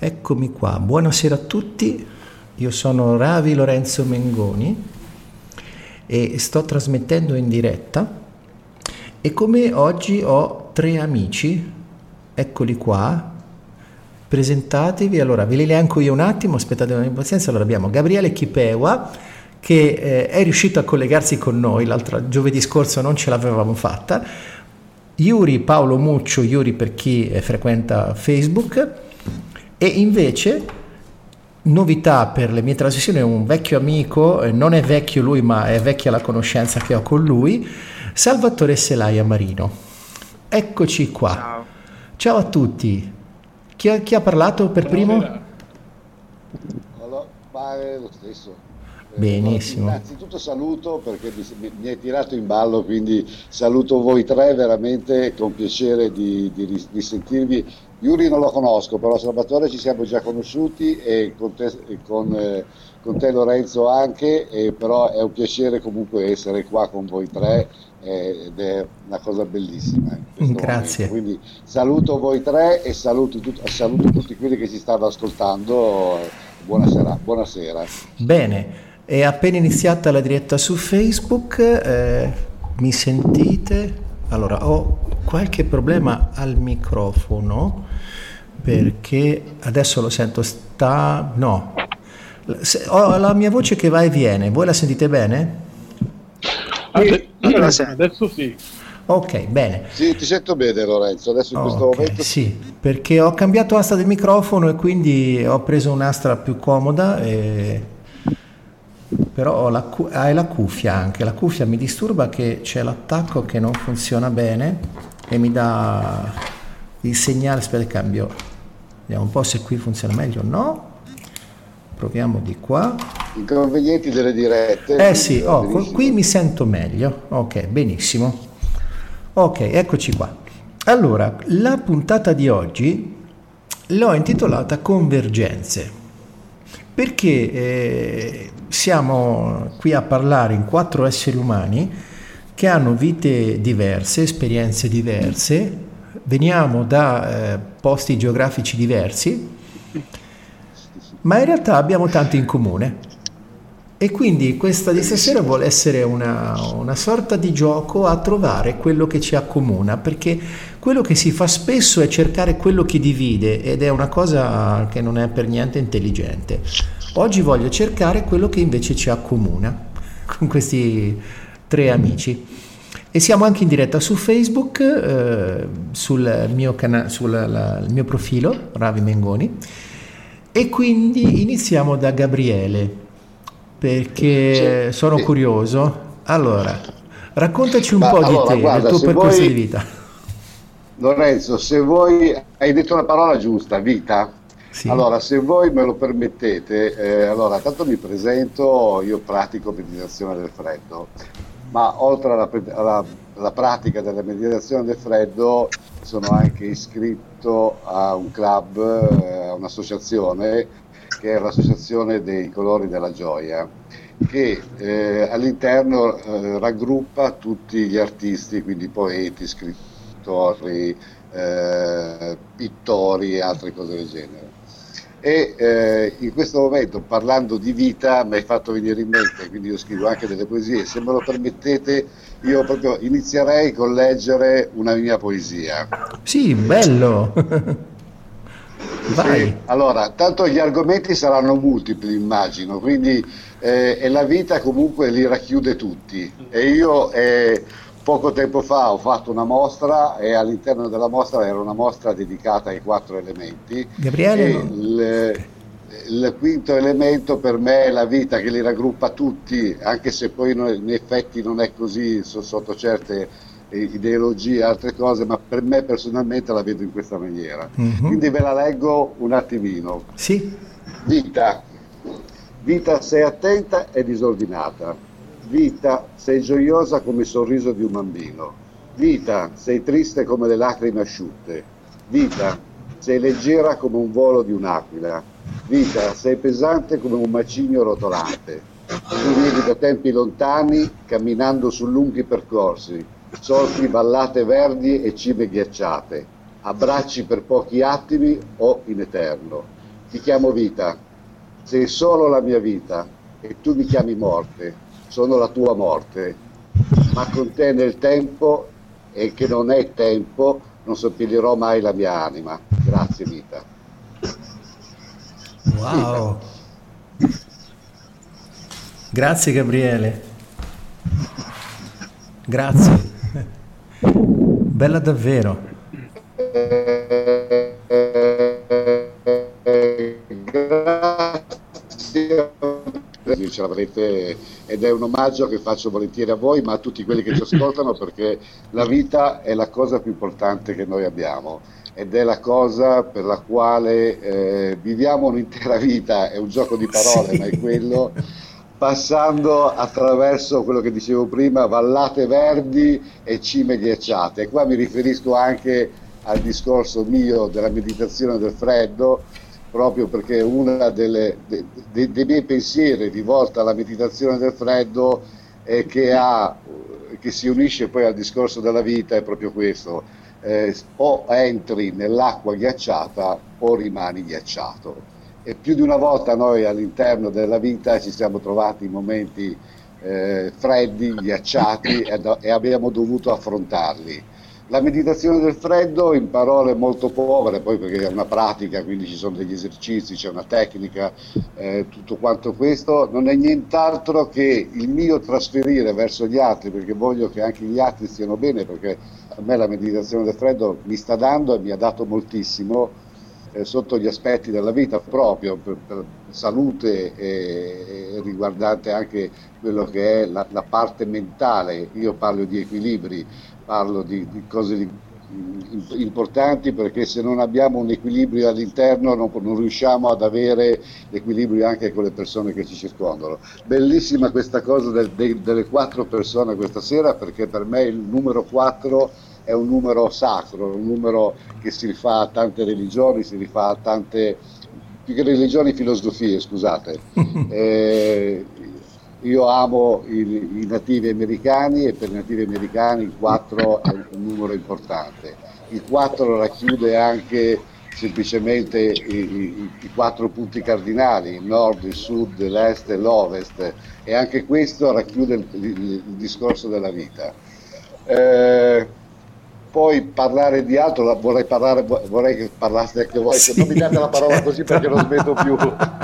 Eccomi qua, buonasera a tutti, io sono Ravi Lorenzo Mengoni e sto trasmettendo in diretta e come oggi ho tre amici, eccoli qua, presentatevi, allora ve li elenco io un attimo, aspettate una pazienza, allora abbiamo Gabriele Chipewa che è riuscito a collegarsi con noi, l'altro giovedì scorso non ce l'avevamo fatta, Yuri Paolo Muccio, Yuri per chi frequenta Facebook. E invece, novità per le mie trasmissioni, è un vecchio amico, non è vecchio lui ma è vecchia la conoscenza che ho con lui, Salvatore Selaia Marino. Eccoci qua. Ciao. Ciao a tutti. Chi ha parlato per primo? Allora, ma è lo stesso. Benissimo. Innanzitutto saluto perché mi hai tirato in ballo, quindi saluto voi tre veramente con piacere di sentirvi. Yuri non lo conosco, però Salvatore ci siamo già conosciuti e con te Lorenzo anche, però è un piacere comunque essere qua con voi tre ed è una cosa bellissima in questo Grazie. momento. Quindi saluto voi tre e saluto tutti quelli che ci stanno ascoltando. Buonasera. Bene, è appena iniziata la diretta su Facebook, mi sentite? Allora, ho qualche problema al microfono perché adesso lo sento no, ho la mia voce che va e viene, voi la sentite bene? Adesso sì. Ok, bene. Sì, ti sento bene Lorenzo, adesso in questo momento sì, perché ho cambiato asta del microfono e quindi ho preso un'astra più comoda però hai la cuffia anche, la cuffia mi disturba che c'è l'attacco che non funziona bene e mi dà il segnale, aspetta cambio, vediamo un po' se qui funziona meglio, no? Proviamo di qua. Inconvenienti delle dirette. Sì, qui mi sento meglio, ok, benissimo. Ok, eccoci qua. Allora, la puntata di oggi l'ho intitolata Convergenze, perché siamo qui a parlare in 4 esseri umani che hanno vite diverse, esperienze diverse, veniamo da posti geografici diversi, ma in realtà abbiamo tanto in comune. E quindi questa di stasera vuole essere una sorta di gioco a trovare quello che ci accomuna, perché quello che si fa spesso è cercare quello che divide ed è una cosa che non è per niente intelligente. Oggi voglio cercare quello che invece ci accomuna con questi 3 amici. E siamo anche in diretta su Facebook, sul mio profilo, Ravi Mengoni, e quindi iniziamo da Gabriele, perché sono curioso. Allora, raccontaci un po' di te, del tuo percorso di vita. Lorenzo, se voi hai detto la parola giusta, vita. Sì. Allora, se voi me lo permettete, allora tanto mi presento, io pratico meditazione del freddo, ma oltre alla pratica della meditazione del freddo sono anche iscritto a un club, a un'associazione che è l'Associazione dei Colori della Gioia, che all'interno raggruppa tutti gli artisti, quindi poeti, scrittori, pittori e altre cose del genere. E in questo momento, parlando di vita, mi hai fatto venire in mente, quindi io scrivo anche delle poesie, se me lo permettete io proprio inizierei con leggere una mia poesia. Sì, bello! Vai. Sì, allora, tanto gli argomenti saranno multipli, immagino, quindi e la vita comunque li racchiude tutti. E io poco tempo fa ho fatto una mostra e all'interno della mostra era una mostra dedicata ai 4 elementi. Gabriele, il quinto elemento per me è la vita, che li raggruppa tutti, anche se poi in effetti non è così sotto certe ideologie e altre cose, ma per me personalmente la vedo in questa maniera. Quindi ve la leggo un attimino. Sì. Vita, sei attenta e disordinata. Vita, sei gioiosa come il sorriso di un bambino. Vita, sei triste come le lacrime asciutte. Vita, sei leggera come un volo di un'aquila. Vita, sei pesante come un macigno rotolante. Tu vivi da tempi lontani, camminando su lunghi percorsi, solchi vallate verdi e cime ghiacciate, abbracci per pochi attimi o in eterno. ti chiamo vita, sei solo la mia vita e tu mi chiami morte, sono la tua morte, ma con te nel tempo e che non è tempo non seppellirò mai la mia anima. Grazie vita. Vita. Wow, grazie Gabriele, grazie, bella davvero. Grazie, ce l'avrete, ed è un omaggio che faccio volentieri a voi, ma a tutti quelli che ci ascoltano, perché la vita è la cosa più importante che noi abbiamo ed è la cosa per la quale viviamo un'intera vita, è un gioco di parole, ma è Sì. quello, passando attraverso quello che dicevo prima, vallate verdi e cime ghiacciate. E qua mi riferisco anche al discorso mio della meditazione del freddo, proprio perché una dei miei pensieri rivolta alla meditazione del freddo e che si unisce poi al discorso della vita è proprio questo, o entri nell'acqua ghiacciata o rimani ghiacciato. E più di una volta noi all'interno della vita ci siamo trovati in momenti freddi, ghiacciati e abbiamo dovuto affrontarli. La meditazione del freddo, in parole molto povere, poi perché è una pratica, quindi ci sono degli esercizi, c'è una tecnica, tutto quanto questo, non è nient'altro che il mio trasferire verso gli altri, perché voglio che anche gli altri stiano bene, perché a me la meditazione del freddo mi sta dando e mi ha dato moltissimo sotto gli aspetti della vita, proprio per salute e riguardante anche quello che è la parte mentale. Io parlo di equilibri, parlo di cose importanti, perché se non abbiamo un equilibrio all'interno non riusciamo ad avere l'equilibrio anche con le persone che ci circondano. Bellissima questa cosa delle 4 persone questa sera, perché per me il numero 4 è un numero sacro, un numero che si rifà a tante religioni, si rifà a tante, più che religioni, filosofie, scusate. Eh, io amo i nativi americani e per i nativi americani il 4 è un numero importante. Il 4 racchiude anche semplicemente i 4 punti cardinali, il nord, il sud, l'est e l'ovest, e anche questo racchiude il discorso della vita. Eh, Poi parlare di altro, vorrei che parlaste anche voi, non mi date la parola così perché non smetto più.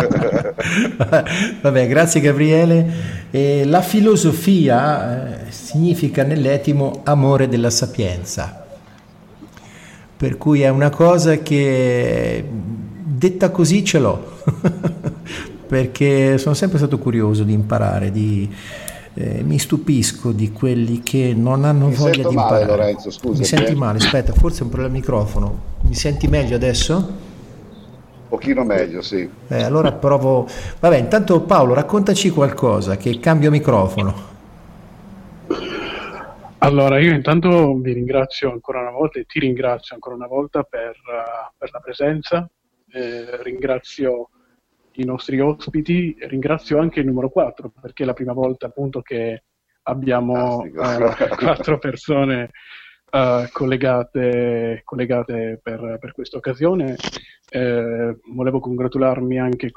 Vabbè, grazie Gabriele. La filosofia significa nell'etimo amore della sapienza, per cui è una cosa che detta così ce l'ho, perché sono sempre stato curioso di imparare, mi stupisco di quelli che non hanno Mi voglia sento di male, imparare. Lorenzo, Mi scusami. senti male? Aspetta, forse è un problema al microfono. Mi senti meglio adesso? Un pochino meglio, sì. Allora provo. Vabbè, intanto Paolo, raccontaci qualcosa, che cambio microfono. Allora, io intanto vi ringrazio ancora una volta e ti ringrazio ancora una volta per la presenza, ringrazio i nostri ospiti, ringrazio anche il numero 4, perché è la prima volta appunto che abbiamo 4 persone collegate per questa occasione. Volevo congratularmi anche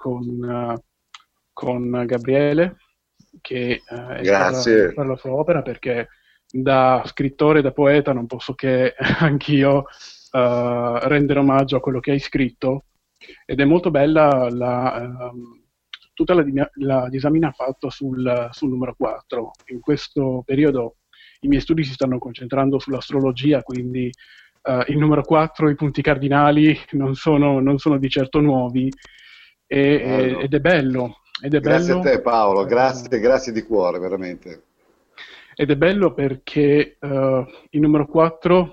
con Gabriele, che Grazie. per la sua opera, perché da scrittore, da poeta, non posso che anch'io rendere omaggio a quello che hai scritto, ed è molto bella tutta la disamina fatta sul numero 4. In questo periodo i miei studi si stanno concentrando sull'astrologia, quindi il numero 4, i punti cardinali non sono di certo nuovi, ed è bello. Grazie a te Paolo, grazie di cuore, veramente. Ed è bello perché il numero 4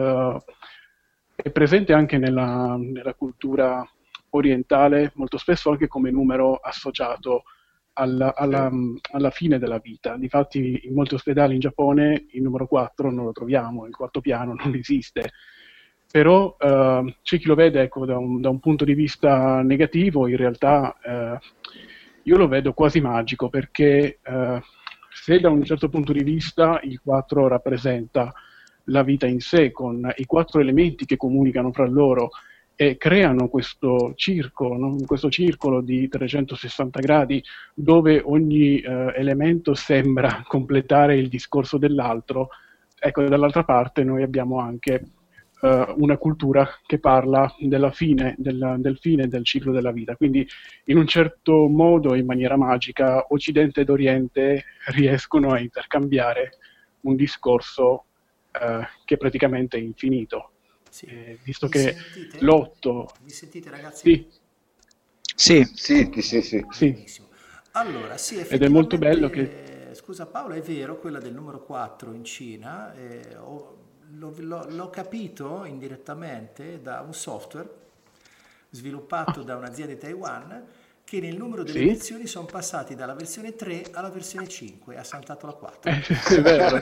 è presente anche nella cultura orientale, molto spesso anche come numero associato alla fine della vita. Difatti in molti ospedali in Giappone il numero 4 non lo troviamo, il quarto piano non esiste. Però c'è chi lo vede, ecco, da un punto di vista negativo. In realtà io lo vedo quasi magico, perché se da un certo punto di vista il 4 rappresenta la vita in sé, con i 4 elementi che comunicano fra loro, e creano questo circo, no? Questo circolo di 360 gradi dove ogni elemento sembra completare il discorso dell'altro. Ecco, dall'altra parte noi abbiamo anche una cultura che parla della fine, del fine del ciclo della vita. Quindi in un certo modo, in maniera magica, Occidente ed Oriente riescono a intercambiare un discorso che è praticamente infinito. Sì. Visto Mi che sentite? l'otto... Mi sentite, ragazzi? Sì, Sì. sì. Benissimo. Allora, sì, Ed è molto bello che... effettivamente, scusa Paolo, è vero, quella del numero 4 in Cina, l'ho capito indirettamente da un software sviluppato da un'azienda di Taiwan che nel numero delle Sì? versioni sono passati dalla versione 3 alla versione 5 e ha saltato la 4. È vero.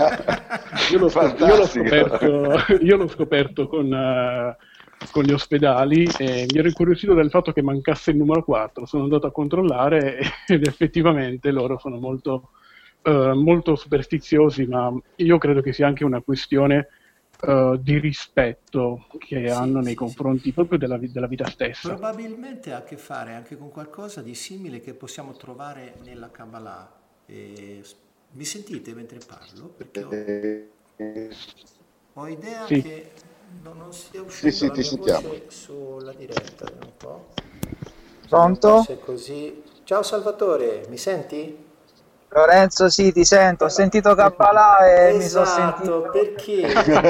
Io l'ho scoperto con gli ospedali e mi ero incuriosito del fatto che mancasse il numero 4. Sono andato a controllare ed effettivamente loro sono molto superstiziosi, ma io credo che sia anche una questione di rispetto che hanno nei confronti proprio della vita stessa. Probabilmente ha a che fare anche con qualcosa di simile che possiamo trovare nella Kabbalah. Mi sentite mentre parlo? Perché ho idea Sì. che non stia uscendo Sì, la ti mia sentiamo. voce sulla diretta. Vediamo un po'. Pronto? Se è così. Ciao Salvatore, mi senti? Lorenzo, sì, ti sento. Ho sentito Kabbalah e mi sono Esatto, sentito. perché?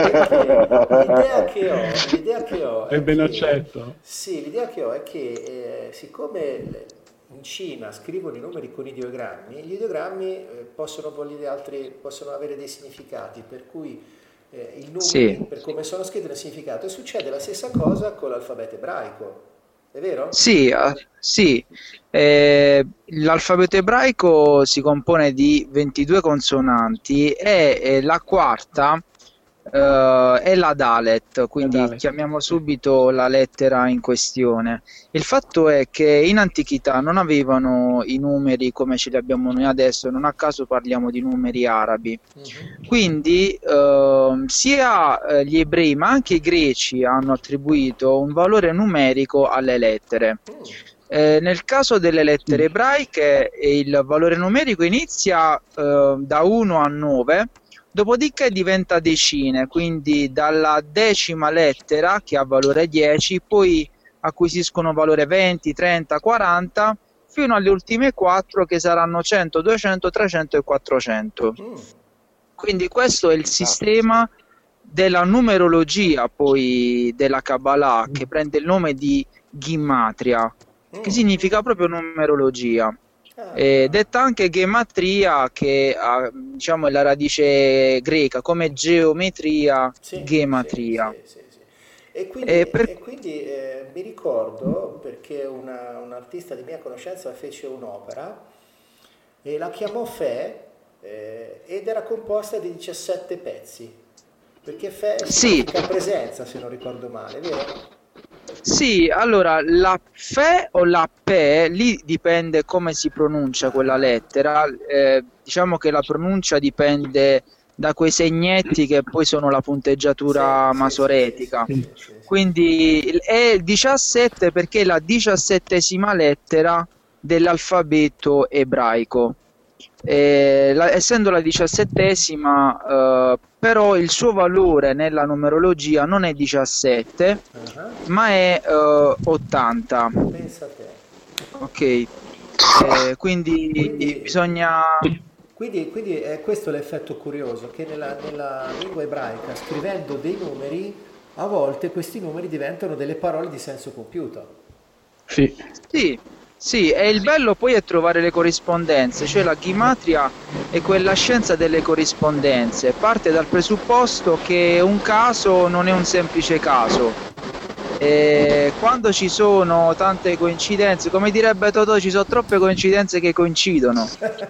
L'idea che ho È è ben che, accetto. sì, l'idea che ho è che siccome in Cina scrivono i numeri con ideogrammi, gli ideogrammi possono avere dei significati, per cui i numeri, Sì. per come sono scritti, hanno significato, e succede la stessa cosa con l'alfabeto ebraico, è vero? Sì, sì. L'alfabeto ebraico si compone di 22 consonanti e la quarta è la Dalet, quindi Dalet, chiamiamo sì. subito la lettera in questione. Il fatto è che in antichità non avevano i numeri come ce li abbiamo noi adesso, non a caso parliamo di numeri arabi. Quindi sia gli ebrei ma anche i greci hanno attribuito un valore numerico alle lettere. Nel caso delle lettere ebraiche il valore numerico inizia da 1 a 9, dopodiché diventa decine, quindi dalla decima lettera che ha valore 10, poi acquisiscono valore 20, 30, 40, fino alle ultime 4 che saranno 100, 200, 300 e 400. Quindi questo è il sistema della numerologia poi della Kabbalah, che prende il nome di Gimatria, che significa proprio numerologia. Detta anche gematria, che diciamo è la radice greca, come geometria, gematria. Sì. E quindi mi ricordo perché un artista di mia conoscenza fece un'opera e la chiamò Fe ed era composta di 17 pezzi, perché Fe significa presenza, se non ricordo male, vero? Sì, allora la fe o la pe, lì dipende come si pronuncia quella lettera, diciamo che la pronuncia dipende da quei segnetti che poi sono la punteggiatura masoretica. Quindi è 17 perché è la 17ª lettera dell'alfabeto ebraico. Essendo la 17ª, però il suo valore nella numerologia non è 17, ma è 80. Pensa a te. Ok, quindi bisogna... Quindi è questo l'effetto curioso, che nella lingua ebraica, scrivendo dei numeri, a volte questi numeri diventano delle parole di senso compiuto. Sì, e il bello poi è trovare le corrispondenze, cioè la Gimatria è quella scienza delle corrispondenze, parte dal presupposto che un caso non è un semplice caso. E quando ci sono tante coincidenze, come direbbe Totò, ci sono troppe coincidenze che coincidono.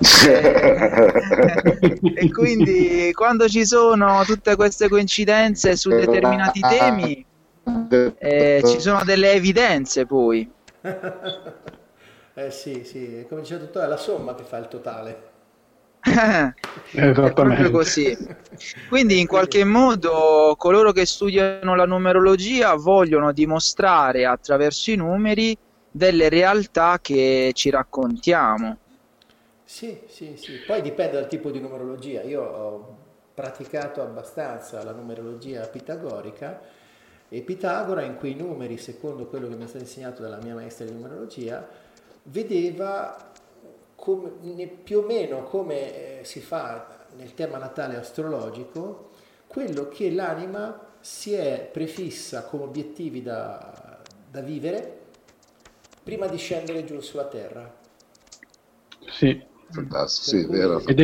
E quindi quando ci sono tutte queste coincidenze su determinati temi, ci sono delle evidenze poi. Sì, come dice Totò, è la somma che fa il totale. È proprio così. Quindi in qualche modo coloro che studiano la numerologia vogliono dimostrare attraverso i numeri delle realtà che ci raccontiamo. Sì, poi dipende dal tipo di numerologia. Io ho praticato abbastanza la numerologia pitagorica e Pitagora in quei numeri, secondo quello che mi è stato insegnato dalla mia maestra di numerologia, vedeva più o meno come si fa nel tema natale astrologico, quello che l'anima si è prefissa come obiettivi da vivere prima di scendere giù sulla terra. Sì. Fantastico, sì, vero, ed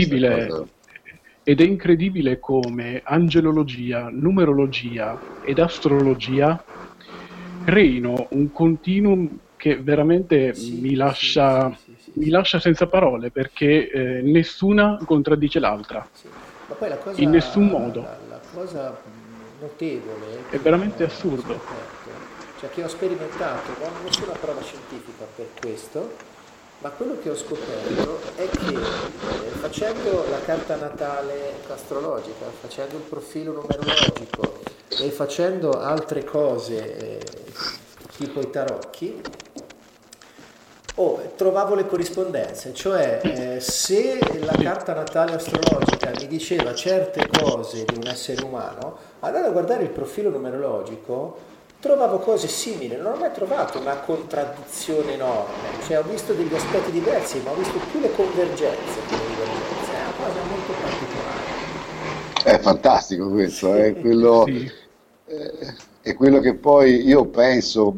è incredibile come angelologia, numerologia ed astrologia creino un continuum che veramente mi lascia senza parole, perché nessuna contraddice l'altra. Sì. Ma poi in nessun modo. La cosa notevole è veramente assurdo. Cioè, che ho sperimentato, non ho nessuna prova scientifica per questo, ma quello che ho scoperto è che facendo la carta natale astrologica, facendo il profilo numerologico e facendo altre cose tipo i tarocchi, trovavo le corrispondenze, cioè se la carta natale astrologica mi diceva certe cose di un essere umano, andando a guardare il profilo numerologico trovavo cose simili, non ho mai trovato una contraddizione enorme, cioè ho visto degli aspetti diversi, ma ho visto più le convergenze che le divergenze, è una cosa molto particolare. È fantastico questo, è quello, è quello che poi io penso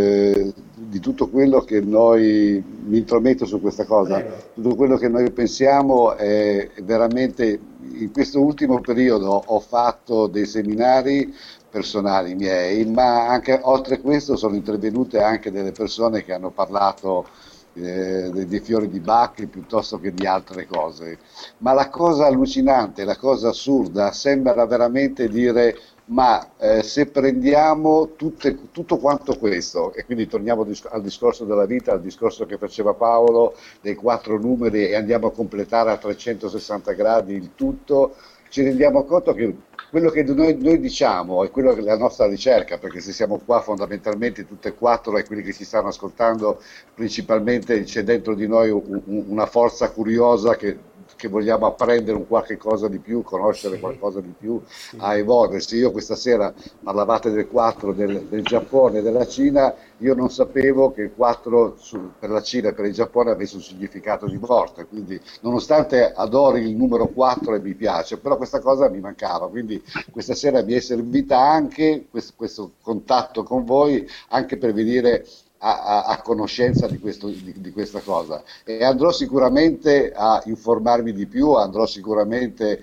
di tutto quello che noi, mi intrometto su questa cosa, tutto quello che noi pensiamo è veramente, in questo ultimo periodo ho fatto dei seminari personali miei, ma anche oltre a questo sono intervenute anche delle persone che hanno parlato dei fiori di Bach piuttosto che di altre cose, ma la cosa allucinante, la cosa assurda sembra veramente dire ma se prendiamo tutto quanto questo, e quindi torniamo al discorso della vita, al discorso che faceva Paolo dei 4 numeri e andiamo a completare a 360 gradi il tutto, ci rendiamo conto che quello che noi diciamo è quello che è la nostra ricerca, perché se siamo qua fondamentalmente tutte e 4 e quelli che ci stanno ascoltando, principalmente c'è dentro di noi una forza curiosa che vogliamo apprendere un qualche cosa di più, conoscere qualcosa di più, a evolversi. Io questa sera parlavate del 4 del Giappone e della Cina, io non sapevo che il 4 per la Cina e per il Giappone avesse un significato di morte, quindi nonostante adori il numero 4 e mi piace, però questa cosa mi mancava, quindi questa sera mi è servita anche questo contatto con voi, anche per venire a conoscenza di questa cosa, e andrò sicuramente a informarmi di più, andrò sicuramente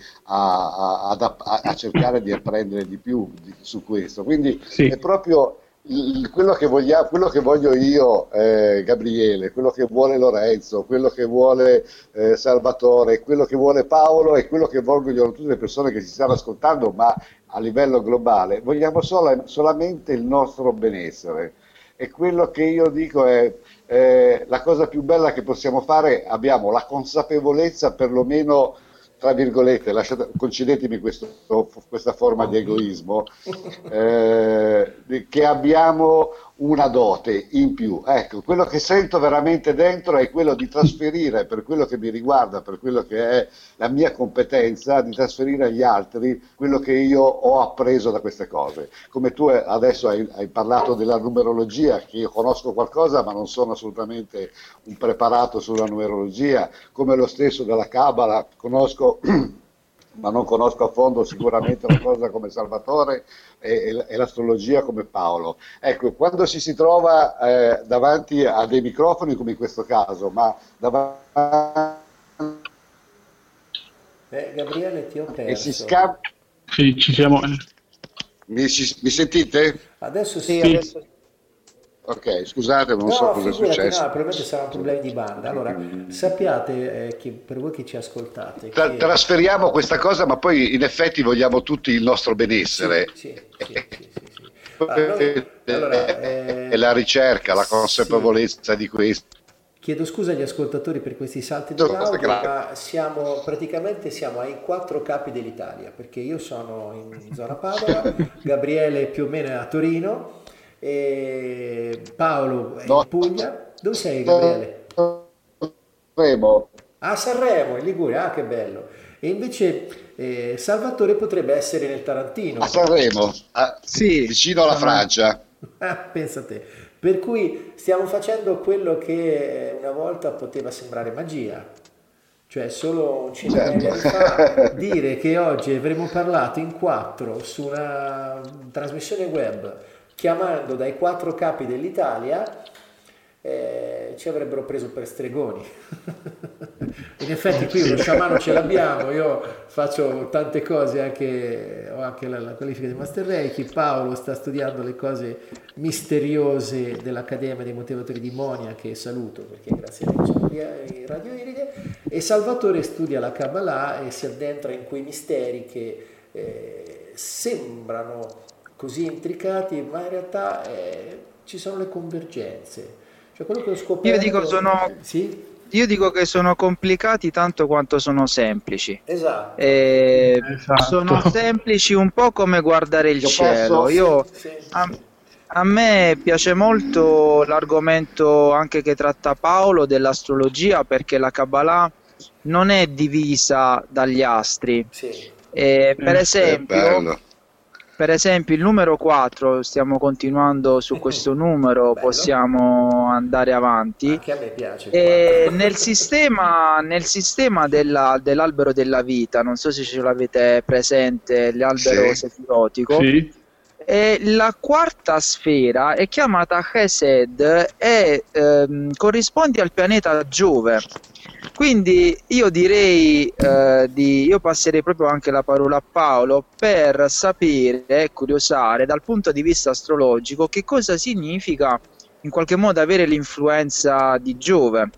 a cercare di apprendere di più su questo, quindi è proprio quello che voglio io, Gabriele, quello che vuole Lorenzo, quello che vuole Salvatore, quello che vuole Paolo e quello che vogliono tutte le persone che ci stanno ascoltando, ma a livello globale vogliamo solamente il nostro benessere. E quello che io dico è la cosa più bella che possiamo fare, abbiamo la consapevolezza, perlomeno tra virgolette, concedetemi questa forma di egoismo, che abbiamo una dote in più. Ecco, quello che sento veramente dentro è quello di trasferire, per quello che mi riguarda, per quello che è la mia competenza, di trasferire agli altri quello che io ho appreso da queste cose. Come tu adesso hai parlato della numerologia, che io conosco qualcosa ma non sono assolutamente un preparato sulla numerologia, come lo stesso della Kabbalah, conosco ma non conosco a fondo sicuramente una cosa come Salvatore e l'astrologia come Paolo. Ecco, quando ci si trova davanti a dei microfoni come in questo caso, ma davanti... Gabriele, ti ho perso. E si Sì, ci siamo. Mi sentite? Adesso sì. Adesso... Ok, scusate, non so cosa è successo. No, probabilmente saranno problemi di banda. Allora, sappiate che per voi che ci ascoltate... Trasferiamo questa cosa, ma poi in effetti vogliamo tutti il nostro benessere. Sì. È la ricerca, la consapevolezza di questo. Chiedo scusa agli ascoltatori per questi salti No, dell'audio, grazie. ma siamo ai 4 capi dell'Italia, perché io sono in zona Padova, Gabriele più o meno è a Torino, e Paolo è No, in Puglia. Dove sei, Gabriele? Sanremo. A Sanremo, in Liguria, ah che bello. E invece Salvatore potrebbe essere nel A Tarantino. Sanremo, Sì, vicino alla sono... Francia. Pensa te. Per cui stiamo facendo quello che una volta poteva sembrare magia, cioè solo un centinaio di Certo. anni fa dire che oggi avremmo parlato in 4 su una trasmissione web chiamando dai 4 capi dell'Italia, ci avrebbero preso per stregoni. In effetti qui uno Sì. sciamano ce l'abbiamo, io faccio tante cose, ho anche la qualifica di Master Reiki, Paolo sta studiando le cose misteriose dell'Accademia dei Motivatori di Monia, che saluto perché grazie a lui sono qui in Radio Iride, e Salvatore studia la Kabbalah e si addentra in quei misteri che sembrano così intricati, ma in realtà ci sono le convergenze. Cioè quello che ho Io dico, scoperto, sì, io dico che sono complicati tanto quanto sono semplici. esatto, Sono Esatto. semplici un po' come guardare il Io cielo. posso, sì, Io, sì, a, a me piace molto l'argomento anche che tratta Paolo dell'astrologia, perché la Kabbalah non è divisa dagli astri. sì, Per è esempio, bello. il numero 4, stiamo continuando su questo numero, bello, possiamo andare avanti. anche a me piace il E 4. nel sistema dell'albero della vita, non so se ce l'avete presente, l'albero Sì, sefirotico, Sì. e la quarta sfera è chiamata Chesed e corrisponde al pianeta Giove. Quindi io direi io passerei proprio anche la parola a Paolo per sapere e curiosare dal punto di vista astrologico che cosa significa in qualche modo avere l'influenza di Giove.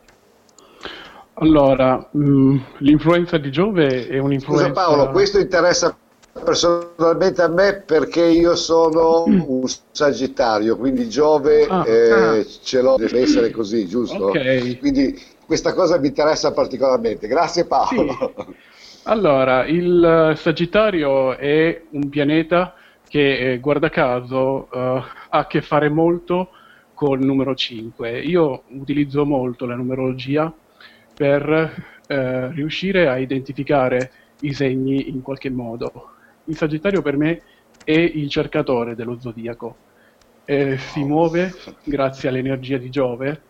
Allora, l'influenza di Giove è scusa Paolo, un'influenza... questo interessa personalmente a me perché io sono un Sagittario, quindi Giove Ah, ce l'ho, deve essere così, giusto? ok. Quindi questa cosa mi interessa particolarmente. Grazie Sì. Paolo. Allora, il Sagittario è un pianeta che, guarda caso, ha a che fare molto col numero 5. Io utilizzo molto la numerologia per riuscire a identificare i segni in qualche modo. Il Sagittario per me è il cercatore dello zodiaco. Si Wow. muove grazie all'energia di Giove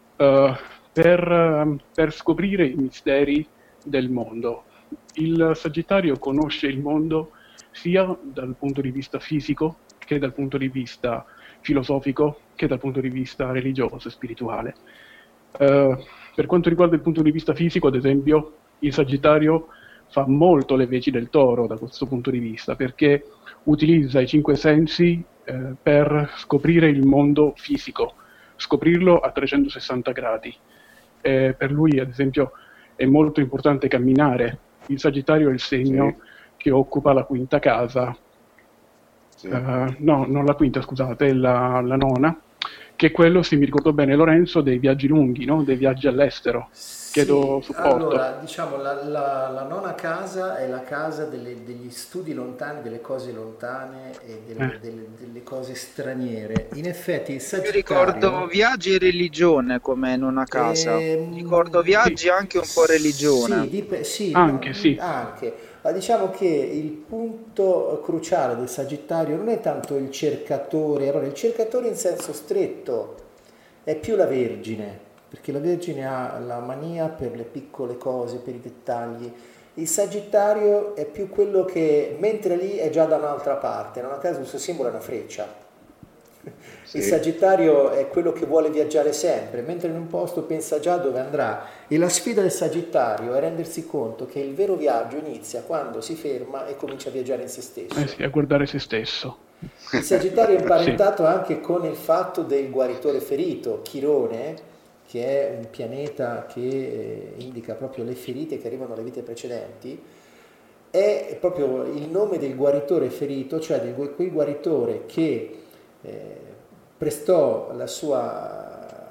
per scoprire i misteri del mondo. Il Sagittario conosce il mondo sia dal punto di vista fisico che dal punto di vista filosofico che dal punto di vista religioso e spirituale. Per quanto riguarda il punto di vista fisico, ad esempio, il Sagittario fa molto le veci del Toro da questo punto di vista, perché utilizza i 5 sensi per scoprire il mondo fisico, scoprirlo a 360 gradi. Per lui, ad esempio, è molto importante camminare. Il Sagittario è il segno Sì, che occupa la quinta casa, sì. no, non la quinta, scusate, è la nona, che è quello, se mi ricordo bene, Lorenzo, dei viaggi lunghi, no? Dei viaggi all'estero. Chiedo Sì, supporto. allora diciamo la nona casa è la casa degli studi lontani, delle cose lontane e Eh, delle cose straniere. In effetti il Io ricordo Sagittario viaggi e religione come nona casa. Ricordo ehm, viaggi e anche un po' sì, religione. sì, anche, sì. anche. Ma diciamo che il punto cruciale del Sagittario non è tanto il cercatore, allora il cercatore in senso stretto è più la Vergine, perché la Vergine ha la mania per le piccole cose, per i dettagli. Il Sagittario è più quello che mentre lì è già da un'altra parte, non a caso il suo simbolo è una freccia. Il Sì, Sagittario è quello che vuole viaggiare sempre, mentre in un posto pensa già dove andrà. E la sfida del Sagittario è rendersi conto che il vero viaggio inizia quando si ferma e comincia a viaggiare in se stesso. Sì, a guardare se stesso. Il Sagittario è Sì. imparentato anche con il fatto del guaritore ferito, Chirone, che è un pianeta che indica proprio le ferite che arrivano alle vite precedenti, è proprio il nome del guaritore ferito, cioè di quel guaritore che prestò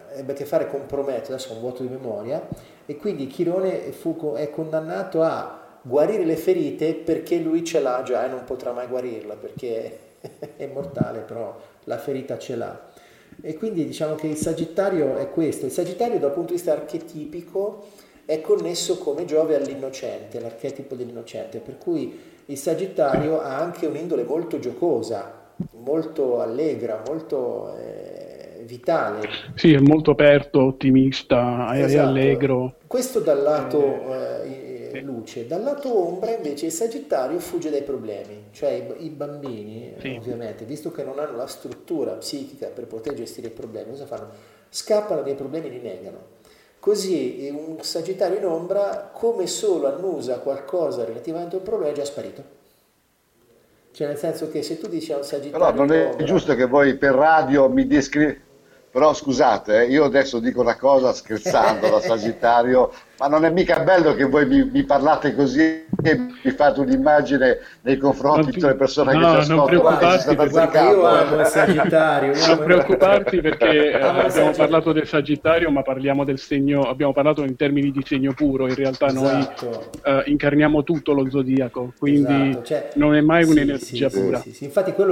ebbe a che fare con Prometeo, adesso ho un vuoto di memoria, e quindi Chirone è condannato a guarire le ferite perché lui ce l'ha già e non potrà mai guarirla perché è mortale, però la ferita ce l'ha. E quindi diciamo che il Sagittario è questo. Il Sagittario dal punto di vista archetipico è connesso come Giove all'innocente, l'archetipo dell'innocente, per cui il Sagittario ha anche un'indole molto giocosa, molto allegra, molto vitale. Sì, è molto aperto, ottimista, è Esatto. allegro. Questo dal lato luce. Dal lato ombra invece il Sagittario fugge dai problemi, cioè i bambini ovviamente, visto che non hanno la struttura psichica per poter gestire i problemi, cosa fanno? Scappano dai problemi e li negano. Così un Sagittario in ombra, come solo annusa qualcosa relativamente a un problema, è già sparito. Cioè nel senso che se tu dici a un Sagittario Però non in è ombra, giusto che voi per radio mi descrivete. Però scusate, io adesso dico una cosa scherzando da Sagittario, ma non è mica bello che voi mi parlate così e mi fate un'immagine nei confronti di tutte le persone che ci ascoltano. Guarda, io amo il Sagittario. Non preoccuparti perché abbiamo parlato del Sagittario, ma parliamo del segno, abbiamo parlato in termini di segno puro, in realtà noi incarniamo tutto lo zodiaco, quindi cioè, non è mai un'energia pura. Sì. Infatti quello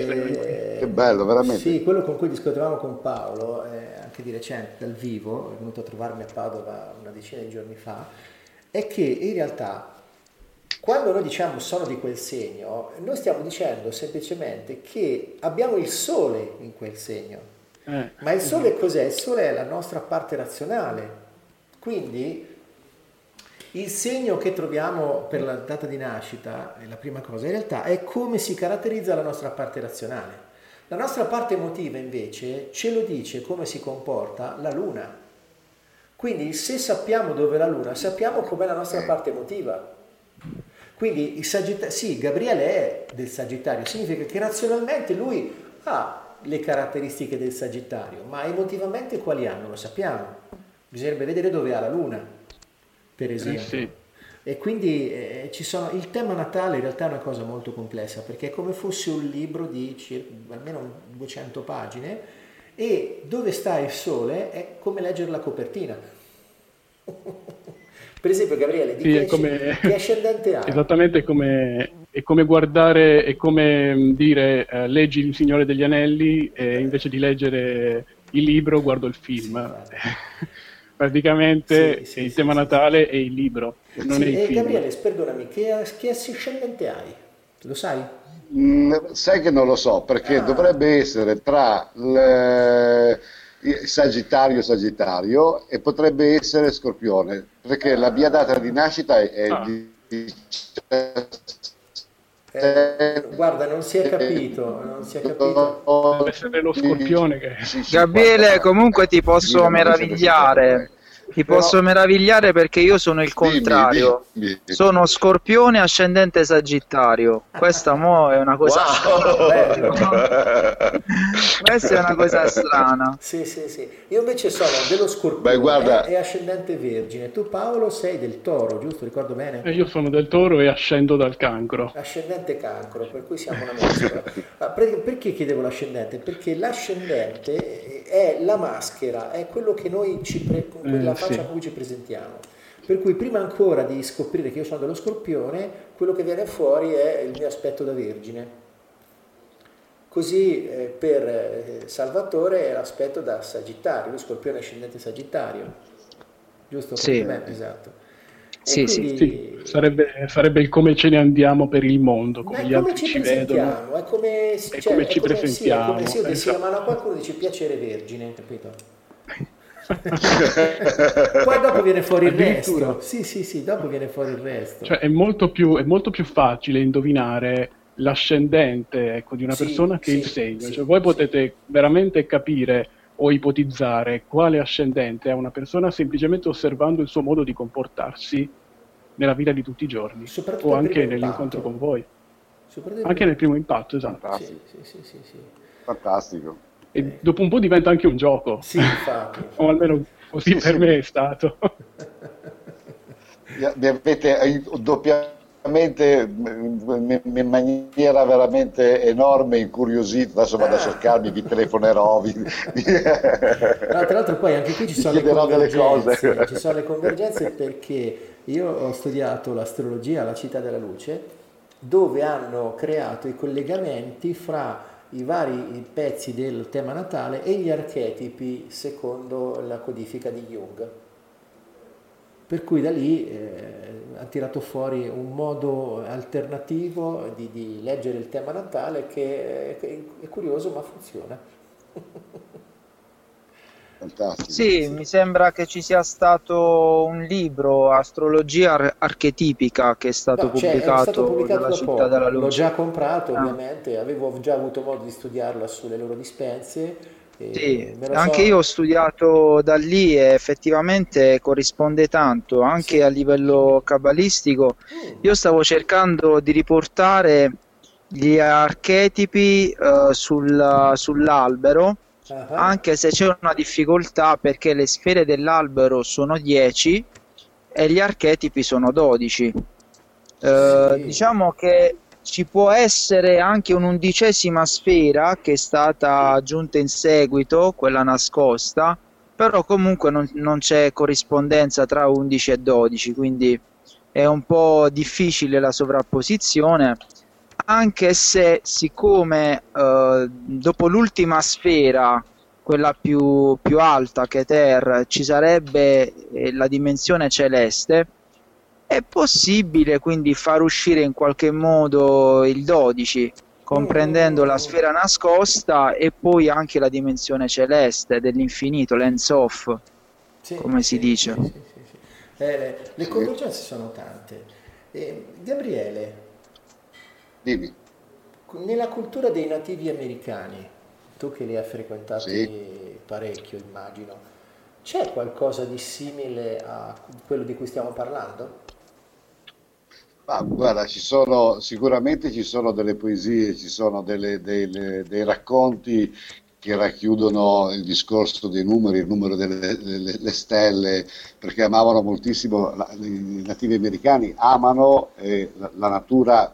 che bello, veramente. Sì, quello con cui discutevamo con Paolo, anche di recente dal vivo, è venuto a trovarmi a Padova una decina di giorni fa, è che in realtà quando noi diciamo sono di quel segno, noi stiamo dicendo semplicemente che abbiamo il sole in quel segno. Ma il sole cos'è? Il sole è la nostra parte razionale. Quindi il segno che troviamo per la data di nascita, la prima cosa, in realtà è come si caratterizza la nostra parte razionale. La nostra parte emotiva invece ce lo dice come si comporta la luna. Quindi se sappiamo dove è la luna, sappiamo com'è la nostra parte emotiva. Quindi il sì, Gabriele è del Sagittario, significa che razionalmente lui ha le caratteristiche del Sagittario, ma emotivamente quali hanno? Lo sappiamo. Bisognerebbe vedere dove ha la luna, per esempio. Sì. E quindi il tema natale in realtà è una cosa molto complessa, perché è come fosse un libro di almeno 200 pagine, e dove sta il sole è come leggere la copertina. Per esempio, Gabriele, che ascendente hai? Esattamente è come guardare, è come dire leggi Il Signore degli Anelli e invece di leggere il libro guardo il film. Praticamente il tema natale è il libro, non è il film. Gabriele, perdonami, che ascendente hai? Lo sai? Sai che non lo so, perché dovrebbe essere tra Sagittario e potrebbe essere Scorpione, perché la mia data di nascita è guarda, non si è capito. Deve essere lo Scorpione che... Gabriele, comunque ti posso meravigliare. Posso meravigliare perché io sono il contrario. Dimmi. Sono Scorpione ascendente Sagittario. Questa mo è una cosa questa è una cosa strana. Sì. Io invece sono dello Scorpione e ascendente Vergine. Tu, Paolo, sei del Toro, giusto? Ricordo bene? Io sono del Toro e ascendo dal Cancro. Ascendente Cancro, per cui siamo una maschera. Perché chiedevo l'ascendente? Perché l'ascendente è la maschera, è quello che noi con quella faccia con cui ci presentiamo. Per cui prima ancora di scoprire che io sono dello Scorpione, quello che viene fuori è il mio aspetto da Vergine. Così per Salvatore è l'aspetto da Sagittario, lo Scorpione ascendente Sagittario. Giusto? Sì. Esatto. Sì. Sarebbe il come ce ne andiamo per il mondo, come gli altri ci vedono, è come ci presentiamo. È come se io dessi la mano a qualcuno e dice piacere Vergine, capito? Poi dopo viene fuori il resto. Sì, dopo viene fuori il resto. Cioè è molto più facile indovinare l'ascendente, di una persona che il segno. Cioè voi potete veramente capire o ipotizzare quale ascendente ha una persona semplicemente osservando il suo modo di comportarsi nella vita di tutti i giorni, o anche nell'incontro con voi, anche nel primo impatto, esatto. Sì. Fantastico. E dopo un po' diventa anche un gioco. Sì, infatti. O almeno così per me è stato. Mi avete doppiato in maniera veramente enorme, incuriosito. Adesso vado a cercarmi, vi telefonerò, No, tra l'altro poi anche qui ci vi sono le chiederò delle cose. convergenze, ci sono le convergenze perché io ho studiato l'astrologia alla Città della Luce, dove hanno creato i collegamenti fra i vari pezzi del tema natale e gli archetipi secondo la codifica di Jung. Per cui da lì ha tirato fuori un modo alternativo di leggere il tema natale che è curioso ma funziona. Fantastico. Sì, mi sembra che ci sia stato un libro, Astrologia archetipica, che è stato No, è stato pubblicato pubblicato dalla da Città della poco, l'ho Luce. già comprato Ah. ovviamente, avevo già avuto modo di studiarlo sulle loro dispense Sì, e me lo anche io ho so... studiato da lì e effettivamente corrisponde tanto, anche Sì. a livello cabalistico. Mm. Io stavo cercando di riportare gli archetipi sull'albero, Ah, anche se c'è una difficoltà perché le sfere dell'albero sono 10 e gli archetipi sono 12. sì. Diciamo che ci può essere anche un'undicesima sfera che è stata aggiunta in seguito, quella nascosta, però comunque non c'è corrispondenza tra 11 e 12, quindi è un po' difficile la sovrapposizione, anche se siccome dopo l'ultima sfera, quella più alta che Ter, ci sarebbe la dimensione celeste, è possibile quindi far uscire in qualche modo il 12, comprendendo la Mm. sfera nascosta e poi anche la dimensione celeste dell'infinito, l'Ends of, Sì, come si sì, dice. sì, sì, sì, sì. Le Sì, convergenze sono tante. Gabriele, dimmi. nella cultura dei nativi americani, tu che li hai Sì. frequentati parecchio, immagino, c'è qualcosa di simile a quello di cui stiamo parlando? Ma guarda, sicuramente ci sono delle poesie, ci sono dei racconti che racchiudono il discorso dei numeri, il numero delle stelle, perché amavano moltissimo, i nativi americani amano la natura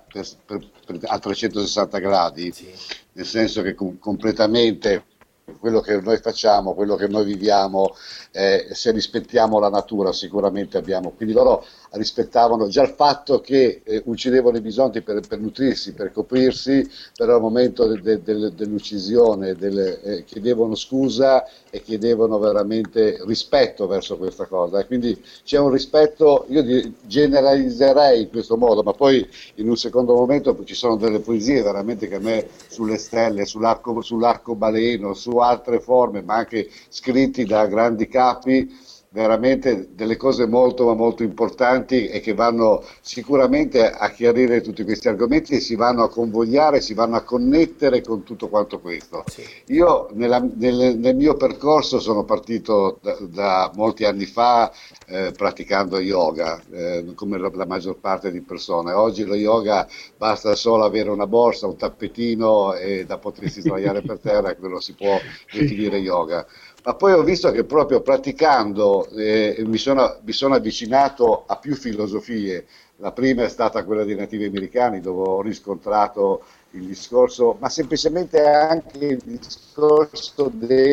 a 360 gradi, Sì. nel senso che completamente quello che noi facciamo, quello che noi viviamo, se rispettiamo la natura sicuramente abbiamo, quindi loro rispettavano già il fatto che uccidevano i bisonti per nutrirsi, per coprirsi, però al momento dell'uccisione chiedevano scusa e chiedevano veramente rispetto verso questa cosa. E quindi c'è un rispetto, io generalizzerei in questo modo, ma poi in un secondo momento ci sono delle poesie veramente che a me sulle stelle, sull'arcobaleno, su altre forme, ma anche scritti da grandi capi, veramente delle cose molto ma molto importanti e che vanno sicuramente a chiarire tutti questi argomenti e si vanno a convogliare, si vanno a connettere con tutto quanto questo. Sì. Io nel mio percorso sono partito da molti anni fa praticando yoga, come la maggior parte di persone. Oggi lo yoga basta solo avere una borsa, un tappetino e da potersi sdraiare per terra e quello si può definire yoga. Ma poi ho visto che proprio praticando mi sono avvicinato a più filosofie. La prima è stata quella dei nativi americani, dove ho riscontrato il discorso, ma semplicemente anche il discorso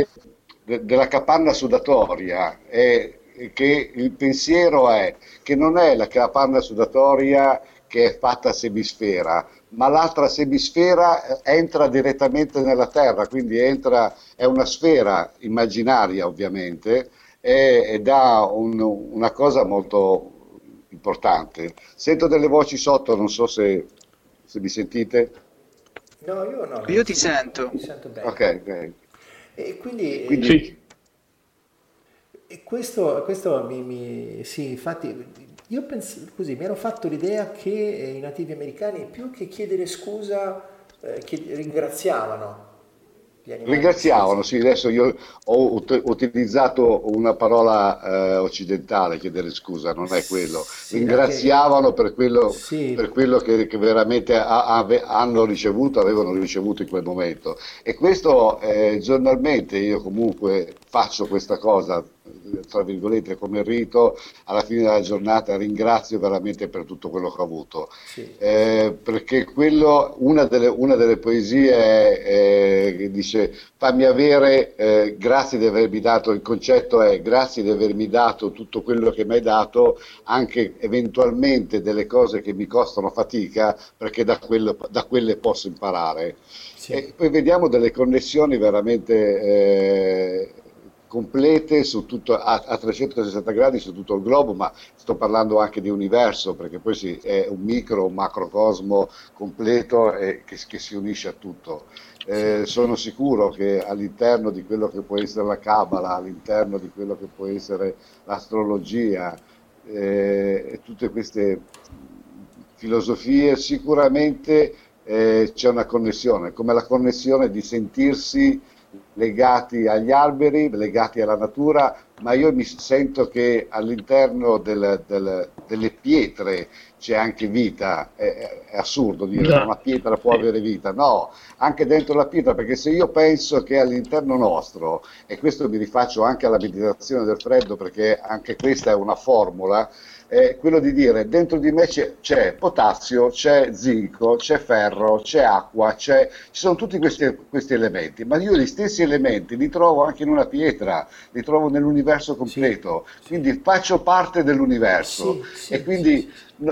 della capanna sudatoria, che il pensiero è che non è la capanna sudatoria che è fatta a semisfera, ma l'altra semisfera entra direttamente nella Terra, quindi è una sfera immaginaria ovviamente, ed ha una cosa molto importante. Sento delle voci sotto, non so se mi sentite. No, io no, Io ti sento. mi sento Ok, bene. ok. E quindi Quindi Sì, e questo sì, infatti io penso così, mi ero fatto l'idea che i nativi americani più che chiedere scusa ringraziavano gli animali ringraziavano, uccisi. sì, adesso io ho utilizzato una parola occidentale, chiedere scusa, non è quello. Sì, anche Ringraziavano per sì, quello che veramente hanno ricevuto, avevano ricevuto in quel momento. E questo giornalmente io comunque faccio questa cosa, tra virgolette, come rito, alla fine della giornata ringrazio veramente per tutto quello che ho avuto. Sì. Perché una delle poesie che dice fammi avere, grazie di avermi dato, il concetto è grazie di avermi dato tutto quello che mi hai dato, anche eventualmente delle cose che mi costano fatica, perché da quelle posso imparare. Sì. E poi vediamo delle connessioni veramente complete su tutto, a 360 gradi su tutto il globo, ma sto parlando anche di universo, perché poi è un macrocosmo completo che si unisce a tutto. Sono sicuro che all'interno di quello che può essere la Kabbalah, all'interno di quello che può essere l'astrologia, e tutte queste filosofie, sicuramente c'è una connessione, come la connessione di sentirsi legati agli alberi, legati alla natura, ma io mi sento che all'interno delle pietre c'è anche vita. È assurdo dire che una pietra può avere vita, no, anche dentro la pietra, perché se io penso che all'interno nostro, e questo mi rifaccio anche alla meditazione del freddo, perché anche questa è una formula, quello di dire dentro di me c'è potassio, c'è zinco, c'è ferro, c'è acqua, ci sono tutti questi elementi, ma io gli stessi elementi li trovo anche in una pietra, li trovo nell'universo completo, quindi faccio parte dell'universo, e quindi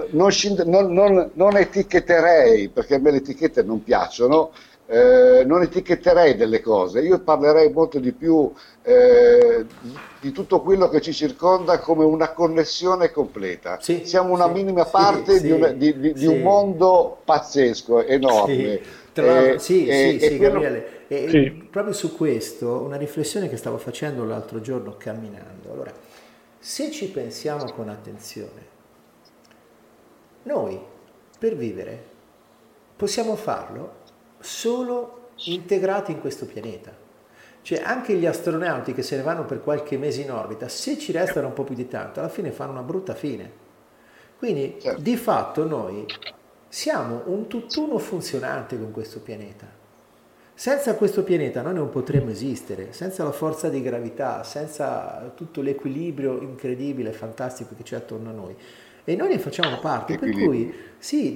non etichetterei, perché a me le etichette non piacciono, non etichetterei delle cose, io parlerei molto di più di tutto quello che ci circonda come una connessione completa. Siamo una minima parte di un mondo pazzesco, enorme. Gabriele, proprio su questo, una riflessione che stavo facendo l'altro giorno camminando. Allora, se ci pensiamo con attenzione, noi per vivere possiamo farlo solo integrati in questo pianeta. Cioè anche gli astronauti che se ne vanno per qualche mese in orbita, se ci restano un po' più di tanto, alla fine fanno una brutta fine. Quindi di fatto noi siamo un tutt'uno funzionante con questo pianeta. Senza questo pianeta noi non potremmo esistere, senza la forza di gravità, senza tutto l'equilibrio incredibile, fantastico che c'è attorno a noi. E noi ne facciamo parte, per cui sì,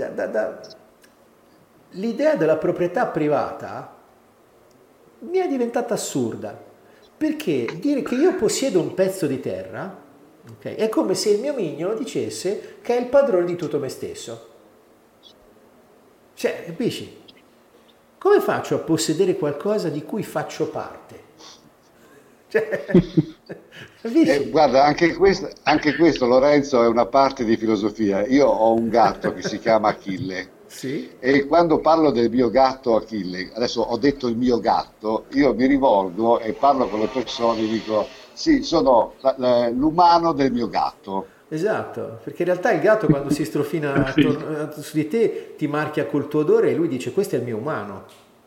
l'idea della proprietà privata mi è diventata assurda, perché dire che io possiedo un pezzo di terra, è come se il mio mignolo dicesse che è il padrone di tutto me stesso. Cioè, capisci? Come faccio a possedere qualcosa di cui faccio parte? Cioè, guarda, anche questo, Lorenzo, è una parte di filosofia. Io ho un gatto che si chiama Achille. E quando parlo del mio gatto Achille, adesso ho detto il mio gatto, io mi rivolgo e parlo con le persone e dico sì, sono l'umano del mio gatto. Esatto, perché in realtà il gatto quando si strofina su di te ti marchia col tuo odore e lui dice questo è il mio umano.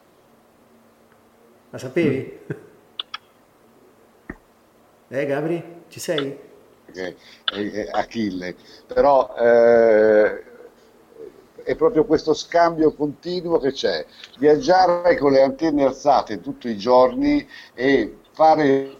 La sapevi? Gabri, ci sei? Achille, però è proprio questo scambio continuo che c'è, viaggiare con le antenne alzate tutti i giorni e fare...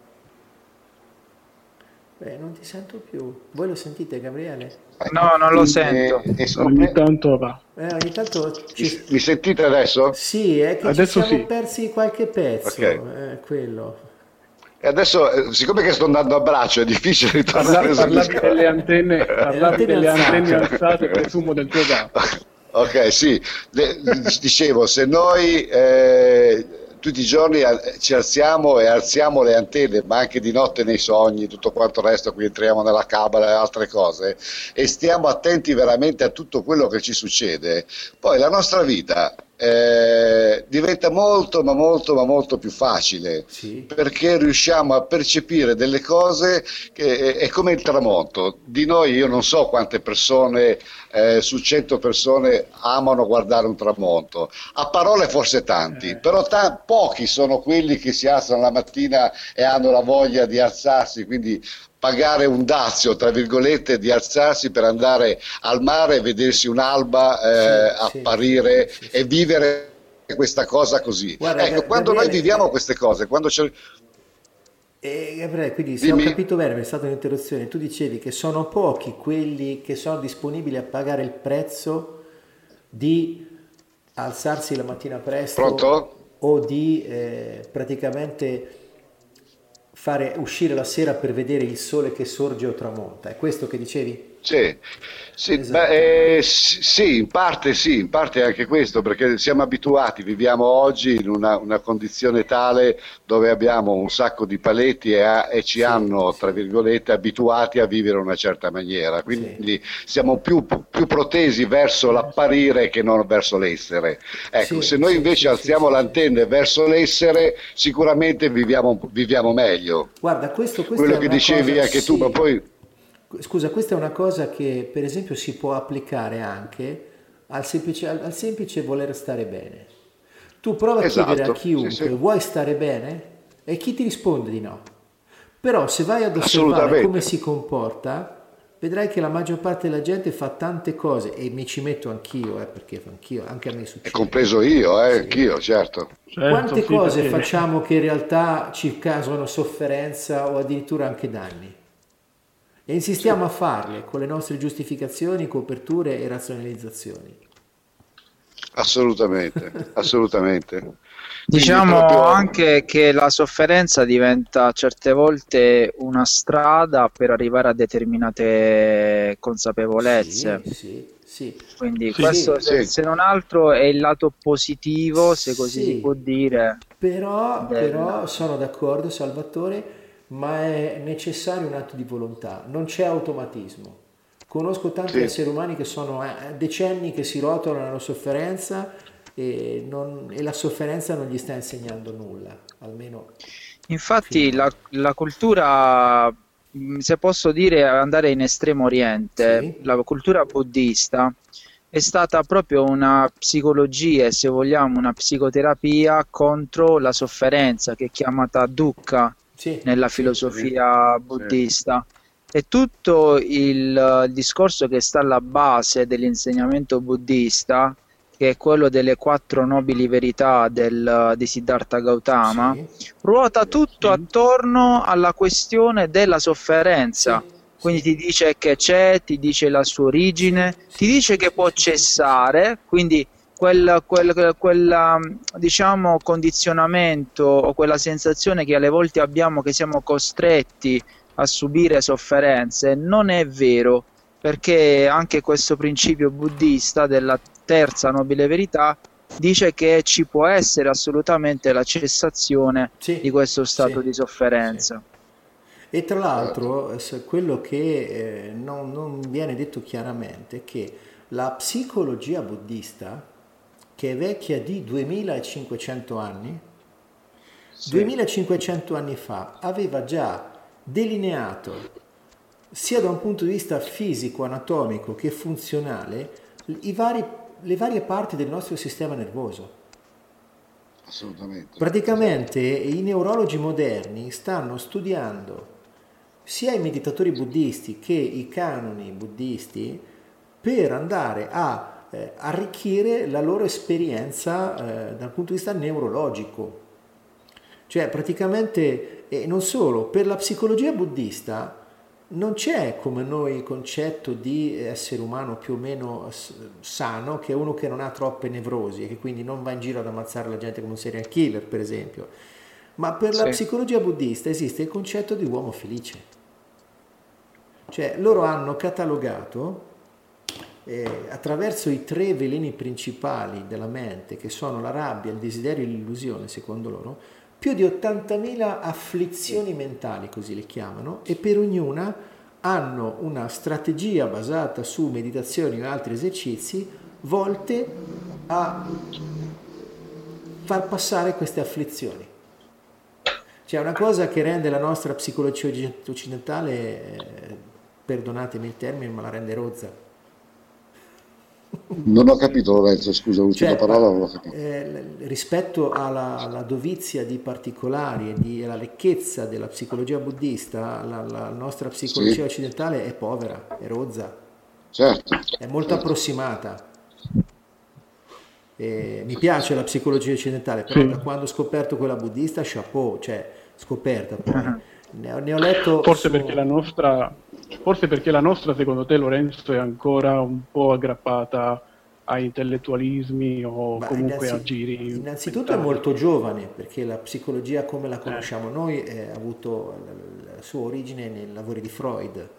non ti sento più. Voi lo sentite, Gabriele? No, non lo sento. Ogni tanto va. Ogni tanto mi sentite adesso? Sì, è che adesso ci siamo persi qualche pezzo, quello. E adesso, siccome che sto andando a braccio, è difficile ritornare parlare delle antenne alzate, presumo del tuo gatto. Ok, sì. Dicevo, se noi tutti i giorni ci alziamo e alziamo le antenne, ma anche di notte nei sogni, tutto quanto il resto, qui entriamo nella Kabbalah e altre cose, e stiamo attenti veramente a tutto quello che ci succede, poi la nostra vita diventa molto ma molto più facile, perché riusciamo a percepire delle cose che è come il tramonto. Di noi io non so quante persone su 100 persone amano guardare un tramonto, a parole forse tanti, però pochi sono quelli che si alzano la mattina e hanno la voglia di alzarsi, quindi pagare un dazio, tra virgolette, di alzarsi per andare al mare e vedersi un'alba apparire e vivere questa cosa così. Guarda, ecco, quando noi viviamo queste cose, quando c'è... E Gabriele, quindi se ho Dimmi. capito bene, è stata un'interruzione, tu dicevi che sono pochi quelli che sono disponibili a pagare il prezzo di alzarsi la mattina presto Pronto? o di praticamente fare uscire la sera per vedere il sole che sorge o tramonta. È questo che dicevi? Sì, sì, Esatto. sì, in parte anche questo, perché siamo abituati, viviamo oggi in una condizione tale dove abbiamo un sacco di paletti e ci Sì, hanno, tra sì, virgolette, abituati a vivere in una certa maniera, sì, quindi siamo più protesi verso l'apparire che non verso l'essere. Ecco, sì, se noi sì, invece sì, sì, alziamo sì, sì, sì. l'antenne verso l'essere, sicuramente viviamo meglio. Guarda, questa Quello è che una cosa, dicevi anche tu, ma sì. poi... Scusa, questa è una cosa che per esempio si può applicare anche al semplice voler stare bene. Tu prova a chiedere a Esatto, sì, chiunque sì, vuoi stare bene e chi ti risponde di no. Però se vai ad osservare come assolutamente. si comporta, vedrai che la maggior parte della gente fa tante cose e mi ci metto anch'io, perché anch'io, anche a me È succede. compreso io, Sì. anch'io, certo. Certo, Quante sì, cose perché facciamo che in realtà ci causano sofferenza o addirittura anche danni? E Sì, insistiamo a farle con le nostre giustificazioni, coperture e razionalizzazioni. assolutamente, assolutamente. Quindi Diciamo proprio, anche che la sofferenza diventa certe volte una strada per arrivare a determinate consapevolezze. Sì, sì, sì, Quindi sì, questo, sì, sì, se non altro, è il lato positivo, se così si può sì, dire, del... però sono d'accordo, Salvatore, ma è necessario un atto di volontà, non c'è automatismo. Conosco tanti sì. esseri umani che sono decenni che si rotolano nella sofferenza e la sofferenza non gli sta insegnando nulla, almeno Infatti finora. la cultura, se posso dire, andare in Estremo Oriente, Sì, la cultura buddista è stata proprio una psicologia e se vogliamo una psicoterapia contro la sofferenza che è chiamata dukkha sì, nella sì, Sì, filosofia sì, buddista. E tutto il discorso che sta alla base dell'insegnamento buddista, che è quello delle quattro nobili verità di Siddhartha Gautama, sì, ruota tutto sì, attorno alla questione della sofferenza. sì, Quindi sì, ti dice che c'è, ti dice la sua sì, origine, ti sì, dice sì, che sì, può sì, sì, sì, sì. cessare, quindi diciamo, condizionamento o quella sensazione che alle volte abbiamo che siamo costretti a subire sofferenze, non è vero, perché anche questo principio buddista della terza nobile verità dice che ci può essere assolutamente la cessazione di Sì, questo sì, stato di sì. sofferenza. E tra certo. l'altro, quello che non viene detto chiaramente è che la psicologia buddista, che è vecchia di 2500 anni, Sì. 2500 anni fa aveva già delineato, sia da un punto di vista fisico, anatomico che funzionale, le varie parti del nostro sistema nervoso. Assolutamente, esatto. Praticamente i neurologi moderni stanno studiando sia i meditatori buddisti che i canoni buddisti per andare a arricchire la loro esperienza dal punto di vista neurologico. Cioè praticamente, e non solo, per la psicologia buddista non c'è come noi il concetto di essere umano più o meno sano, che è uno che non ha troppe nevrosi e che quindi non va in giro ad ammazzare la gente come un serial killer, per esempio. Ma per la Sì. psicologia buddista esiste il concetto di uomo felice. Cioè loro hanno catalogato attraverso i tre veleni principali della mente, che sono la rabbia, il desiderio e l'illusione, secondo loro, più di 80.000 afflizioni mentali, così le chiamano, e per ognuna hanno una strategia basata su meditazioni o altri esercizi volte a far passare queste afflizioni. C'è una cosa che rende la nostra psicologia occidentale, perdonatemi il termine, ma la rende rozza. Non ho capito, Lorenzo, scusa, l'ultima Cioè, parola non l'ho capito. rispetto alla dovizia di particolari e alla ricchezza della psicologia buddista, la nostra psicologia Sì, occidentale è povera, è rozza, certo, è molto certo. approssimata. Mi piace la psicologia occidentale, però da sì, quando ho scoperto quella buddista, chapeau, cioè scoperta poi. Ne ho letto forse perché la nostra, secondo te, Lorenzo, è ancora un po' aggrappata a intellettualismi o comunque a giri innanzitutto è mentali. molto giovane, perché la psicologia come la conosciamo noi ha avuto la sua origine nei lavori di Freud,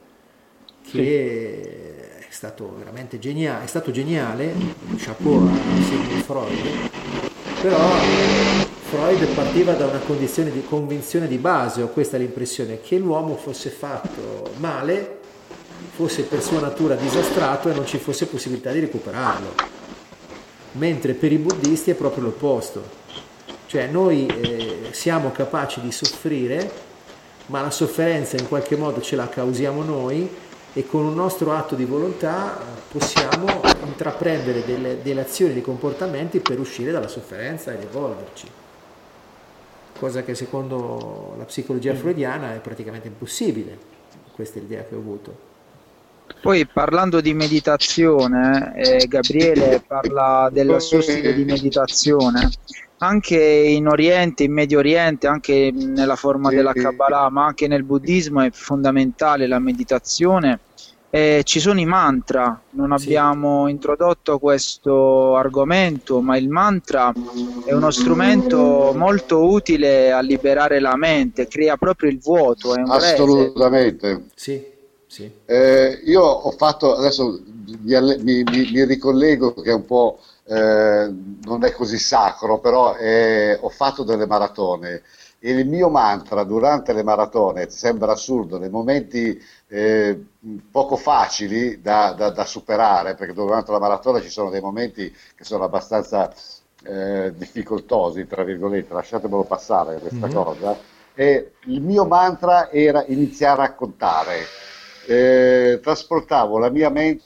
che è stato veramente geniale, è stato geniale, chapeau a Sigmund Freud, però Freud partiva da una condizione di convinzione di base, ho questa l'impressione, che l'uomo fosse fatto male, fosse per sua natura disastrato e non ci fosse possibilità di recuperarlo, mentre per i buddisti è proprio l'opposto, cioè noi siamo capaci di soffrire, ma la sofferenza in qualche modo ce la causiamo noi e con un nostro atto di volontà possiamo intraprendere delle azioni, dei comportamenti per uscire dalla sofferenza ed evolverci, cosa che secondo la psicologia freudiana è praticamente impossibile. Questa è l'idea che ho avuto. Poi parlando di meditazione, Gabriele parla del suo stile di meditazione. Anche in Oriente, in Medio Oriente, anche nella forma della Kabbalah, ma anche nel buddismo è fondamentale la meditazione. Ci sono i mantra, non abbiamo introdotto questo argomento, ma il mantra è uno strumento molto utile a liberare la mente, crea proprio il vuoto, è un assolutamente. Sì. Sì. Io ho fatto, adesso mi ricollego che è un po', non è così sacro, però ho fatto delle maratone e il mio mantra durante le maratone, sembra assurdo, nei momenti poco facili da superare, perché durante la maratona ci sono dei momenti che sono abbastanza difficoltosi, tra virgolette, lasciatemelo passare questa cosa, e il mio mantra era iniziare a contare. Trasportavo la mia mente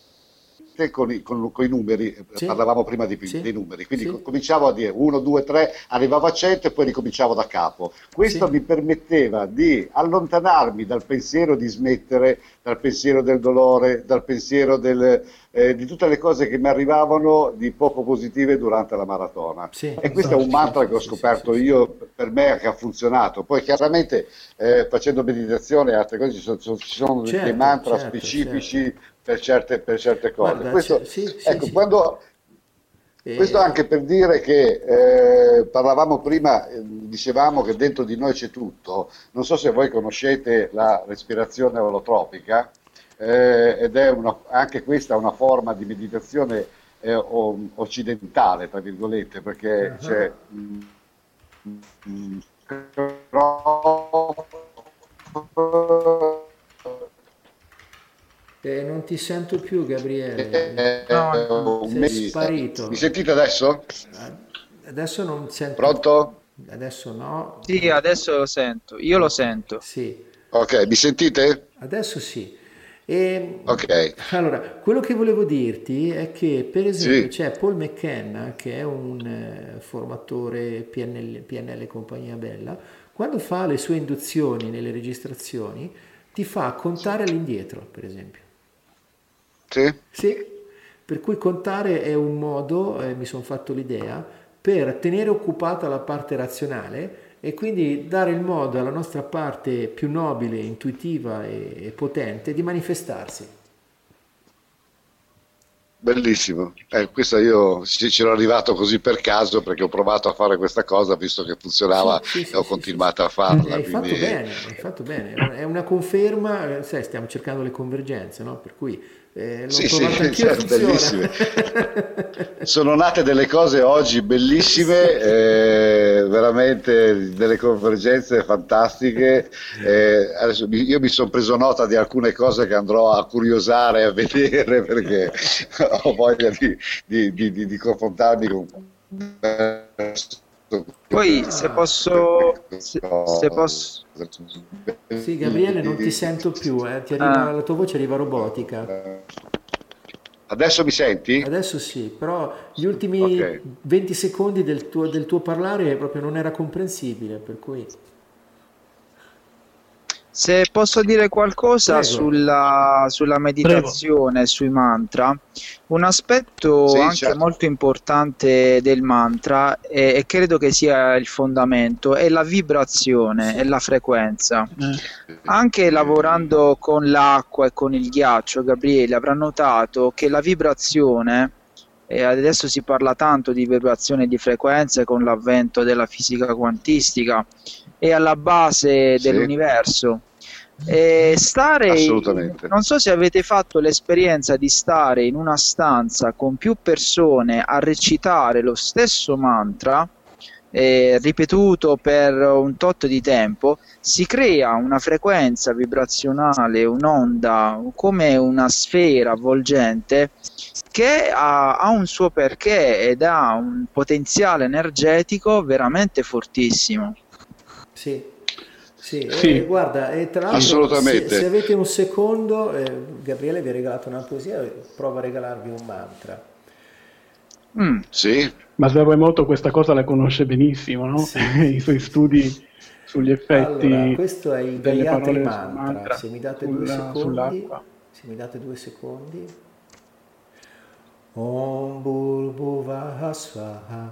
con i numeri, parlavamo prima dei numeri, quindi cominciavo a dire 1, 2, 3, arrivavo a 100 e poi ricominciavo da capo. Questo mi permetteva di allontanarmi dal pensiero di smettere, dal pensiero del dolore, dal pensiero di tutte le cose che mi arrivavano di poco positive durante la maratona. E questo è un mantra che ho scoperto io, per me, che ha funzionato. Poi chiaramente facendo meditazione e altre cose ci sono dei mantra specifici per certe cose. Guarda, Questo anche per dire che parlavamo prima, dicevamo che dentro di noi c'è tutto. Non so se voi conoscete la respirazione olotropica, ed è anche questa una forma di meditazione occidentale, tra virgolette, perché c'è non ti sento più, Gabriele. Sei sparito. Mi sentite adesso? Adesso non sento. Pronto? Adesso no. Sì, adesso lo sento. Io lo sento. Sì. Ok, mi sentite? Adesso sì. Ok. Allora, quello che volevo dirti è che, per esempio, c'è Paul McKenna, che è un formatore PNL Compagnia Bella, quando fa le sue induzioni nelle registrazioni, ti fa contare all'indietro, per esempio. Sì, per cui contare è un modo, mi sono fatto l'idea, per tenere occupata la parte razionale e quindi dare il modo alla nostra parte più nobile, intuitiva e potente di manifestarsi. Bellissimo, questo io ci ero arrivato così per caso perché ho provato a fare questa cosa visto che funzionava e ho continuato a farla. Hai fatto bene, è una conferma, sai, stiamo cercando le convergenze, no? Per cui certo, bellissime. Sono nate delle cose oggi bellissime, veramente delle convergenze fantastiche. Adesso io mi sono preso nota di alcune cose che andrò a curiosare, a vedere, perché ho voglia di confrontarmi con. Poi se posso. Sì, Gabriele, non ti sento più, la tua voce arriva robotica. Adesso mi senti? Adesso sì, però gli ultimi 20 secondi del tuo parlare proprio non era comprensibile, per cui. Se posso dire qualcosa Prego. sulla meditazione, sui mantra, un aspetto Sì, anche certo. molto importante del mantra, e credo che sia il fondamento, è la vibrazione e la frequenza. Anche lavorando con l'acqua e con il ghiaccio, Gabriele, avrà notato che la vibrazione, e adesso si parla tanto di vibrazione e di frequenze con l'avvento della fisica quantistica, è alla base Sì. dell'universo. Assolutamente. Non so se avete fatto l'esperienza di stare in una stanza con più persone a recitare lo stesso mantra, ripetuto per un tot di tempo, si crea una frequenza vibrazionale, un'onda, come una sfera avvolgente che ha un suo perché ed ha un potenziale energetico veramente fortissimo. Sì, sì, Sì. guarda, e tra l'altro Assolutamente. se avete un secondo, Gabriele vi ha regalato una poesia, prova a regalarvi un mantra. Sì. Ma Sverremoto questa cosa la conosce benissimo, no? Sì, I suoi studi sugli effetti Allora, questo è il delle Gayatri parole sul Mantra. Se mi date sull'acqua. due secondi. Om Bhurvuvah Swaha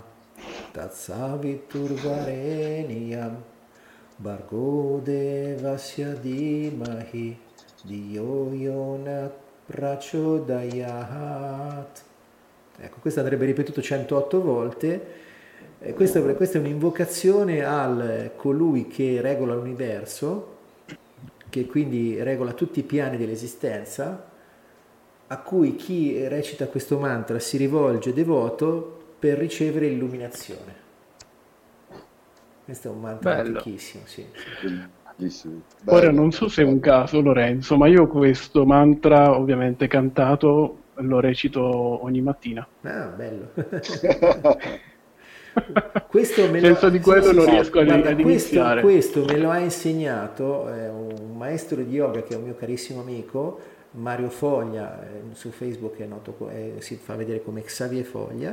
Tatsaviturvarenyam Bhargo Devasya Dhimahi Dhiyo Yona Prachodayat. Ecco, questo andrebbe ripetuto 108 volte. Questa è un'invocazione al colui che regola l'universo, che quindi regola tutti i piani dell'esistenza, a cui chi recita questo mantra si rivolge devoto per ricevere illuminazione. Questo è un mantra Bello. antichissimo, sì. Bellissimo. Ora non so se è un caso, Lorenzo, ma io questo mantra, ovviamente cantato, lo recito ogni mattina. Ah, bello. Questo Senza di quello non riesco Guarda, ad iniziare. questo me lo ha insegnato un maestro di yoga che è un mio carissimo amico, Mario Foglia, su Facebook è noto, si fa vedere come Xavier Foglia,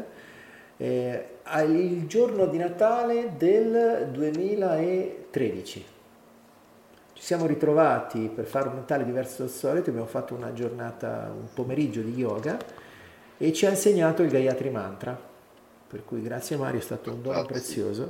il giorno di Natale del 2013. Ci siamo ritrovati per fare un Natale diverso dal solito, abbiamo fatto una giornata, un pomeriggio di yoga e ci ha insegnato il Gayatri Mantra. Per cui grazie Mario, è stato un dono prezioso.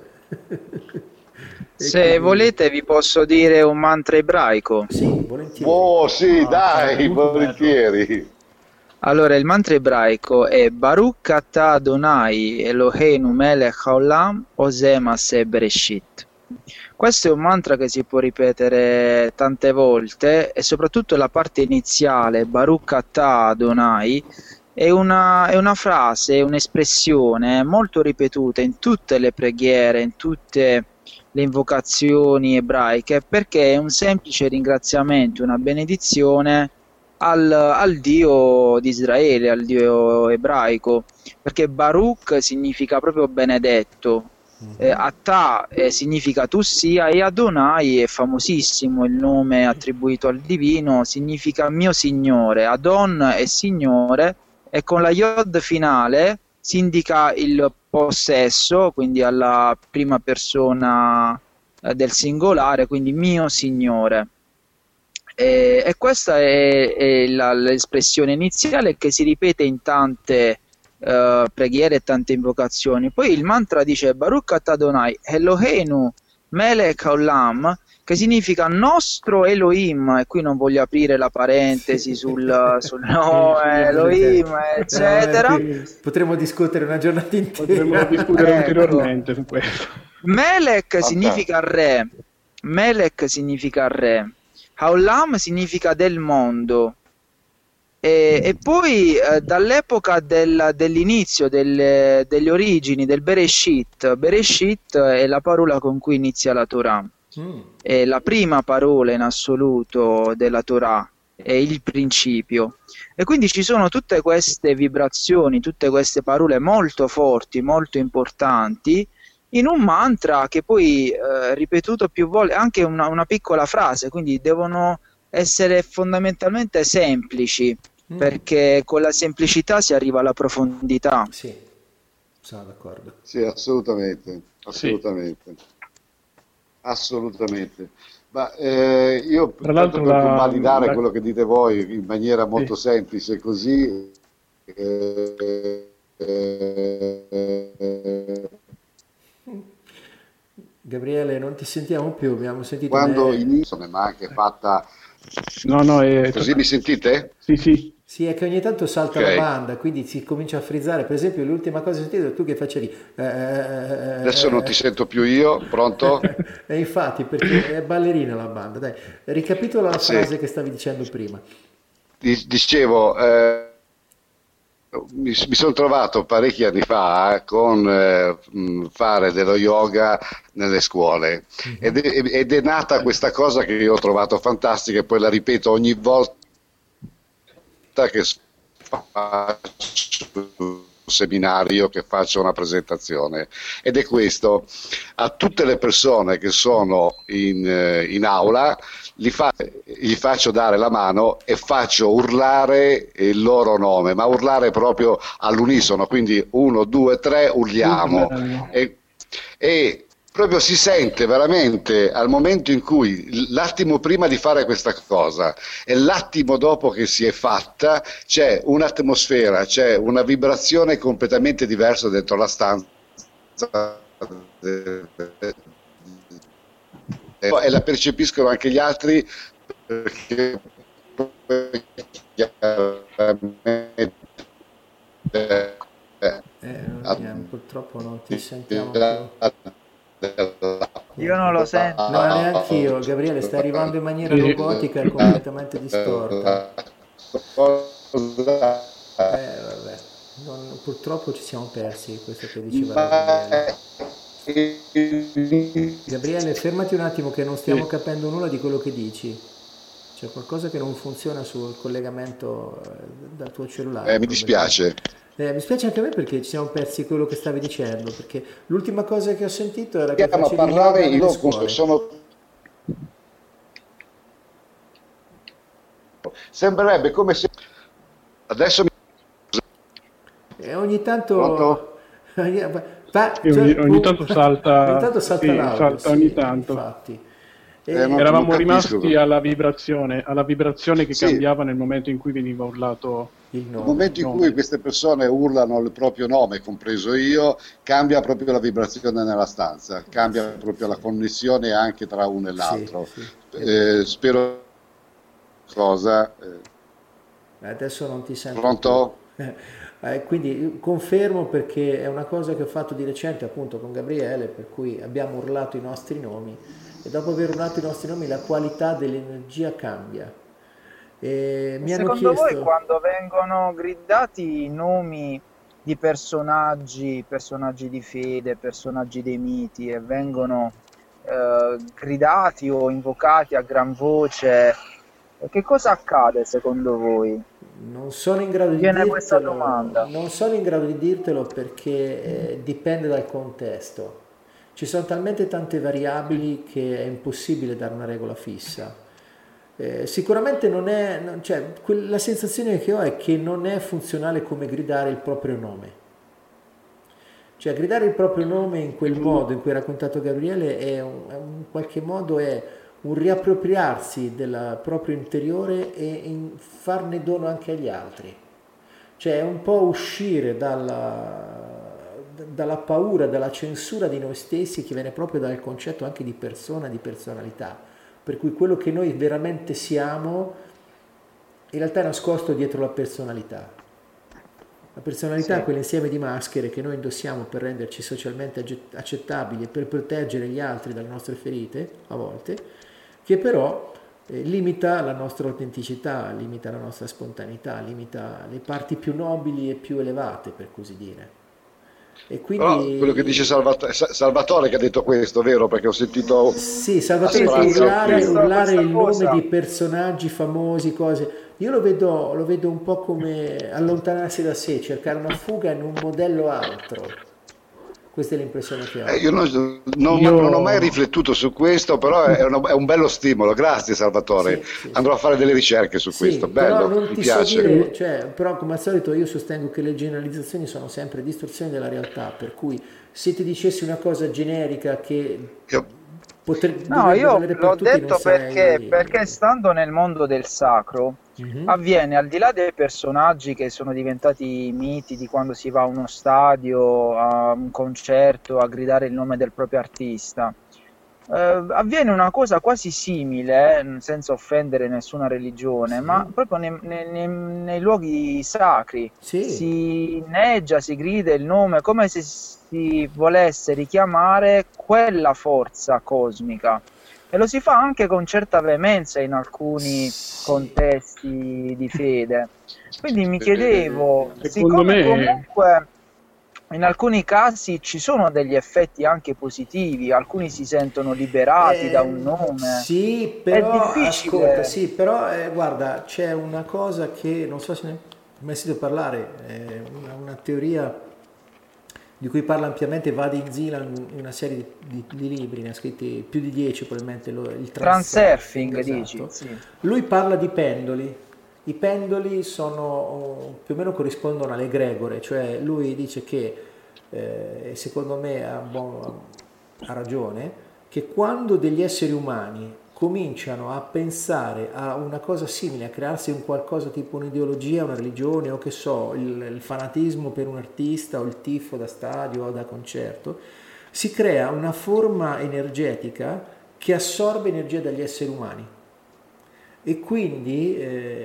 Se volete vi posso dire un mantra ebraico. Sì, volentieri. Oh sì, dai, molto volentieri. Allora, il mantra ebraico è Baruch atah Adonai Eloheinu melech haolam oseh maaseh bereshit. Questo è un mantra che si può ripetere tante volte e soprattutto la parte iniziale, Baruch atah Adonai, è una frase, un'espressione molto ripetuta in tutte le preghiere, in tutte le invocazioni ebraiche, perché è un semplice ringraziamento, una benedizione al Dio di Israele, al Dio ebraico, perché Baruch significa proprio benedetto, Attah significa tu sia, e Adonai è famosissimo, il nome attribuito al divino, significa mio Signore. Adon è Signore, e con la Yod finale si indica il possesso, quindi alla prima persona del singolare, quindi mio Signore. E questa è l'espressione iniziale che si ripete in tante preghiere e tante invocazioni. Poi il mantra dice Baruch atah Adonai Eloheinu melech haolam, che significa nostro Elohim, e qui non voglio aprire la parentesi sul nome Elohim, eccetera. Potremmo discutere una giornata intera. Potremmo discutere Ecco. ulteriormente su questo. Melech significa re, Melech significa re, Haolam significa del mondo. E poi dall'epoca dell'inizio, delle origini del Bereshit, Bereshit è la parola con cui inizia la Torah, è la prima parola in assoluto della Torah, è il principio. E quindi ci sono tutte queste vibrazioni, tutte queste parole molto forti, molto importanti, in un mantra che poi ripetuto più volte, anche una piccola frase, quindi devono essere fondamentalmente semplici, perché con la semplicità si arriva alla profondità. Sì, sono d'accordo. Sì, assolutamente, assolutamente. Assolutamente. Ma io Tra tanto l'altro per convalidare quello che dite voi in maniera molto sì. semplice, così eh, eh, Gabriele, non ti sentiamo più, abbiamo sentito quando me. inizio, ma anche fatta No, così, mi sentite? sì, sì. Sì, è che ogni tanto salta la Ok, banda, quindi si comincia a frizzare. Per esempio, l'ultima cosa che ho sentito è tu che facevi. adesso non ti sento più io, pronto? E infatti, perché è ballerina la banda. Dai, ricapitola la Sì, frase che stavi dicendo prima. dicevo, mi sono trovato parecchi anni fa con fare dello yoga nelle scuole ed è nata questa cosa che io ho trovato fantastica e poi la ripeto ogni volta che faccio un seminario, che faccio una presentazione, ed è questo: a tutte le persone che sono in aula gli faccio dare la mano e faccio urlare il loro nome, ma urlare proprio all'unisono, quindi 1, 2, 3, Che urliamo. bello. E proprio si sente veramente al momento in cui, l'attimo prima di fare questa cosa e l'attimo dopo che si è fatta, c'è un'atmosfera, c'è una vibrazione completamente diversa dentro la stanza e la percepiscono anche gli altri, perché chiaramente Purtroppo non ti sentiamo più. Io non lo sento. No, neanche io. Gabriele, stai arrivando in maniera Sì. robotica e completamente distorta. Vabbè. Purtroppo ci siamo persi questo che diceva Gabriele. Gabriele, fermati un attimo che non stiamo Sì. capendo nulla di quello che dici. C'è qualcosa che non funziona sul collegamento dal tuo cellulare, Mi probabilmente. dispiace. Mi spiace anche a me perché ci siamo persi quello che stavi dicendo, perché l'ultima cosa che ho sentito era che Andiamo a facevi parlare, yoga nelle io scuole. sembrerebbe come se adesso mi E ogni pronto? tanto, E ogni tanto ogni salta, tanto salta sì, l'audio, salta ogni sì, tanto. infatti. E, Non Eravamo capisco. rimasti alla vibrazione che Sì, cambiava nel momento in cui veniva urlato il nel nome. momento il in cui nome. queste persone urlano il proprio nome, compreso io, cambia proprio la vibrazione nella stanza, cambia Sì, proprio la sì, connessione anche tra uno e sì, l'altro. sì, è vero. Spero cosa. Adesso non ti sento più. Pronto? Quindi confermo perché è una cosa che ho fatto di recente appunto con Gabriele, per cui abbiamo urlato i nostri nomi e dopo aver urlato i nostri nomi la qualità dell'energia cambia. E E mi hanno secondo voi chiesto, quando vengono gridati i nomi di personaggi di fede, personaggi dei miti e vengono gridati o invocati a gran voce, che cosa accade secondo voi? non sono in grado di Viene questa dirtelo, domanda. non sono in grado di dirtelo perché dipende dal contesto. Ci sono talmente tante variabili che è impossibile dare una regola fissa. Sicuramente non è, cioè, la sensazione che ho è che non è funzionale come gridare il proprio nome. Cioè, gridare il proprio nome in quel modo in cui ha raccontato Gabriele in qualche modo è un riappropriarsi del proprio interiore e farne dono anche agli altri. Cioè, è un po' uscire dalla paura, dalla censura di noi stessi che viene proprio dal concetto anche di persona, di personalità. Per cui quello che noi veramente siamo in realtà è nascosto dietro la personalità. La personalità Sì. è quell'insieme di maschere che noi indossiamo per renderci socialmente accettabili e per proteggere gli altri dalle nostre ferite, a volte, che però limita la nostra autenticità, limita la nostra spontaneità, limita le parti più nobili e più elevate, per così dire. E Però quello che dice quindi Salvatore che ha detto questo, vero? Perché ho sentito sì, a Salvatore, Sì, che sì, io ho sprazzo urlare, qui. chiesto urlare questa il nome di cosa. personaggi famosi, cose, io lo vedo un po' come allontanarsi da sé, cercare una fuga in un modello altro. Questa è l'impressione che ho. Io non ho mai Io, riflettuto su questo, però è un bello stimolo. Grazie Salvatore. Sì, sì, sì. Andrò a fare delle ricerche su Sì, questo. però Bello, non mi ti so piace. dire, cioè, però come al solito io sostengo che le generalizzazioni sono sempre distorsioni della realtà, per cui se ti dicessi una cosa generica che Io- No, io l'ho detto perché stando nel mondo del sacro avviene, al di là dei personaggi che sono diventati miti di quando si va a uno stadio, a un concerto, a gridare il nome del proprio artista, avviene una cosa quasi simile, senza offendere nessuna religione, ma proprio nei luoghi sacri. Si inneggia, si grida il nome come se si volesse richiamare quella forza cosmica, e lo si fa anche con certa veemenza in alcuni contesti di fede. Quindi mi chiedevo, siccome comunque in alcuni casi ci sono degli effetti anche positivi, alcuni si sentono liberati da un nome. Sì, però, è difficile. Ascolta, guarda, c'è una cosa che non so se ne hai mai sentito parlare, una teoria di cui parla ampiamente Vadim Zeland in una serie di libri, ne ha scritti più di 10 probabilmente, il transurfing, esatto. Dici? Sì. Lui parla di pendoli. I pendoli sono più o meno corrispondono alle egregore, cioè lui dice che, secondo me ha ragione, che quando degli esseri umani cominciano a pensare a una cosa simile, a crearsi un qualcosa tipo un'ideologia, una religione, o che so, il fanatismo per un artista o il tifo da stadio o da concerto, si crea una forma energetica che assorbe energia dagli esseri umani. E quindi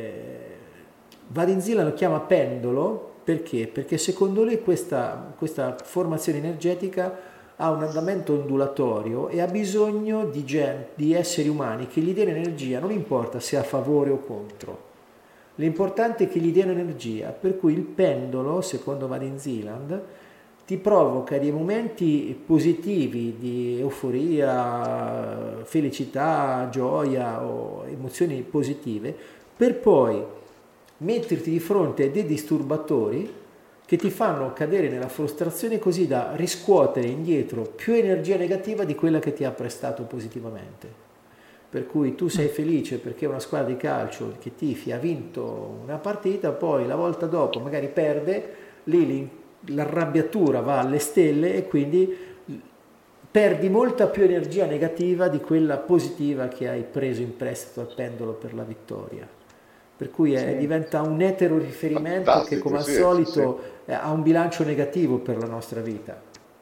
Vadim Zeland lo chiama pendolo perché? Perché secondo lui questa formazione energetica ha un andamento ondulatorio e ha bisogno di esseri umani che gli diano energia, non importa se a favore o contro, l'importante è che gli diano energia, per cui il pendolo, secondo Vadim Zeland, ti provoca dei momenti positivi di euforia, felicità, gioia o emozioni positive, per poi metterti di fronte a dei disturbatori che ti fanno cadere nella frustrazione, così da riscuotere indietro più energia negativa di quella che ti ha prestato positivamente. Per cui tu sei felice perché una squadra di calcio che tifi ha vinto una partita, poi la volta dopo magari perde, lì l'arrabbiatura va alle stelle e quindi perdi molta più energia negativa di quella positiva che hai preso in prestito al pendolo per la vittoria. Per cui diventa un etero riferimento fantastico, che come al solito ha un bilancio negativo per la nostra vita.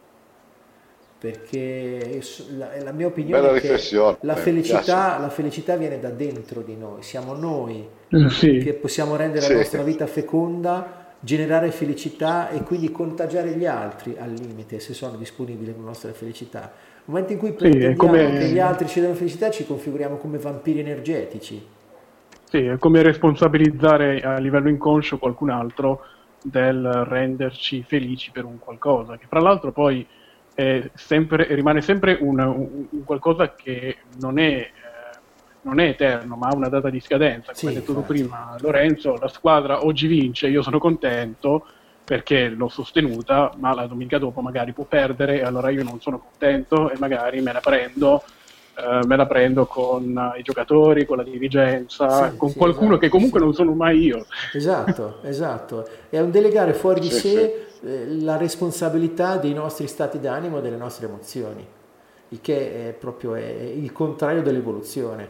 Perché la mia opinione è che la felicità viene da dentro di noi, siamo noi che possiamo rendere la nostra vita feconda, generare felicità e quindi contagiare gli altri al limite, se sono disponibili con la nostra felicità. Nel momento in cui pretendiamo che gli altri ci danno felicità, ci configuriamo come vampiri energetici. Sì, è come responsabilizzare a livello inconscio qualcun altro del renderci felici per un qualcosa, che fra l'altro poi rimane sempre un qualcosa che non è eterno, ma ha una data di scadenza. Come hai detto tu prima, Lorenzo, la squadra oggi vince, io sono contento perché l'ho sostenuta, ma la domenica dopo magari può perdere, e allora io non sono contento e magari me la prendo con i giocatori, con la dirigenza, con qualcuno che comunque non sono mai io. Esatto. È un delegare fuori di sé la responsabilità dei nostri stati d'animo e delle nostre emozioni, il che è proprio il contrario dell'evoluzione.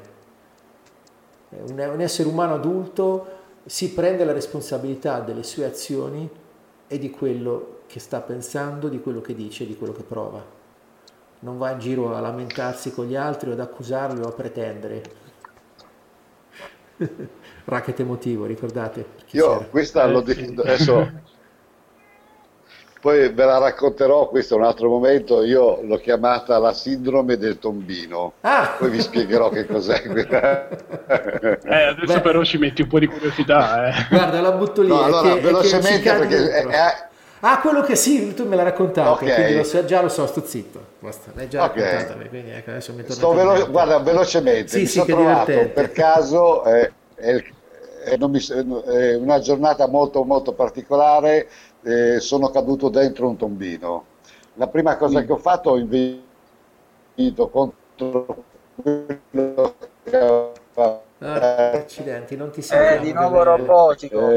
Un essere umano adulto si prende la responsabilità delle sue azioni e di quello che sta pensando, di quello che dice, di quello che prova. Non va in giro a lamentarsi con gli altri o ad accusarli o a pretendere. Racket emotivo, ricordate? Io questa l'ho definito adesso, poi ve la racconterò, questo è un altro momento, io l'ho chiamata la sindrome del tombino, poi vi spiegherò che cos'è. Adesso però ci metti un po' di curiosità. Guarda, la butto lì. No, allora, velocemente perché quello che sì, tu me l'hai raccontato, quindi già lo so, sto zitto. Basta, l'hai già raccontato, quindi ecco, adesso mi guarda, velocemente, mi sono trovato per caso, è una giornata molto molto particolare, sono caduto dentro un tombino. La prima cosa che ho fatto, ho investito contro quello che accidenti, non ti sentiamo. Di nuovo robotico.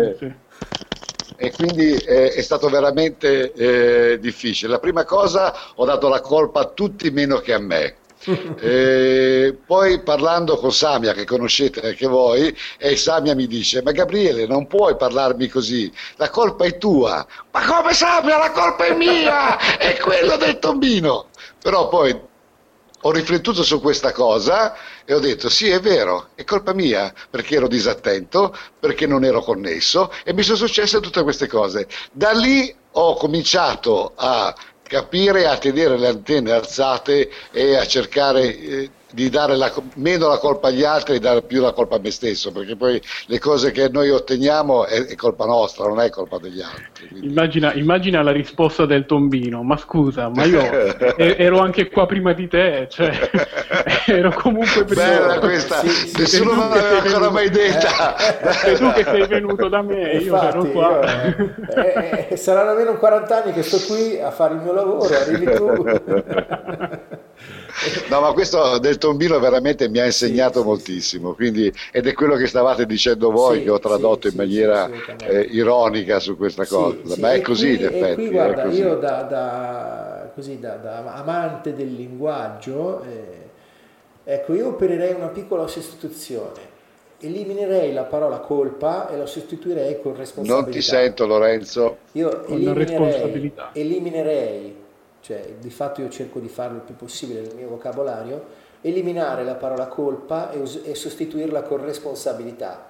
E quindi è stato veramente difficile. La prima cosa, ho dato la colpa a tutti meno che a me. Poi parlando con Samia, che conoscete anche voi, e Samia mi dice: ma Gabriele, non puoi parlarmi così, la colpa è tua. Ma come, Samia, la colpa è mia, è quello del tombino. Però poi ho riflettuto su questa cosa e ho detto: sì, è vero, è colpa mia, perché ero disattento, perché non ero connesso, e mi sono successe tutte queste cose. Da lì ho cominciato a capire, a tenere le antenne alzate e a cercare di dare meno la colpa agli altri e dare più la colpa a me stesso, perché poi le cose che noi otteniamo è colpa nostra, non è colpa degli altri. Quindi... Immagina la risposta del tombino: ma scusa, ma io ero anche qua prima di te, cioè ero comunque prima. Bella questa, nessuno me l'aveva ancora mai detta. Sei tu che sei venuto da me, infatti, io ero qua. Saranno almeno 40 anni che sto qui a fare il mio lavoro, arrivi tu. No, ma questo del tombino veramente mi ha insegnato moltissimo, quindi, ed è quello che stavate dicendo voi, che ho tradotto in maniera ironica su questa cosa, ma è così in effetti. E qui guarda, io da amante del linguaggio, ecco, io opererei una piccola sostituzione. Eliminerei la parola colpa e la sostituirei con responsabilità. Non ti sento, Lorenzo. Io eliminerei, cioè di fatto io cerco di farlo il più possibile nel mio vocabolario, eliminare la parola colpa e sostituirla con responsabilità.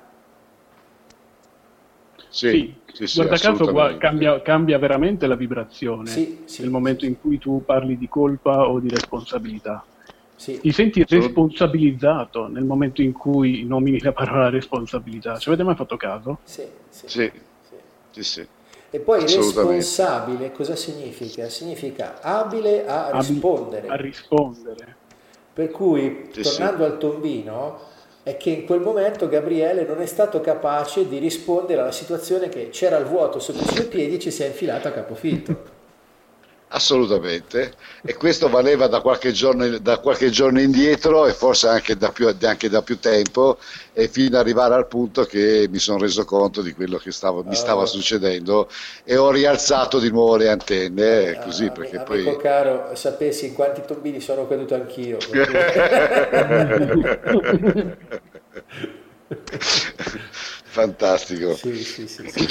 Sì, guarda caso cambia veramente la vibrazione nel momento in cui tu parli di colpa o di responsabilità. Sì. Ti senti responsabilizzato nel momento in cui nomini la parola responsabilità. Ci avete mai fatto caso? Sì. E poi responsabile cosa significa? Significa abile a rispondere. A rispondere. Per cui, tornando al tombino, è che in quel momento Gabriele non è stato capace di rispondere alla situazione che c'era il vuoto sotto i suoi piedi e ci si è infilato a capofitto. Assolutamente, e questo valeva da qualche giorno indietro, e forse anche da più tempo, e fino ad arrivare al punto che mi sono reso conto di quello che mi stava succedendo e ho rialzato di nuovo le antenne, così, perché amico poi... caro, sapessi in quanti tombini sono caduto anch'io. Fantastico. Sì.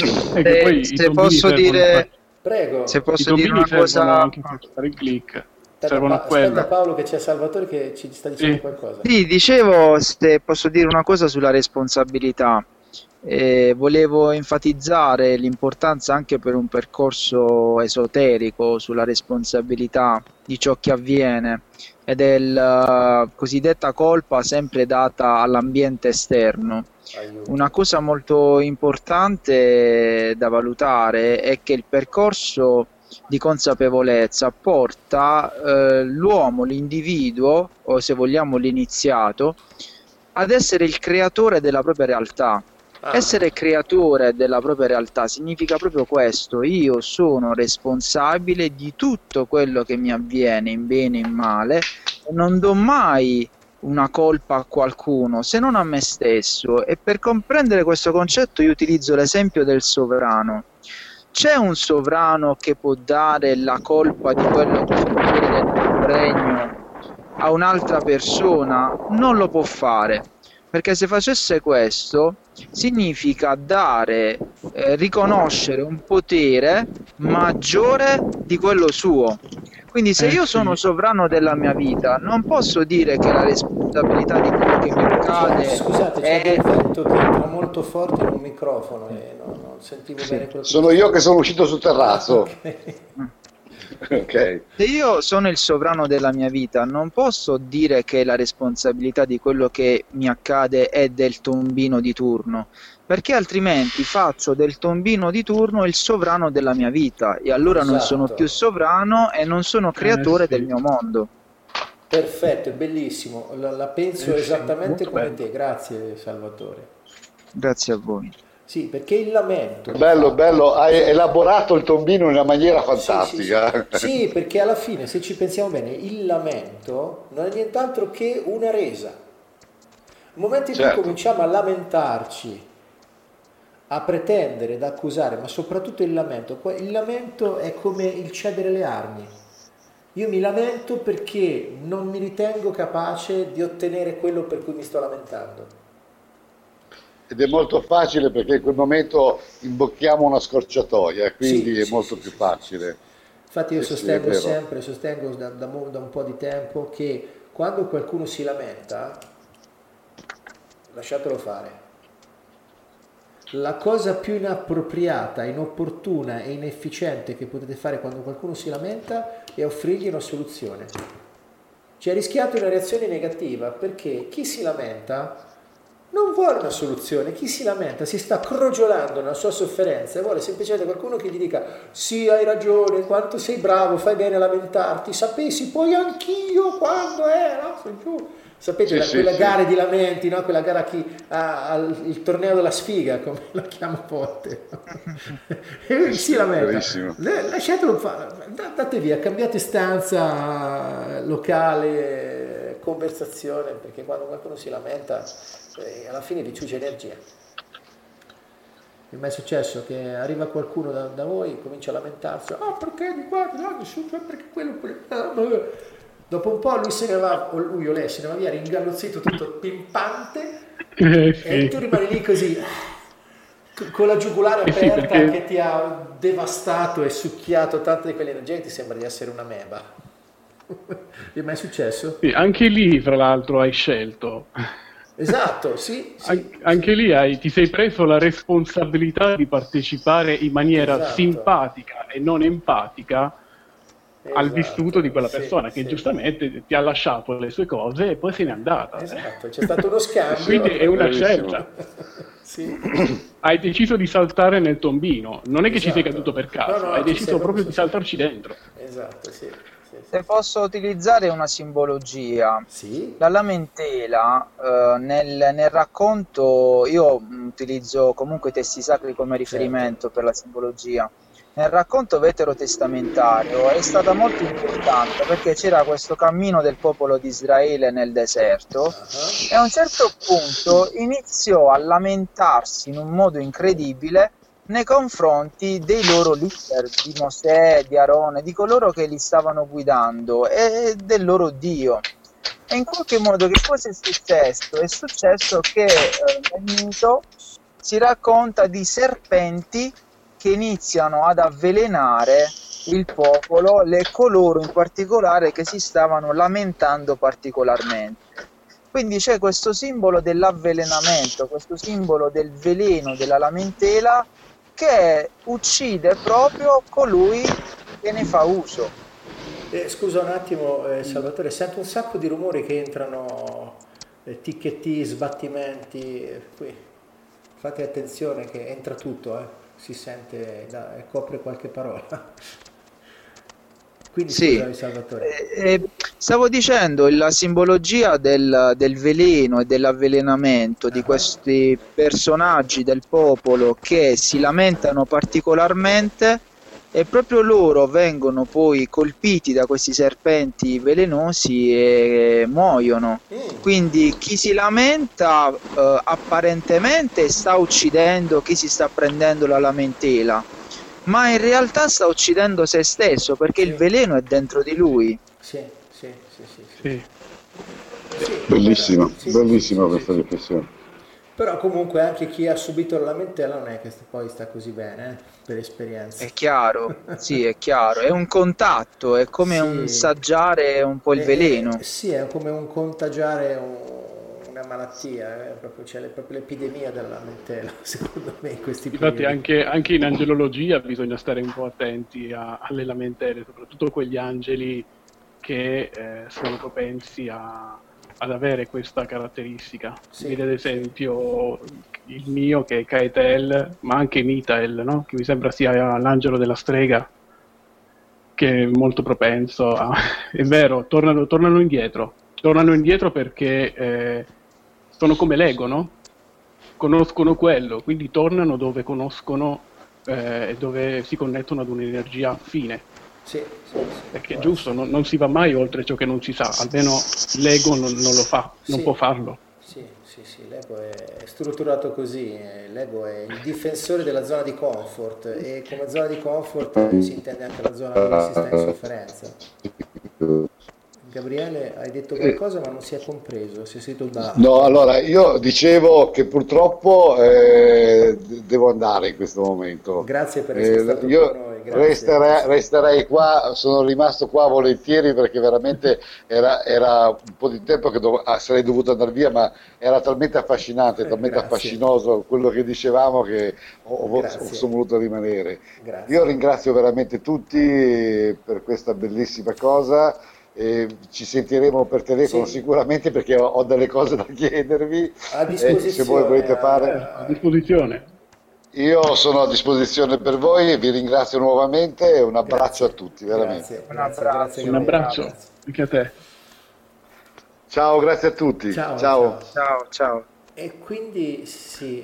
Se posso dire... Prego. Se posso dire una cosa, anche per fare il click. Servono quelle. Aspetta Paolo, che c'è Salvatore che ci sta dicendo qualcosa. Sì, dicevo, se posso dire una cosa sulla responsabilità. Volevo enfatizzare l'importanza anche per un percorso esoterico sulla responsabilità di ciò che avviene ed è la cosiddetta colpa sempre data all'ambiente esterno. Una cosa molto importante da valutare è che il percorso di consapevolezza porta l'uomo, l'individuo, o se vogliamo l'iniziato, ad essere il creatore della propria realtà. Essere creatore della propria realtà significa proprio questo: io sono responsabile di tutto quello che mi avviene in bene e in male e non do mai una colpa a qualcuno se non a me stesso. E per comprendere questo concetto io utilizzo l'esempio del sovrano. C'è un sovrano che può dare la colpa di quello che succede nel regno a un'altra persona? Non lo può fare, perché se facesse questo significa riconoscere un potere maggiore di quello suo. Quindi se io sono sovrano della mia vita, non posso dire che la responsabilità di quello che mi accade Scusate, c'è del vento che entra molto forte in un microfono e non sentivo bene quello che sono io che sono uscito sul terrazzo. Okay. Se io sono il sovrano della mia vita, non posso dire che la responsabilità di quello che mi accade è del tombino di turno, perché altrimenti faccio del tombino di turno il sovrano della mia vita e allora non sono più sovrano e non sono creatore del mio mondo. Perfetto, è bellissimo, la penso esattamente come te, grazie Salvatore. Grazie a voi. Sì, perché il lamento... Bello, hai elaborato il tombino in una maniera fantastica. Sì, perché alla fine, se ci pensiamo bene, il lamento non è nient'altro che una resa. Nel momento in cui cominciamo a lamentarci, a pretendere, ad accusare, ma soprattutto il lamento è come il cedere le armi. Io mi lamento perché non mi ritengo capace di ottenere quello per cui mi sto lamentando. Ed è molto facile perché in quel momento imbocchiamo una scorciatoia, quindi Sì, è sì, molto sì, più sì, sì, sì. facile. Infatti io Sì, sì, è vero. sostengo da un po' di tempo che quando qualcuno si lamenta, lasciatelo fare. La cosa più inappropriata, inopportuna e inefficiente che potete fare quando qualcuno si lamenta è offrirgli una soluzione. Cioè rischiate una reazione negativa perché chi si lamenta non vuole una soluzione, chi si lamenta si sta crogiolando nella sua sofferenza e vuole semplicemente qualcuno che gli dica sì, hai ragione, quanto sei bravo, fai bene a lamentarti, sapessi poi anch'io quando era, su giù. Sapete, Sì, sì, quella sì, gara di lamenti, no? Quella gara il torneo della sfiga, come la chiamo a volte. sì, E si sì, lamenta. verissimo. Lasciatelo fare, andate via, cambiate stanza, locale, conversazione, perché quando qualcuno si lamenta alla fine ricuce energia. Mi è mai successo che arriva qualcuno da voi, comincia a lamentarsi, perché di qua, di là, di su, perché quello. Dopo un po' lui se ne va, o lui o lei se ne va via ringalluzzito, tutto pimpante, e tu Sì. rimani lì così, con la giugulare Eh sì, aperta che perché ti ha devastato e succhiato tanta di quell'energia che ti sembra di essere una meba. Vi è mai successo? sì, anche lì, fra l'altro, hai scelto. Esatto, sì, sì, sì, Anche lì ti sei preso la responsabilità di partecipare in maniera esatto, simpatica e non empatica al vissuto di esatto, quella sì, persona che sì, giustamente ti ha lasciato le sue cose e poi se n'è andata. esatto, c'è stato uno Quindi scambio, è una Verissimo. scelta. sì, Hai deciso di saltare nel tombino, non è che ci sei caduto esatto, per no, caso, hai no, ci sei deciso proprio proprio di saltarci dentro. esatto, sì, sì, sì, Se posso utilizzare una simbologia, sì, la lamentela nel racconto, io utilizzo comunque i testi sacri come certo, riferimento per la simbologia. Nel racconto veterotestamentario è stata molto importante perché c'era questo cammino del popolo di Israele nel deserto e a un certo punto iniziò a lamentarsi in un modo incredibile nei confronti dei loro leader, di Mosè, di Aarone, di coloro che li stavano guidando e del loro Dio. E in qualche modo che cosa è successo? È successo che nel mito si racconta di serpenti che iniziano ad avvelenare il popolo, coloro in particolare che si stavano lamentando particolarmente. Quindi c'è questo simbolo dell'avvelenamento, questo simbolo del veleno, della lamentela, che uccide proprio colui che ne fa uso. Scusa un attimo, Salvatore, sento un sacco di rumori che entrano, ticchetti, sbattimenti, qui. Fate attenzione che entra tutto, si sente, copre qualche parola. Quindi Sì, scusa, Salvatore. stavo dicendo la simbologia del veleno e dell'avvelenamento di Ah, questi personaggi del popolo che si lamentano particolarmente e proprio loro vengono poi colpiti da questi serpenti velenosi e muoiono. Quindi chi si lamenta apparentemente sta uccidendo chi si sta prendendo la lamentela, ma in realtà sta uccidendo se stesso perché il sì, veleno è dentro di lui. sì, sì, sì, sì, sì. Sì. Sì, Bellissima, sì, sì, bellissima sì, sì, questa sì. riflessione. Però comunque anche chi ha subito la lamentela non è che poi sta così bene, per esperienza. È chiaro, sì, è chiaro. È un contatto, è come un Sì, assaggiare un po' il veleno. sì, è come un contagiare una malattia, proprio, c'è proprio l'epidemia della lamentela, secondo me, in questi Infatti periodi. anche in angelologia bisogna stare un po' attenti alle lamentele, soprattutto quegli angeli che sono propensi ad avere questa caratteristica. Sì, Vedi ad sì. esempio il mio che è Caetel, ma anche Mitael, no? Che mi sembra sia l'angelo della strega, che è molto propenso a... È vero, tornano indietro. Tornano indietro perché sono come l'ego, no? Conoscono quello, quindi tornano dove conoscono e dove si connettono ad un'energia affine. Sì, sì, sì, Perché è può giusto, essere. non si va mai oltre ciò che non si sa, almeno l'ego non lo fa, non Sì, può farlo. sì, sì, sì, l'ego è strutturato così, l'ego è il difensore della zona di comfort e come zona di comfort si intende anche la zona dove si sta in sofferenza. Gabriele, hai detto qualcosa ma non si è compreso, si è sentito da... No, allora io dicevo che purtroppo devo andare in questo momento. Grazie per essere stato con Io noi, grazie. resterei qua, sono rimasto qua volentieri perché veramente era un po' di tempo che sarei dovuto andare via, ma era talmente affascinante, talmente Grazie, affascinoso quello che dicevamo che grazie, sono voluto rimanere. Io grazie. ringrazio veramente tutti per questa bellissima cosa. Ci sentiremo per telefono Sì, sicuramente perché ho delle cose da chiedervi. a Se voi disposizione. volete fare, A disposizione. io sono a disposizione per voi. Vi ringrazio nuovamente e un abbraccio a Grazie, tutti, veramente. grazie, Un grazie, grazie abbraccio. Un Gabriele, abbraccio grazie. anche a te. Ciao, grazie a tutti. Ciao, Ciao. ciao. Ciao, ciao. E quindi sì,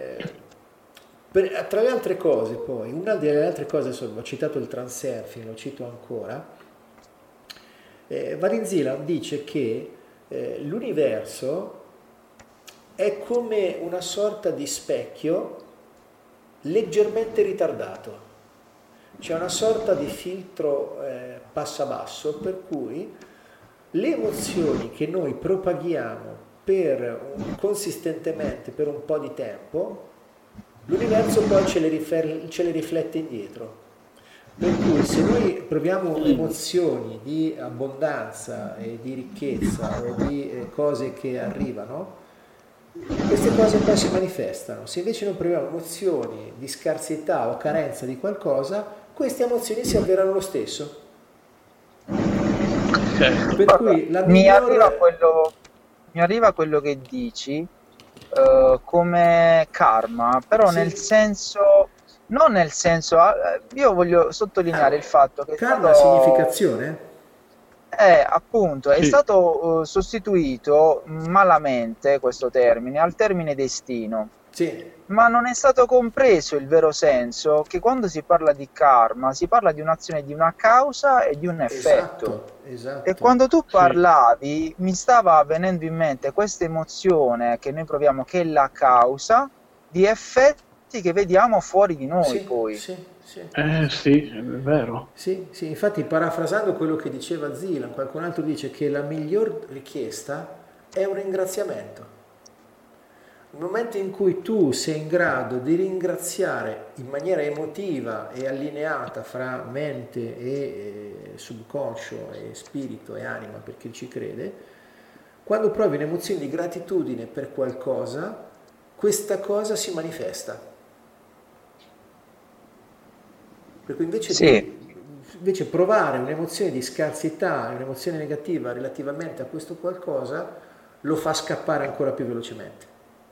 tra le altre cose poi, una delle altre cose, ho citato il transurfing, lo cito ancora, Vadim Zeland dice che l'universo è come una sorta di specchio leggermente ritardato. C'è una sorta di filtro passa-basso per cui le emozioni che noi propaghiamo consistentemente per un po' di tempo, l'universo poi ce le riflette indietro. Per cui se noi proviamo emozioni di abbondanza e di ricchezza o di cose che arrivano, queste cose poi si manifestano. Se invece non proviamo emozioni di scarsità o carenza di qualcosa, queste emozioni si avverano lo stesso. Per cui la Mi miglior... arriva quello che dici come karma, però Sì. nel senso, non nel senso, io voglio sottolineare il fatto che è Karma ha stato, significazione? appunto, è Sì, stato sostituito malamente questo termine al termine destino. Sì, Ma non è stato compreso il vero senso che quando si parla di karma si parla di un'azione di una causa e di un effetto. esatto, E esatto. quando tu sì. parlavi mi stava venendo in mente questa emozione che noi proviamo, che è la causa di effetti che vediamo fuori di noi Sì, poi. sì, sì. Sì, è vero. Sì, sì, infatti parafrasando quello che diceva Zilan, qualcun altro dice che la miglior richiesta è un ringraziamento. Nel momento in cui tu sei in grado di ringraziare in maniera emotiva e allineata fra mente e subconscio e spirito e anima per chi ci crede, quando provi un'emozione di gratitudine per qualcosa, questa cosa si manifesta. Per cui invece provare un'emozione di scarsità, un'emozione negativa relativamente a questo qualcosa, lo fa scappare ancora più velocemente.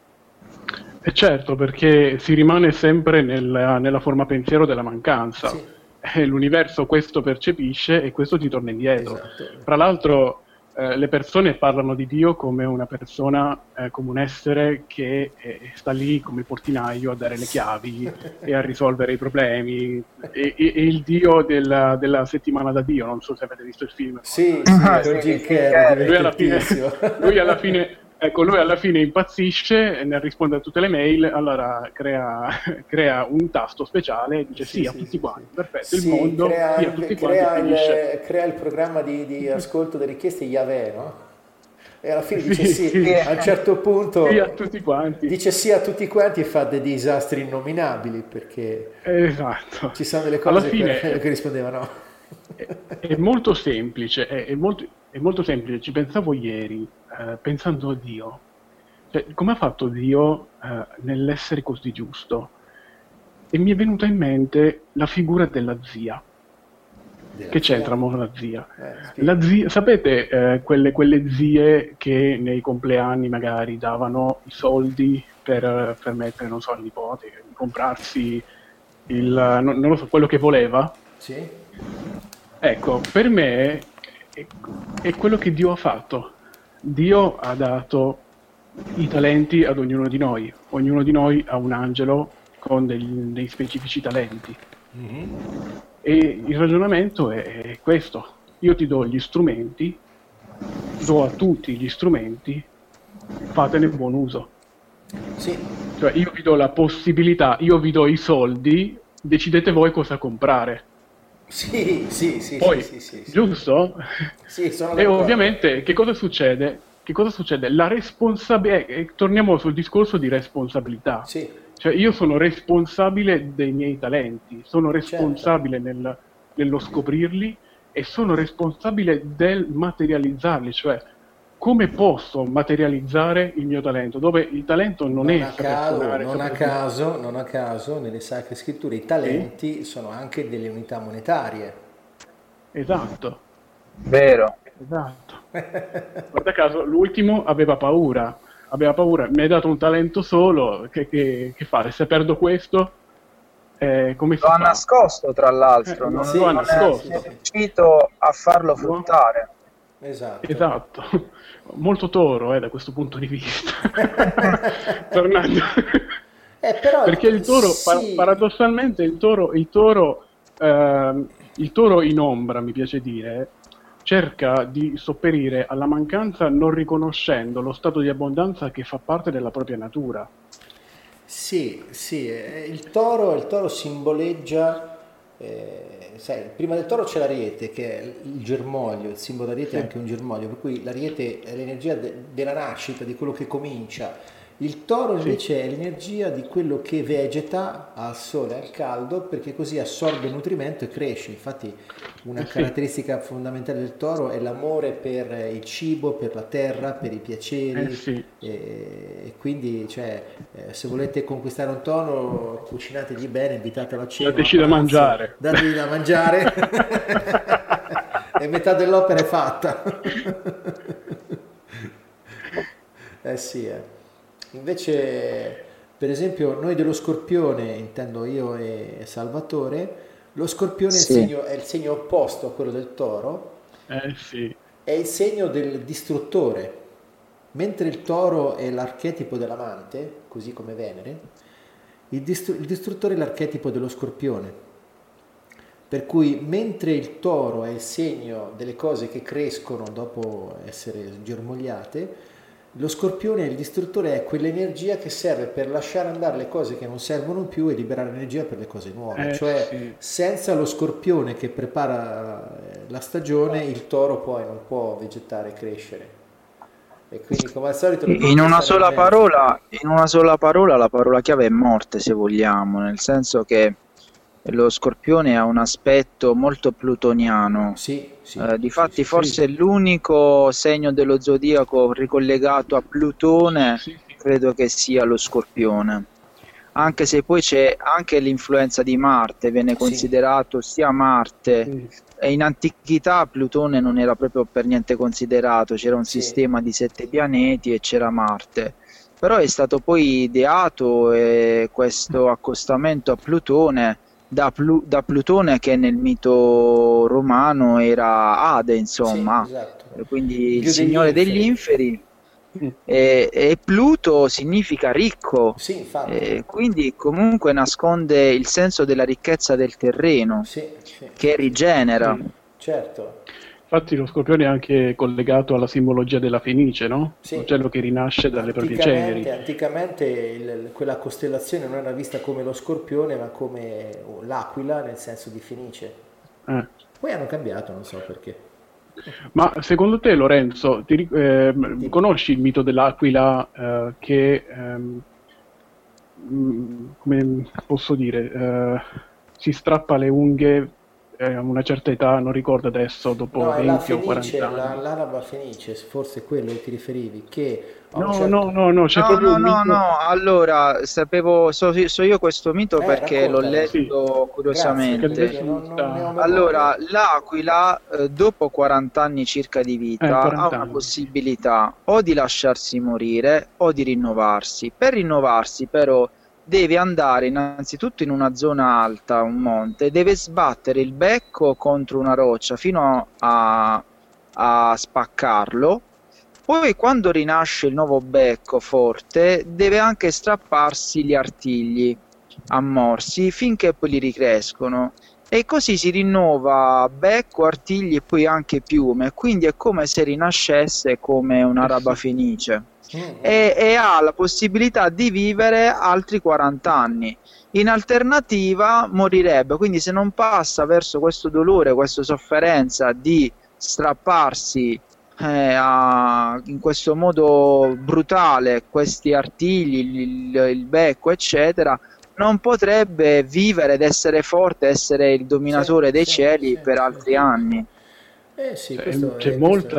E certo, perché si rimane sempre nella forma pensiero della mancanza. Sì, L'universo questo percepisce e questo ti torna indietro. esatto. Tra l'altro, le persone parlano di Dio come una persona, come un essere che sta lì come portinaio a dare le chiavi e a risolvere i problemi. E il Dio della settimana da Dio, non so se avete visto il film. Sì, Ah, con sì, Jim sì, Carrey, Lui alla fine, divertentissimo. lui alla fine impazzisce e nel rispondere a tutte le mail, allora crea un tasto speciale e dice sì a tutti quanti, perfetto, il Sì, mondo, sì a tutti quanti, finisce. crea il programma di ascolto delle richieste Yahweh, no? E alla fine Sì, dice sì, sì, a un certo punto sì a tutti quanti. dice sì a tutti quanti e fa dei disastri innominabili perché Esatto. ci sono delle Alla cose fine che rispondevano. è molto semplice, è molto semplice, ci pensavo ieri, pensando a Dio. Cioè, come ha fatto Dio nell'essere così giusto? E mi è venuta in mente la figura della zia. Che c'entra mo la zia? Spiega. La zia, sapete quelle zie che nei compleanni magari davano i soldi per permettere, non so, al nipote di comprarsi non lo so, quello che voleva? Sì? Ecco, per me è quello che Dio ha fatto. Dio ha dato i talenti ad ognuno di noi. Ognuno di noi ha un angelo con dei specifici talenti. E il ragionamento è questo. Io ti do gli strumenti, do a tutti gli strumenti, fatene buon uso. Sì. Cioè io vi do la possibilità, io vi do i soldi, decidete voi cosa comprare. Poi, sì. giusto? Sì, sono E d'accordo. ovviamente che cosa succede? Che cosa succede? La responsabilità, torniamo sul discorso di responsabilità. Sì, Cioè io sono responsabile dei miei talenti, sono certo. responsabile nello scoprirli e sono responsabile del materializzarli, cioè come posso materializzare il mio talento, dove il talento non Non è a saper caso, suonare, saper dire. non a caso, nelle Sacre Scritture i Sì, talenti sono anche delle unità monetarie. esatto. Vero. Esatto. Guarda caso, l'ultimo aveva paura, mi hai dato un talento solo, che fare? Se perdo questo, come Lo si ha fa? nascosto, tra l'altro, Lo ha Sì, non è nascosto. riuscito a farlo Lo- fruttare. esatto. Esatto, molto toro da questo punto di vista. Tornando. Però Perché il toro, sì, paradossalmente, il toro in ombra, mi piace dire, cerca di sopperire alla mancanza non riconoscendo lo stato di abbondanza che fa parte della propria natura. sì, il toro simboleggia, sai, prima del toro c'è l'ariete che è il germoglio, il simbolo d'ariete è Sì, anche un germoglio, per cui l'ariete è l'energia della nascita, di quello che comincia. Il toro sì, invece è l'energia di quello che vegeta al sole, al caldo, perché così assorbe nutrimento e cresce. Infatti una sì, caratteristica fondamentale del toro è l'amore per il cibo, per la terra, per i piaceri, sì. e quindi cioè, se volete conquistare un toro, cucinategli bene, invitatelo a cena, a Dateci da pranzo, mangiare. dategli da mangiare e metà dell'opera è fatta. Eh sì, eh. Invece, per esempio, noi dello Scorpione, intendo io e Salvatore, lo Scorpione Sì, è il segno opposto a quello del Toro, Sì, è il segno del distruttore. Mentre il Toro è l'archetipo dell'amante, così come Venere, il distruttore è l'archetipo dello Scorpione. Per cui mentre il toro è il segno delle cose che crescono dopo essere germogliate, lo scorpione, il distruttore, è quell'energia che serve per lasciare andare le cose che non servono più e liberare energia per le cose nuove. Cioè, sì. senza lo scorpione che prepara la stagione, il toro poi non può vegetare e crescere. E quindi, come al solito, le in brutte una stanno in sola mezzo. parola, la parola chiave è morte, se vogliamo, nel senso che lo Scorpione ha un aspetto molto plutoniano. Difatti, Sì, forse è l'unico segno dello zodiaco ricollegato a Plutone, sì, sì, credo che sia lo Scorpione. Anche se poi c'è anche l'influenza di Marte, viene Sì, considerato sia Marte, sì, e in antichità Plutone non era proprio per niente considerato, c'era un sì, sistema di 7 pianeti e c'era Marte. Però è stato poi ideato questo accostamento a Plutone da Plutone, che nel mito romano era Ade, sì, insomma, esatto. quindi Il il dio degli signore degli inferi. inferi, sì. e Pluto significa ricco, Sì, infatti. quindi comunque nasconde il senso della ricchezza del terreno, che Sì. rigenera. Sì. Certo. Infatti lo scorpione è anche collegato alla simbologia della Fenice, no? Sì, L'uccello che rinasce dalle proprie ceneri. anticamente quella costellazione non era vista come lo scorpione, ma come l'aquila nel senso di Fenice. Eh. Poi hanno cambiato, non so perché. Ma secondo te, Lorenzo, Dimmi. conosci il mito dell'aquila che, come posso dire, si strappa le unghie a una certa età, non ricordo adesso, dopo No, è la 20 o 40 Fenice, anni? l'araba Fenice, forse è quello che ti riferivi, che a un No, no, certo... no, no, c'è No, proprio no, un no, mito. no. Allora, so io questo mito perché l'ho Raccontalo. Sì, letto Grazie, perché curiosamente. perché adesso mi non ne ho sta. memoria. Allora, l'aquila, dopo 40 anni circa di vita, ha 40 una anni. possibilità o di lasciarsi morire o di rinnovarsi. Per rinnovarsi, però, deve andare innanzitutto in una zona alta, un monte, deve sbattere il becco contro una roccia fino a spaccarlo. Poi, quando rinasce il nuovo becco forte, deve anche strapparsi gli artigli a morsi finché poi li ricrescono. E così si rinnova becco, artigli e poi anche piume. Quindi è come se rinascesse come Eh un'araba sì. fenice. e ha la possibilità di vivere altri 40 anni. In alternativa morirebbe, quindi se non passa verso questo dolore, questa sofferenza di strapparsi in questo modo brutale questi artigli, il becco, eccetera, non potrebbe vivere ed essere forte, essere il dominatore dei cieli per altri anni. Sì, c'è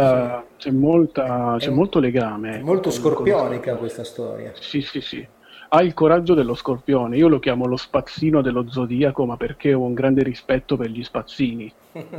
molto legame. È molto con scorpionica questa storia. Sì. Ha il coraggio dello scorpione. Io lo chiamo lo spazzino dello zodiaco, ma perché ho un grande rispetto per gli spazzini.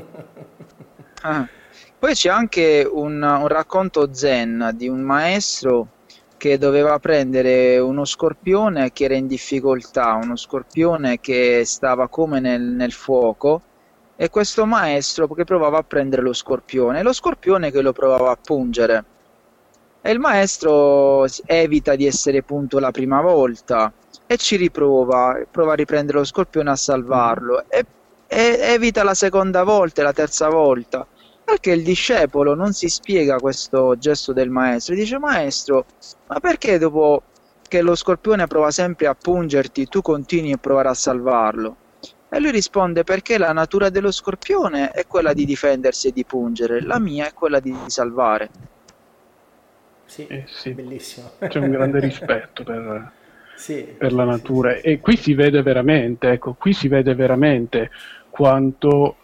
Poi c'è anche un racconto zen di un maestro che doveva prendere uno scorpione che era in difficoltà, uno scorpione che stava come nel fuoco, e questo maestro che provava a prendere lo scorpione che lo provava a pungere, e il maestro evita di essere punto la prima volta e ci riprova, prova a riprendere lo scorpione, a salvarlo, e evita la seconda volta e la terza volta, perché il discepolo non si spiega questo gesto del maestro e dice: maestro, ma perché dopo che lo scorpione prova sempre a pungerti tu continui a provare a salvarlo? E lui risponde: perché la natura dello scorpione è quella di difendersi e di pungere, la mia è quella di salvare. Sì, bellissimo. C'è un grande rispetto per la natura, e qui si vede veramente, quanto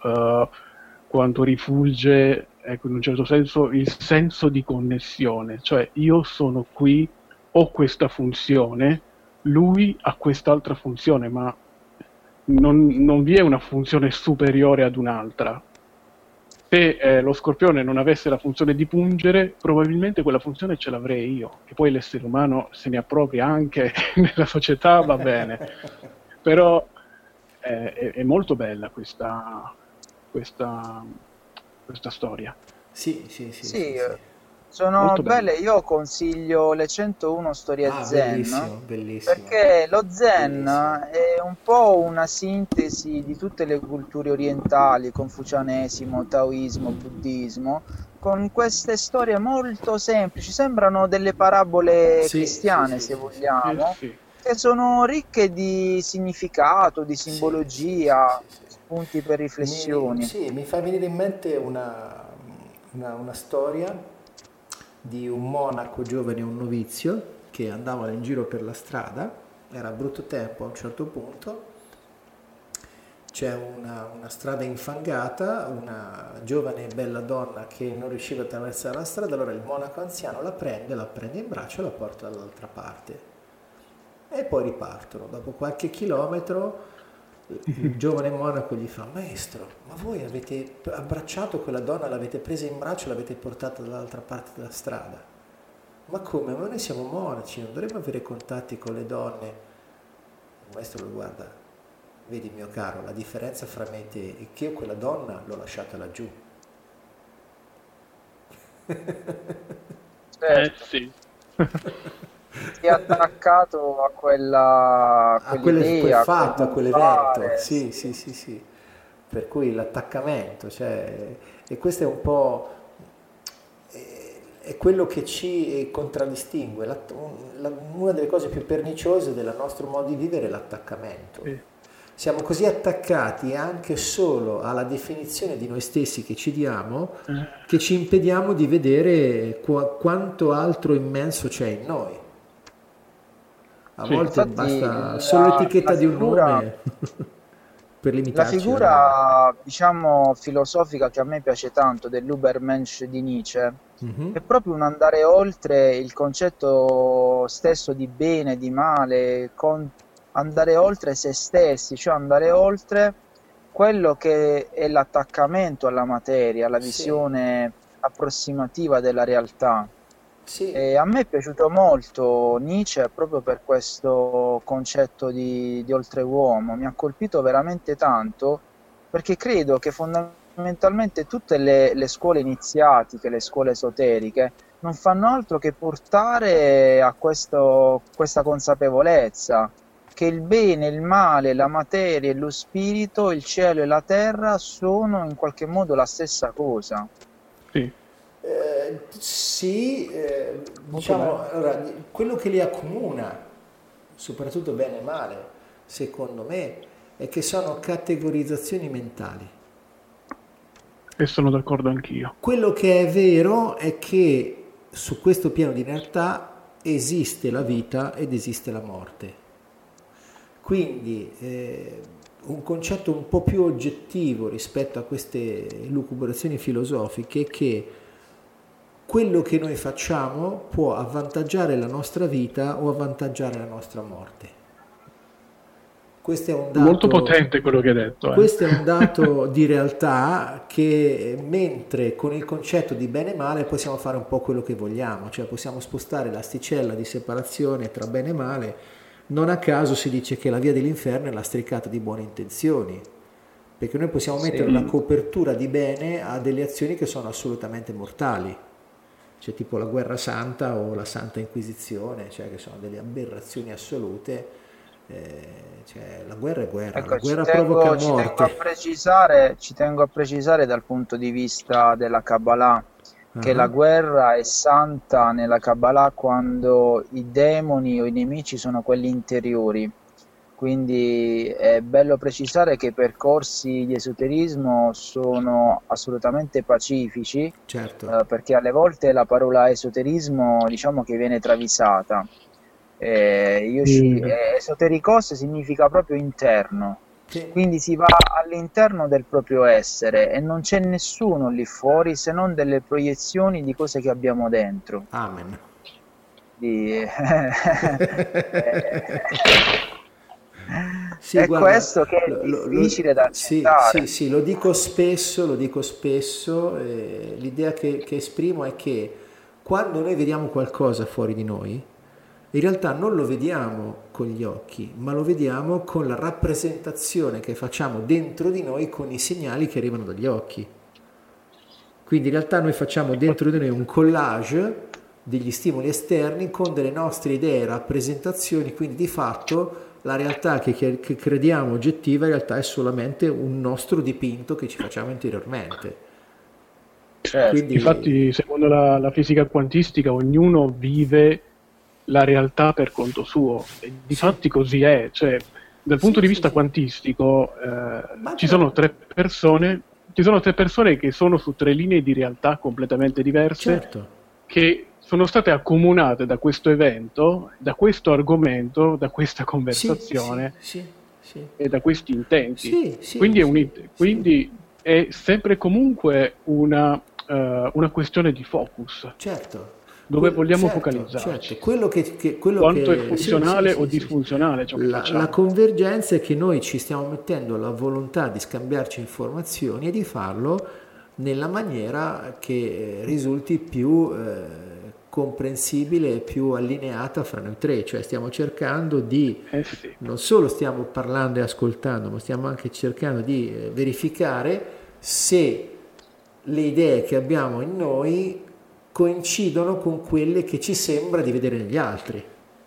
rifulge, in un certo senso, il senso di connessione. Cioè, io sono qui, ho questa funzione, lui ha quest'altra funzione, ma non vi è una funzione superiore ad un'altra. Se lo scorpione non avesse la funzione di pungere, probabilmente quella funzione ce l'avrei io, che poi l'essere umano se ne appropria anche nella società, va bene. Però è molto bella questa storia. Sì. Sono molto belle. Io consiglio le 101 storie zen, bellissimo. perché lo zen è un po' una sintesi di tutte le culture orientali, confucianesimo, taoismo, buddismo, con queste storie molto semplici, sembrano delle parabole cristiane, se vogliamo, che sono ricche di significato, di simbologia, spunti per riflessioni. Mi fa venire in mente una storia di un monaco giovane e un novizio che andavano in giro per la strada, era brutto tempo a un certo punto, c'è una strada infangata, una giovane e bella donna che non riusciva a attraversare la strada, allora il monaco anziano la prende in braccio e la porta dall'altra parte e poi ripartono. Dopo qualche chilometro il giovane monaco gli fa: maestro, ma voi avete abbracciato quella donna, l'avete presa in braccio e l'avete portata dall'altra parte della strada? Ma come? Ma noi siamo monaci, non dovremmo avere contatti con le donne. Il maestro lo guarda: vedi mio caro, la differenza fra me e te è che io quella donna l'ho lasciata laggiù. Sì. Si è attaccato a quel fatto, a quell'evento. Sì. Per cui l'attaccamento, e questo è un po' è quello che ci contraddistingue. Una delle cose più perniciose del nostro modo di vivere è l'attaccamento. Siamo così attaccati anche solo alla definizione di noi stessi che ci diamo, che ci impediamo di vedere quanto altro immenso c'è in noi. A volte basta solo l'etichetta di un nome per limitarci. La figura, diciamo, filosofica che a me piace tanto dell'Ubermensch di Nietzsche è proprio un andare oltre il concetto stesso di bene, di male, andare oltre se stessi, cioè andare oltre quello che è l'attaccamento alla materia, alla visione approssimativa della realtà. E a me è piaciuto molto Nietzsche proprio per questo concetto di oltreuomo, mi ha colpito veramente tanto, perché credo che fondamentalmente tutte le scuole iniziatiche, le scuole esoteriche, non fanno altro che portare a questa consapevolezza che il bene, il male, la materia e lo spirito, il cielo e la terra sono in qualche modo la stessa cosa. Sì. Sì, diciamo, allora, quello che li accomuna, soprattutto bene e male, secondo me, è che sono categorizzazioni mentali. E sono d'accordo anch'io. Quello che è vero è che su questo piano di realtà esiste la vita ed esiste la morte. Quindi un concetto un po' più oggettivo rispetto a queste lucubrazioni filosofiche è che quello che noi facciamo può avvantaggiare la nostra vita o avvantaggiare la nostra morte. Questo è un dato, molto potente quello che hai detto. Questo è un dato di realtà che, mentre con il concetto di bene e male possiamo fare un po' quello che vogliamo, cioè possiamo spostare l'asticella di separazione tra bene e male. Non a caso si dice che la via dell'inferno è lastricata di buone intenzioni, perché noi possiamo mettere una copertura di bene a delle azioni che sono assolutamente mortali, cioè tipo la guerra santa o la Santa Inquisizione, cioè che sono delle aberrazioni assolute. Cioè, la guerra è guerra, Ecco, la guerra provoca morte. ci tengo a precisare dal punto di vista della Kabbalah che la Uh-huh. guerra è santa nella Kabbalah quando i demoni o i nemici sono quelli interiori. Quindi è bello precisare che i percorsi di esoterismo sono assolutamente pacifici, Certo. perché alle volte la parola esoterismo diciamo che viene travisata. Esotericos significa proprio interno, Sì. quindi si va all'interno del proprio essere e non c'è nessuno lì fuori se non delle proiezioni di cose che abbiamo dentro. Amen. Sì, È guarda, questo che è difficile da accettare. sì, lo dico spesso, l'idea che esprimo è che quando noi vediamo qualcosa fuori di noi, in realtà non lo vediamo con gli occhi, ma lo vediamo con la rappresentazione che facciamo dentro di noi con i segnali che arrivano dagli occhi. Quindi in realtà noi facciamo dentro di noi un collage degli stimoli esterni con delle nostre idee e rappresentazioni, quindi di fatto la realtà che crediamo oggettiva in realtà è solamente un nostro dipinto che ci facciamo interiormente. Quindi, Infatti, secondo la fisica quantistica, ognuno vive la realtà per conto suo, e difatti così è, cioè dal punto di vista quantistico ci sono tre persone che sono su tre linee di realtà completamente diverse, certo, che sono state accomunate da questo evento, da questo argomento, da questa conversazione e da questi intenti. Quindi è sempre e comunque una questione di focus. Certo. Dove vogliamo focalizzarci. Certo. Quanto è funzionale o disfunzionale ciò che facciamo. La convergenza è che noi ci stiamo mettendo la volontà di scambiarci informazioni e di farlo nella maniera che risulti più comprensibile e più allineata fra noi tre, cioè stiamo cercando di, non solo stiamo parlando e ascoltando, ma stiamo anche cercando di verificare se le idee che abbiamo in noi coincidono con quelle che ci sembra di vedere negli altri.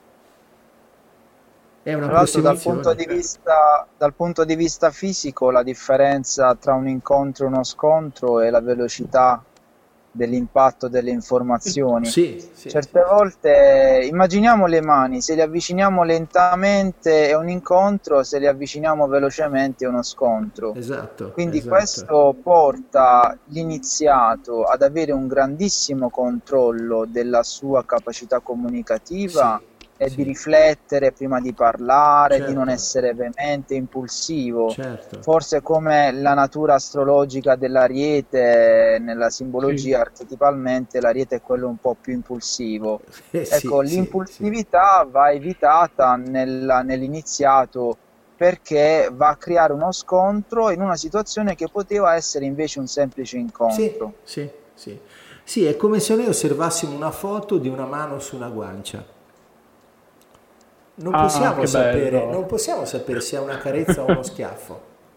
È una approssimazione. Dal punto di vista fisico, la differenza tra un incontro e uno scontro è la velocità dell'impatto delle informazioni. Certe volte immaginiamo le mani, se le avviciniamo lentamente è un incontro, se le avviciniamo velocemente è uno scontro. Quindi questo porta l'iniziato ad avere un grandissimo controllo della sua capacità comunicativa e di riflettere prima di parlare, di non essere veemente, impulsivo. Forse come la natura astrologica dell'Ariete, nella simbologia archetipalmente l'Ariete è quello un po' più impulsivo. L'impulsività va evitata nell'iniziato, perché va a creare uno scontro in una situazione che poteva essere invece un semplice incontro. Sì, è come se noi osservassimo una foto di una mano su una guancia. Non possiamo sapere se è una carezza o uno schiaffo.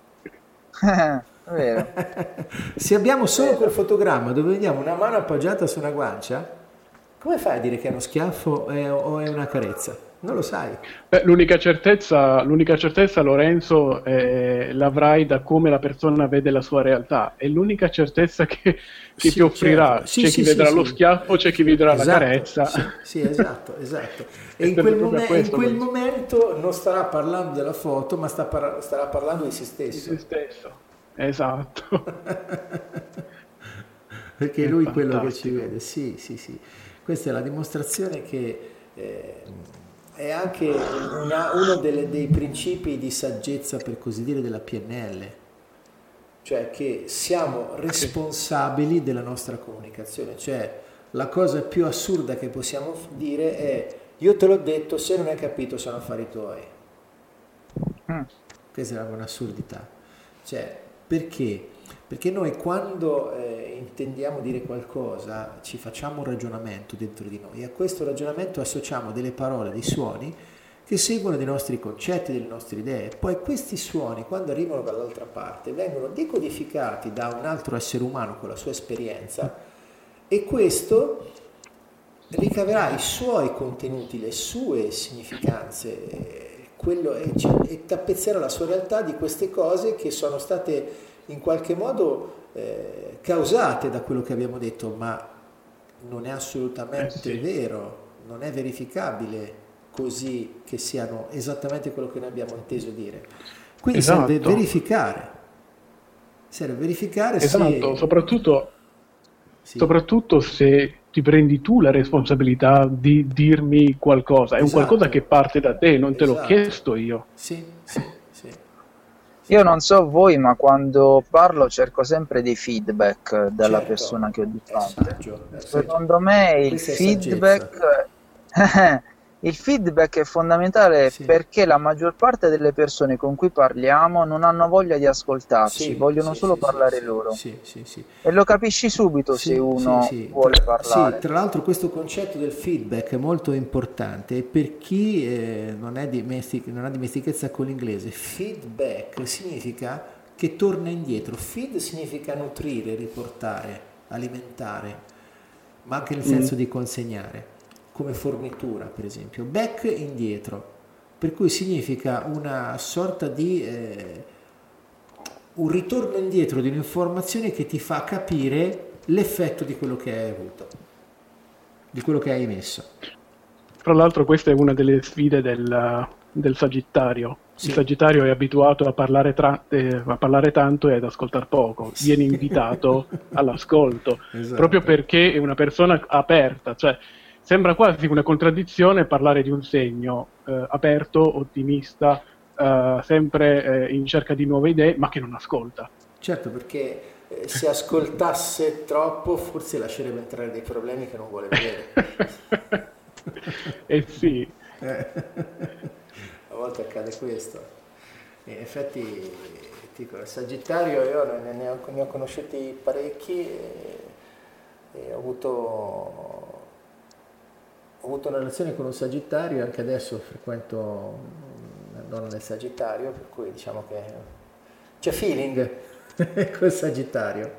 Vero. Se abbiamo solo quel fotogramma dove vediamo una mano appoggiata su una guancia, come fai a dire che è uno schiaffo o è una carezza? Non lo sai. Beh, l'unica certezza, Lorenzo, l'avrai da come la persona vede la sua realtà. È l'unica certezza che ti Sì, offrirà. certo. Sì, C'è sì, chi sì, vedrà lo sì. schiaffo, c'è chi vedrà la Esatto, carezza. sì, sì, esatto, esatto. E È in sempre quel, proprio in questo, quel Lorenzo, momento non starà parlando della foto, ma starà parlando di se di stesso. se stesso. Esatto. Perché È lui quello che ci fantastico. vede, sì, sì, sì. Questa è la dimostrazione che è anche uno dei principi di saggezza, per così dire, della PNL, cioè che siamo Sì, responsabili della nostra comunicazione, cioè la cosa più assurda che possiamo dire è io te l'ho detto, se non hai capito sono affari tuoi. Mm. Questa è un'assurdità. Cioè, perché? Perché noi quando intendiamo dire qualcosa ci facciamo un ragionamento dentro di noi e a questo ragionamento associamo delle parole, dei suoni che seguono dei nostri concetti, delle nostre idee. Poi questi suoni, quando arrivano dall'altra parte, vengono decodificati da un altro essere umano con la sua esperienza e questo ricaverà i suoi contenuti, le sue significanze, e tappezzerà la sua realtà di queste cose che sono state in qualche modo causate da quello che abbiamo detto, ma non è assolutamente sì. vero, non è verificabile così che siano esattamente quello che noi abbiamo inteso dire. Quindi Esatto. serve verificare Esatto, se... Sì, soprattutto se ti prendi tu la responsabilità di dirmi qualcosa. È un qualcosa che esatto, parte da te, non te l'ho esatto, chiesto io. sì, sì, sì, sì, Io non so voi, ma quando parlo cerco sempre dei feedback dalla persona certo, che ho di è fronte. saggio, è saggio. Secondo me Questa è saggezza, il feedback è fondamentale sì, perché la maggior parte delle persone con cui parliamo non hanno voglia di ascoltarci, sì, vogliono sì, solo sì, sì, parlare sì, loro. sì, sì, sì. E lo capisci subito se Sì, sì, uno sì. vuole Sì, parlare. tra l'altro questo concetto del feedback è molto importante per chi non ha dimestichezza con l'inglese. Feedback significa che torna indietro. Feed significa nutrire, riportare, alimentare, ma anche nel Mm. senso di consegnare, come fornitura per esempio. Back indietro, per cui significa una sorta di... un ritorno indietro di un'informazione che ti fa capire l'effetto di quello che hai avuto, di quello che hai emesso. Tra l'altro questa è una delle sfide del Sagittario. Il Sì. Sagittario è abituato a parlare, a parlare tanto e ad ascoltare poco. Sì. Viene invitato all'ascolto, proprio Esatto. perché è una persona aperta. Cioè, sembra quasi una contraddizione parlare di un segno aperto, ottimista, sempre in cerca di nuove idee, ma che non ascolta. Certo, perché se ascoltasse troppo forse lascerebbe entrare dei problemi che non vuole vedere. Eh sì, A volte accade questo. In effetti, dico, il Sagittario io ne ho conosciuti parecchi e ho avuto una relazione con un Sagittario e anche adesso frequento una donna del Sagittario, per cui diciamo che c'è feeling col Sagittario,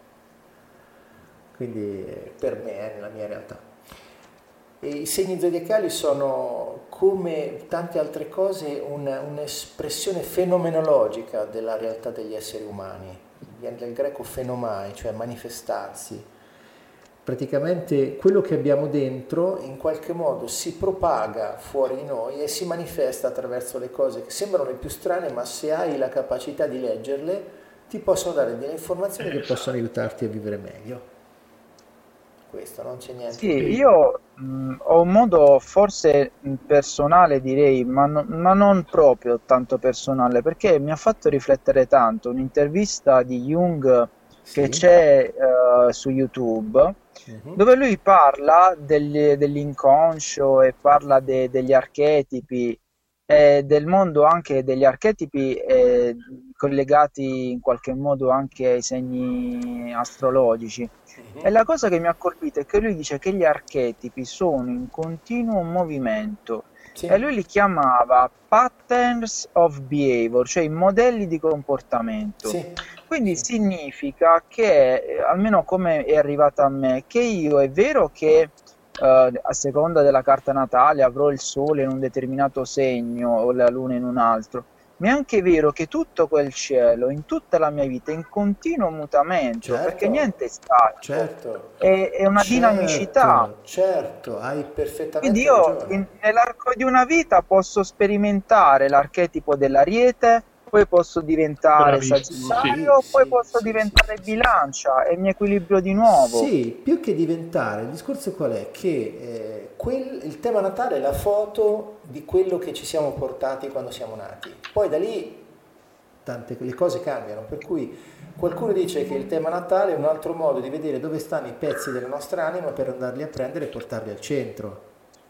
quindi per me è nella mia realtà. E i segni zodiacali sono, come tante altre cose, un'espressione fenomenologica della realtà degli esseri umani. Viene dal greco fenomai, cioè manifestarsi. Praticamente quello che abbiamo dentro in qualche modo si propaga fuori di noi e si manifesta attraverso le cose che sembrano le più strane, ma se hai la capacità di leggerle ti possono dare delle informazioni che possono aiutarti a vivere meglio. Questo non c'è niente Sì, di... io ho un modo forse personale direi, ma non proprio tanto personale, perché mi ha fatto riflettere tanto un'intervista di Jung che Sì? c'è su YouTube, Mhm. dove lui parla dell'inconscio e parla degli archetipi e del mondo anche degli archetipi collegati in qualche modo anche ai segni astrologici. E la cosa che mi ha colpito è che lui dice che gli archetipi sono in continuo movimento Sì, e lui li chiamava patterns of behavior, cioè i modelli di comportamento. sì, Quindi sì, significa che, almeno come è arrivata a me, che io è vero che a seconda della carta natale avrò il sole in un determinato segno o la luna in un altro, ma è anche vero che tutto quel cielo in tutta la mia vita è in continuo mutamento, perché Certo, niente è statico, certo, è una dinamicità. certo, certo, hai Quindi perfettamente io ragione. nell'arco di una vita posso sperimentare l'archetipo dell'Ariete, poi posso diventare Bravissimo, sì. Sì, Sagittario, poi sì, posso sì, sì. diventare Bilancia e mi equilibrio di nuovo. Sì, più che diventare, il discorso qual è? Che il tema natale è la foto di quello che ci siamo portati quando siamo nati. Poi da lì tante le cose cambiano, per cui qualcuno dice che il tema natale è un altro modo di vedere dove stanno i pezzi della nostra anima per andarli a prendere e portarli al centro.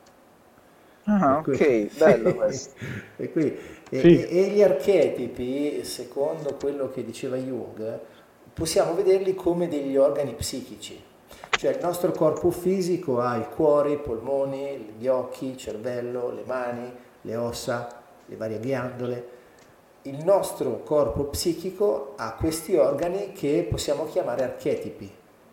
Per Ah, cui, ok, bello questo. per cui- Sì, e gli archetipi, secondo quello che diceva Jung, possiamo vederli come degli organi psichici. Cioè il nostro corpo fisico ha il cuore, i polmoni, gli occhi, il cervello, le mani, le ossa, le varie ghiandole. Il nostro corpo psichico ha questi organi che possiamo chiamare archetipi,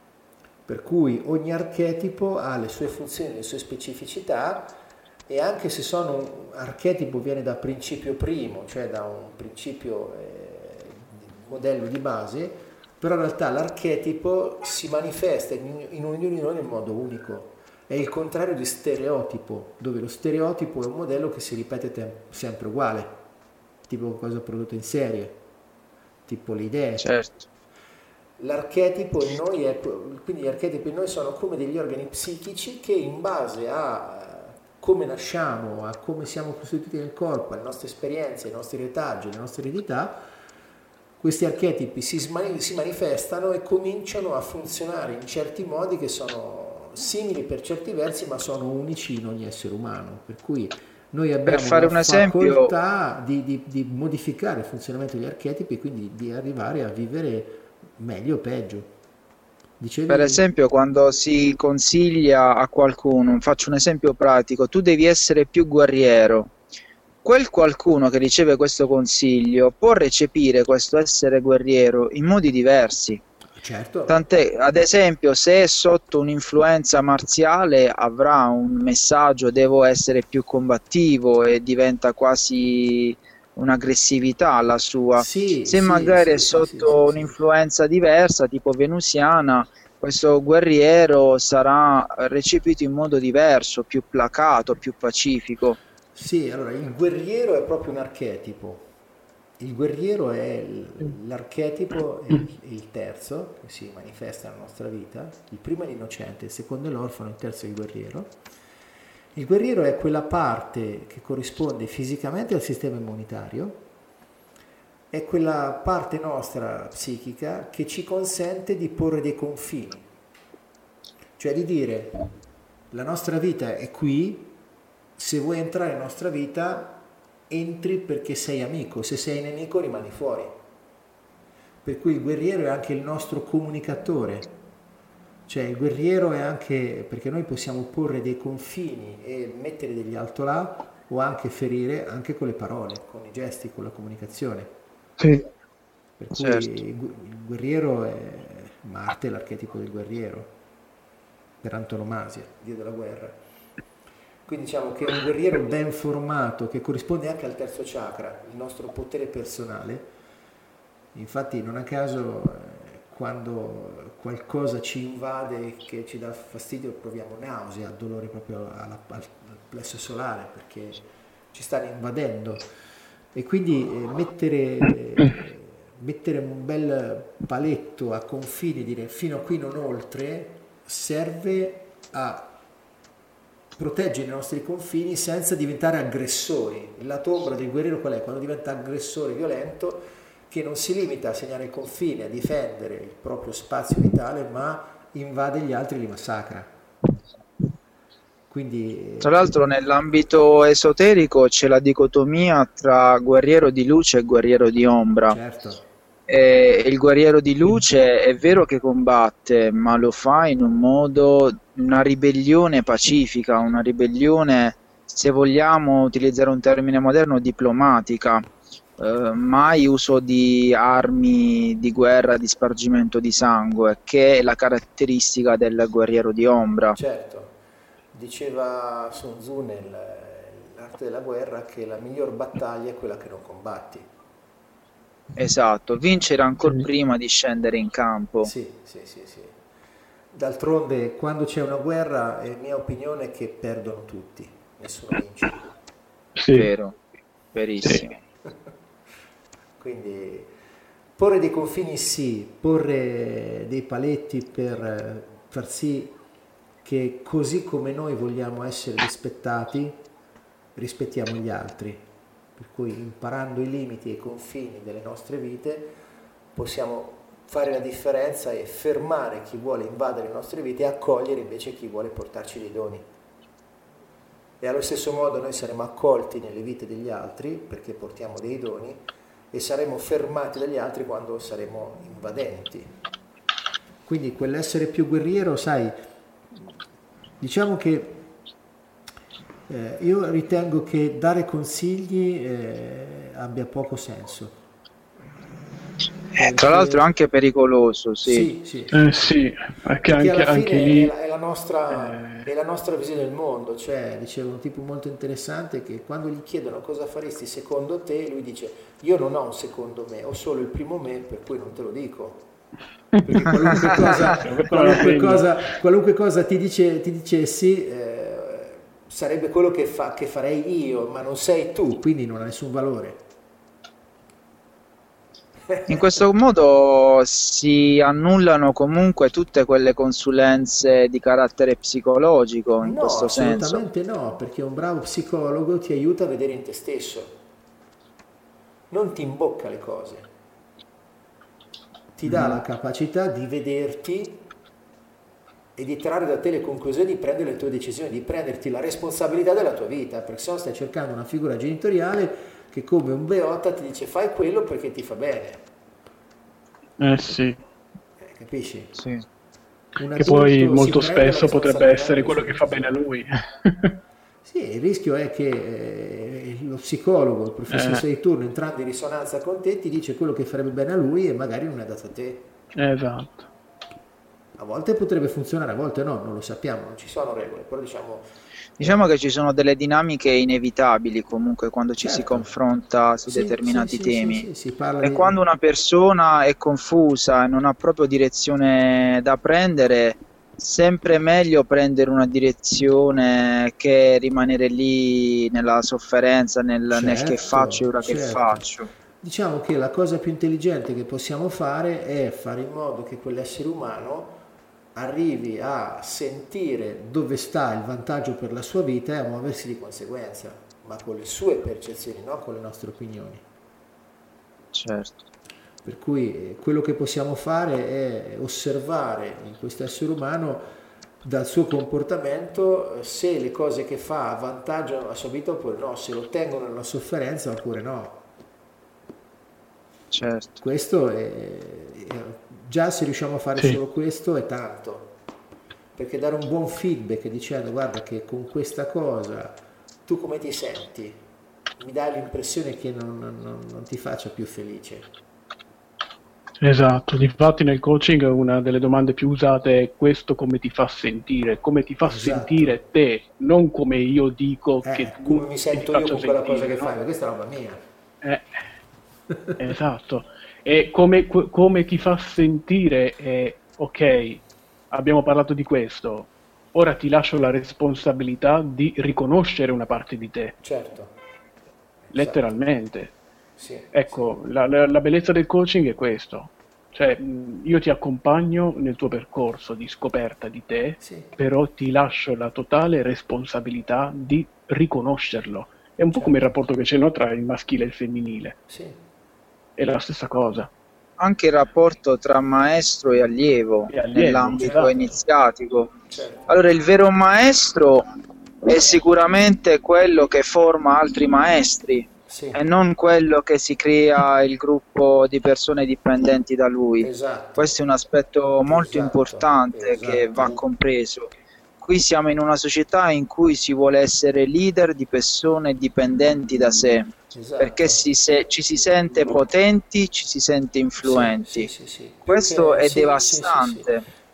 per cui ogni archetipo ha le sue funzioni, le sue specificità e anche se sono un archetipo viene da principio primo, cioè da un principio modello di base, però in realtà l'archetipo si manifesta in ognuno di noi in modo unico. È il contrario di stereotipo, dove lo stereotipo è un modello che si ripete sempre uguale, tipo cosa prodotto in serie, tipo le idee. Certo. L'archetipo in noi è, quindi gli archetipi in noi sono come degli organi psichici che in base a come nasciamo, a come siamo costituiti nel corpo, alle nostre esperienze, ai nostri retaggi, alle nostre eredità, questi archetipi si manifestano e cominciano a funzionare in certi modi che sono simili per certi versi, ma sono unici in ogni essere umano. Per cui noi Per abbiamo fare la un esempio, facoltà di modificare il funzionamento degli archetipi e quindi di arrivare a vivere meglio o peggio. Per Dicevi? esempio, quando si consiglia a qualcuno, faccio un esempio pratico, tu devi essere più guerriero. Quel qualcuno che riceve questo consiglio può recepire questo essere guerriero in modi diversi. Certo, Tant'è, ad esempio, se è sotto un'influenza marziale avrà un messaggio, devo essere più combattivo e diventa quasi un'aggressività la sua. sì, Se sì, magari è sì, sì, sì, sì, sotto sì. un'influenza diversa, tipo venusiana, questo guerriero sarà recepito in modo diverso, più placato, più pacifico. Sì, allora il guerriero è proprio un archetipo. Il guerriero è l'archetipo, è il terzo che si manifesta nella nostra vita. Il primo è l'innocente, il secondo è l'orfano, il terzo è il guerriero. Il guerriero è quella parte che corrisponde fisicamente al sistema immunitario, è quella parte nostra psichica che ci consente di porre dei confini, cioè di dire la nostra vita è qui, se vuoi entrare nella nostra vita entri perché sei amico, se sei nemico rimani fuori. Per cui il guerriero è anche il nostro comunicatore, cioè il guerriero è anche perché noi possiamo porre dei confini e mettere degli altolà o anche ferire anche con le parole, con i gesti, con la comunicazione. sì. Per cui Certo. il guerriero è Marte, l'archetipo del guerriero, per antonomasia, dio della guerra. Quindi diciamo che un guerriero ben formato, che corrisponde anche al terzo chakra, il nostro potere personale. Infatti non a caso quando qualcosa ci invade che ci dà fastidio proviamo nausea, dolore proprio al plesso solare perché ci stanno invadendo e quindi mettere un bel paletto a confini, dire fino a qui non oltre, serve a proteggere i nostri confini senza diventare aggressori. Il lato ombra del guerriero qual è? Quando diventa aggressore violento che non si limita a segnare il confine, a difendere il proprio spazio vitale, ma invade gli altri e li massacra. Quindi Tra l'altro nell'ambito esoterico c'è la dicotomia tra guerriero di luce e guerriero di ombra. certo, E il guerriero di luce è vero che combatte, ma lo fa in un modo, una ribellione pacifica, una ribellione, se vogliamo utilizzare un termine moderno, diplomatica. Mai uso di armi di guerra, di spargimento di sangue, che è la caratteristica del guerriero di ombra. certo. Diceva Sun Tzu nell'arte della guerra che la miglior battaglia è quella che non combatti. Esatto, vincere ancora prima di scendere in campo. Sì. D'altronde, quando c'è una guerra, è mia opinione che perdono tutti, nessuno vince. Sì. Vero, verissimo. Sì. Quindi porre dei confini sì, porre dei paletti per far sì che così come noi vogliamo essere rispettati, rispettiamo gli altri. Per cui imparando i limiti e i confini delle nostre vite possiamo fare la differenza e fermare chi vuole invadere le nostre vite e accogliere invece chi vuole portarci dei doni. E allo stesso modo noi saremo accolti nelle vite degli altri perché portiamo dei doni e saremo fermati dagli altri quando saremo invadenti. Quindi quell'essere più guerriero, sai, diciamo che io ritengo che dare consigli abbia poco senso. Tra l'altro è anche pericoloso, sì. Sì. Sì, perché alla anche fine lì è la nostra visione del mondo. Cioè, diceva un tipo molto interessante che quando gli chiedono cosa faresti secondo te, lui dice: io non ho un secondo me, ho solo il primo me, per cui non te lo dico. Perché qualunque cosa ti dicessi sarebbe quello che farei io, ma non sei tu, quindi non ha nessun valore. In questo modo si annullano comunque tutte quelle consulenze di carattere psicologico, in questo senso. Assolutamente no, perché un bravo psicologo ti aiuta a vedere in te stesso, non ti imbocca le cose, ti dà la capacità di vederti e di trarre da te le conclusioni, di prendere le tue decisioni, di prenderti la responsabilità della tua vita, perché se no stai cercando una figura genitoriale che come un beota ti dice fai quello perché ti fa bene. Sì. Capisci? Sì. Che poi molto spesso potrebbe essere quello che fa bene a lui. Sì, il rischio è che lo psicologo, il professionista di turno, entrando in risonanza con te, ti dice quello che farebbe bene a lui e magari non è dato a te. Esatto. A volte potrebbe funzionare, a volte no, non lo sappiamo, non ci sono regole, però Diciamo che ci sono delle dinamiche inevitabili comunque quando ci si certo. confronta su determinati temi. Si parla E quando una persona è confusa e non ha proprio direzione da prendere, sempre meglio prendere una direzione che rimanere lì nella sofferenza, nel che faccio e ora che faccio. Diciamo che la cosa più intelligente che possiamo fare è fare in modo che quell'essere umano arrivi a sentire dove sta il vantaggio per la sua vita e a muoversi di conseguenza, ma con le sue percezioni, non con le nostre opinioni. Certo. Per cui quello che possiamo fare è osservare in questo essere umano dal suo comportamento se le cose che fa avvantaggiano la sua vita oppure no, se lo tengono nella sofferenza oppure no. Certo. Questo già se riusciamo a fare solo questo è tanto, perché dare un buon feedback dicendo guarda che con questa cosa tu come ti senti, mi dà l'impressione che non ti faccia più felice. Esatto, infatti nel coaching una delle domande più usate è questo come ti fa sentire sentire te, non come io dico che tu come mi sento io con quella cosa che fai, ma questa è roba mia. Esatto, e come ti fa sentire è ok, abbiamo parlato di questo, ora ti lascio la responsabilità di riconoscere una parte di te. Certo. Letteralmente. Ecco, la bellezza del coaching è questo, cioè io ti accompagno nel tuo percorso di scoperta di te, però ti lascio la totale responsabilità di riconoscerlo. È un po' come il rapporto che c'è tra il maschile e il femminile. È la stessa cosa. Anche il rapporto tra maestro e allievo nell'ambito iniziatico. Allora, il vero maestro è sicuramente quello che forma altri maestri e non quello che si crea il gruppo di persone dipendenti da lui. Questo è un aspetto molto importante che va compreso. Qui siamo in una società in cui si vuole essere leader di persone dipendenti da sé, perché ci si sente potenti, ci si sente influenti. Questo è devastante.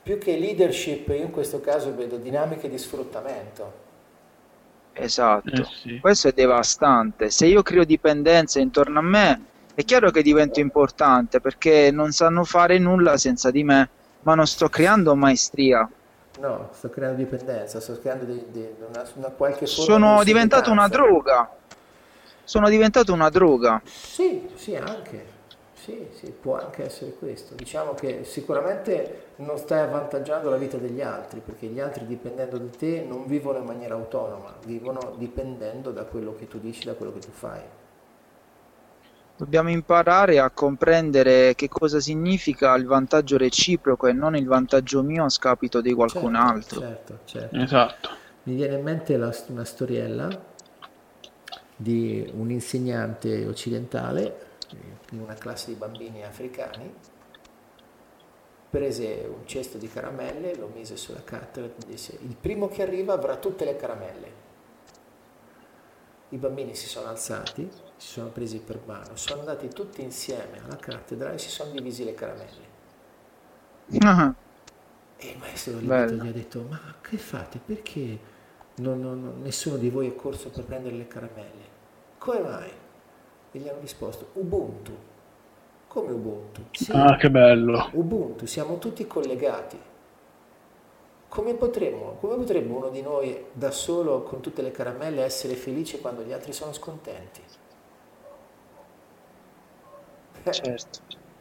più che leadership, io in questo caso vedo dinamiche di sfruttamento. Esatto, Sì. questo è devastante. Se io creo dipendenza intorno a me, è chiaro che divento importante perché non sanno fare nulla senza di me, ma non sto creando maestria. No, sto creando dipendenza, sto creando una qualche forma di Sono diventato una sudditanza. droga. Sono diventato una droga. Sì, sì, anche. Sì, sì, può anche essere questo. Diciamo che sicuramente non stai avvantaggiando la vita degli altri, perché gli altri dipendendo da te non vivono in maniera autonoma, vivono dipendendo da quello che tu dici, da quello che tu fai. Dobbiamo imparare a comprendere che cosa significa il vantaggio reciproco e non il vantaggio mio a scapito di qualcun Certo, altro. certo, certo. Esatto. Mi viene in mente una storiella di un insegnante occidentale in una classe di bambini africani, prese un cesto di caramelle, lo mise sulla cattedra e disse: il primo che arriva avrà tutte le caramelle. I bambini si sono alzati, si sono presi per mano, sono andati tutti insieme alla cattedra e si sono divisi le caramelle. E il maestro lì Bello. gli ha detto: ma che fate? Perché nessuno di voi è corso per prendere le caramelle? Come mai? E gli hanno risposto: Ubuntu. Come Ubuntu? Sì, Ah, che bello. Ubuntu, siamo tutti collegati. Come potrebbe uno di noi da solo con tutte le caramelle essere felice quando gli altri sono scontenti? Certo.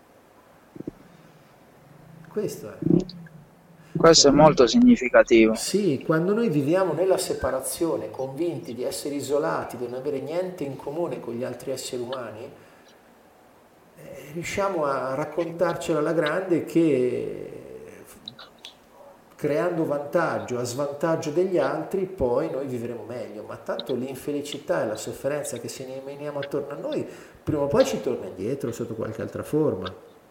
Questo è. Questo è Cioè, molto significativo. sì, quando noi viviamo nella separazione, convinti di essere isolati, di non avere niente in comune con gli altri esseri umani, riusciamo a raccontarcela alla grande che creando vantaggio a svantaggio degli altri poi noi vivremo meglio, ma tanto l'infelicità e la sofferenza che se ne meniamo attorno a noi prima o poi ci torna indietro sotto qualche altra forma.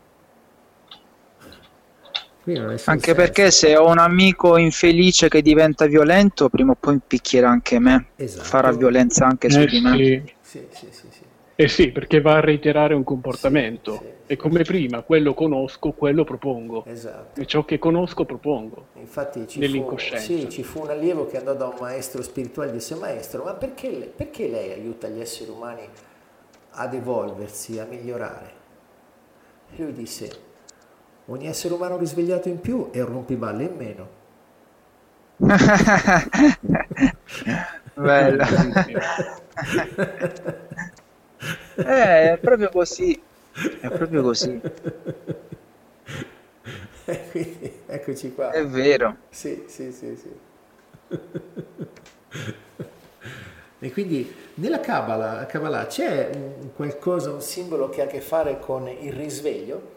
Quindi non ha nessun Anche perché senso. se ho un amico infelice che diventa violento, prima o poi picchierà anche me, farà Esatto. violenza anche su di me. Sì. Sì, sì, sì, sì. Sì, perché va a reiterare un Sì, comportamento. sì, E sì, come sì. prima, quello conosco, quello propongo. Esatto. E ciò che conosco propongo, Infatti nell'incoscienza. ci fu un allievo che andò da un maestro spirituale e disse: maestro, ma perché lei aiuta gli esseri umani ad evolversi, a migliorare? E lui disse: ogni essere umano risvegliato in più è un rompiballe in meno. Bello. Bellissimo. È proprio così. È proprio così. E quindi eccoci È qua. vero. Sì, sì, sì, sì. E quindi nella Kabbalah c'è un qualcosa, un simbolo che ha a che fare con il risveglio?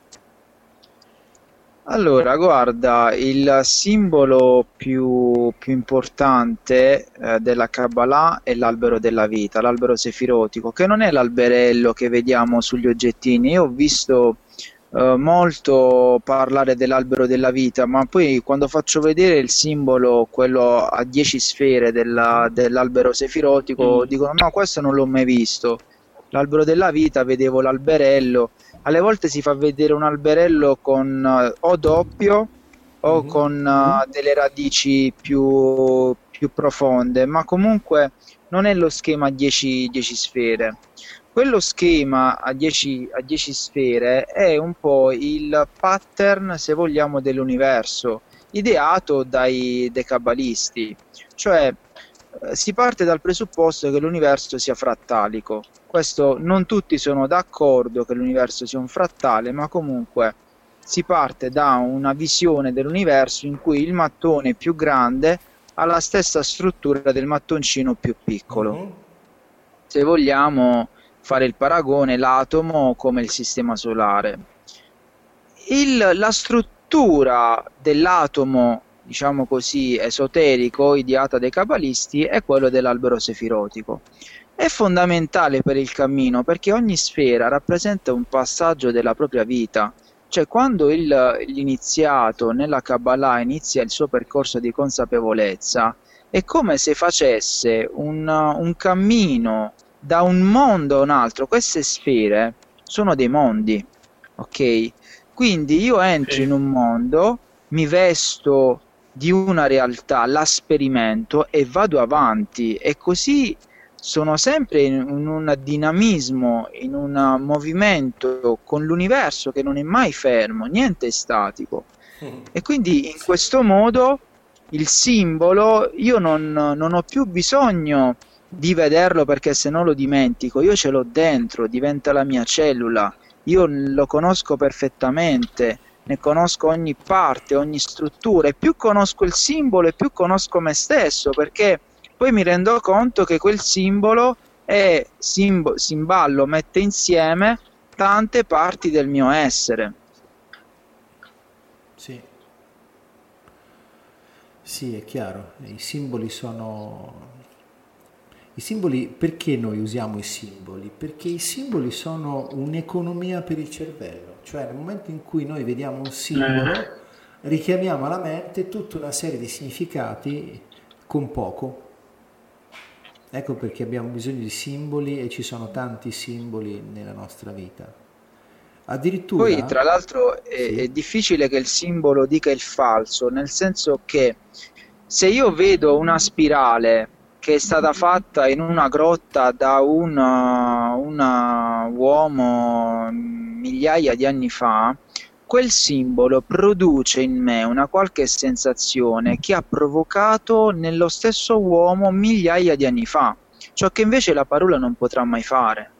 Allora, guarda, il simbolo più importante della Kabbalah è l'albero della vita, l'albero sefirotico, che non è l'alberello che vediamo sugli oggettini. Io ho visto molto parlare dell'albero della vita, ma poi quando faccio vedere il simbolo, quello a 10 sfere dell'albero sefirotico, Mm. dicono no, questo non l'ho mai visto. L'albero della vita, vedevo l'alberello. Alle volte si fa vedere un alberello con o doppio o Mhm. con delle radici più profonde, ma comunque non è lo schema a 10 sfere. Quello schema a 10 sfere è un po' il pattern, se vogliamo, dell'universo, ideato dai cabalisti. Cioè, si parte dal presupposto che l'universo sia frattalico. Questo non tutti sono d'accordo che l'universo sia un frattale, ma comunque si parte da una visione dell'universo in cui il mattone più grande ha la stessa struttura del mattoncino più piccolo. Mhm. Se vogliamo fare il paragone, l'atomo come il sistema solare. La struttura dell'atomo, diciamo così, esoterico, ideata dai cabalisti, è quello dell'albero sefirotico. È fondamentale per il cammino perché ogni sfera rappresenta un passaggio della propria vita. Cioè, quando l'iniziato nella Kabbalah inizia il suo percorso di consapevolezza, è come se facesse un cammino da un mondo a un altro. Queste sfere sono dei mondi, ok? Quindi io entro Sì. in un mondo mi vesto di una realtà, la sperimento e vado avanti, e così sono sempre in un dinamismo, in un movimento con l'universo che non è mai fermo, niente è statico. E quindi in questo modo il simbolo io non ho più bisogno di vederlo, perché se no lo dimentico, io ce l'ho dentro, diventa la mia cellula, io lo conosco perfettamente, ne conosco ogni parte, ogni struttura, e più conosco il simbolo e più conosco me stesso, perché poi mi rendo conto che quel simbolo è simballo, mette insieme tante parti del mio essere. Sì. Sì, è chiaro, i simboli sono... I simboli, perché noi usiamo i simboli? Perché i simboli sono un'economia per il cervello, cioè nel momento in cui noi vediamo un simbolo richiamiamo alla mente tutta una serie di significati con poco. Ecco perché abbiamo bisogno di simboli, e ci sono tanti simboli nella nostra vita. Addirittura... Poi tra l'altro Sì. è difficile che il simbolo dica il falso, nel senso che se io vedo una spirale che è stata fatta in una grotta da un uomo migliaia di anni fa, quel simbolo produce in me una qualche sensazione che ha provocato nello stesso uomo migliaia di anni fa, ciò che invece la parola non potrà mai fare.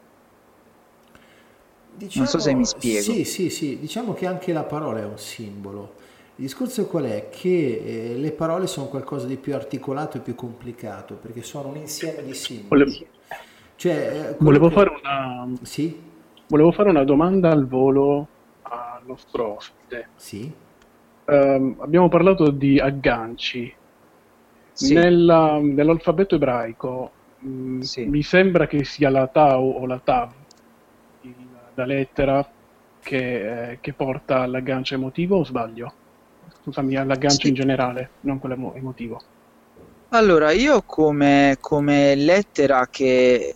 Non so se mi spiego. Sì, diciamo che anche la parola è un simbolo. Il discorso qual è? Che le parole sono qualcosa di più articolato e più complicato, perché sono un insieme di simboli. Volevo Che... fare una, Sì? volevo fare una domanda al volo al nostro ospite. Sì? Abbiamo parlato di agganci. Sì. Nell'alfabeto ebraico Sì. mi sembra che sia la Tau o la Tav, la lettera che porta all'aggancio emotivo, o sbaglio? Scusami, all'aggancio in generale, non quello emotivo. Allora, io come lettera che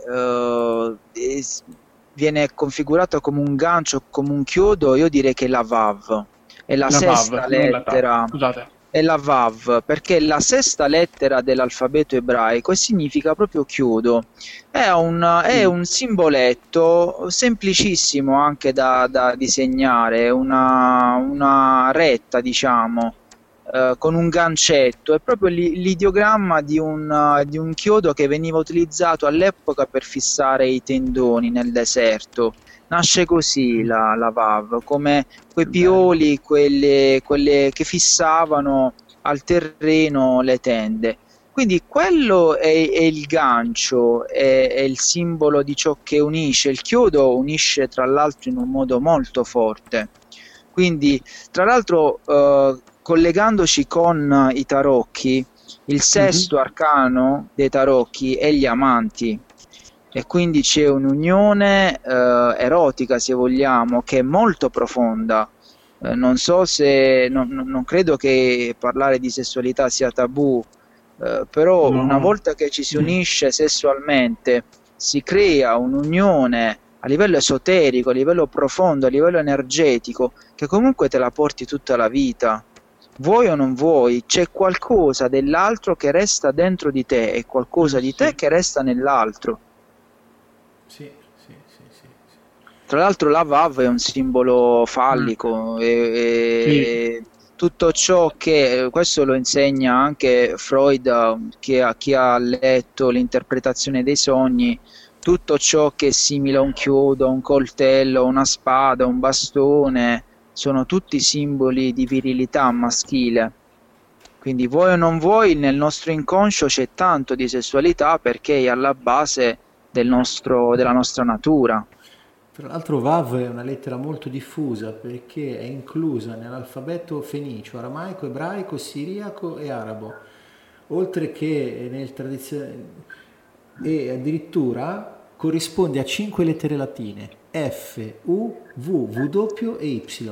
viene configurata come un gancio, come un chiodo, io direi che è la Vav. È la sesta Vav, non la Tav, lettera. scusate. È la Vav, perché è la sesta lettera dell'alfabeto ebraico e significa proprio chiodo. È un simboletto semplicissimo anche da disegnare, una retta, diciamo, con un gancetto. È proprio l'ideogramma di un chiodo che veniva utilizzato all'epoca per fissare i tendoni nel deserto. Nasce così la Vav, come quei pioli, quelle che fissavano al terreno le tende. Quindi quello è il gancio, è il simbolo di ciò che unisce. Il chiodo unisce tra l'altro in un modo molto forte. Quindi, tra l'altro, collegandoci con i tarocchi, il sesto arcano dei tarocchi è gli amanti. E quindi c'è un'unione erotica, se vogliamo, che è molto profonda. Non so se, non credo che parlare di sessualità sia tabù, però No. una volta che ci si unisce sessualmente, si crea un'unione a livello esoterico, a livello profondo, a livello energetico, che comunque te la porti tutta la vita. Vuoi o non vuoi, c'è qualcosa dell'altro che resta dentro di te e qualcosa di te che resta nell'altro. Sì. Tra l'altro la Vav è un simbolo fallico e tutto ciò che, questo lo insegna anche Freud, chi ha letto l'interpretazione dei sogni, tutto ciò che è simile a un chiodo, un coltello, una spada, un bastone, sono tutti simboli di virilità maschile. Quindi vuoi o non vuoi, nel nostro inconscio c'è tanto di sessualità perché è alla base della nostra natura. Tra l'altro Vav è una lettera molto diffusa perché è inclusa nell'alfabeto fenicio, aramaico, ebraico, siriaco e arabo, oltre che nel e addirittura corrisponde a 5 lettere latine: F, U, V, W e Y.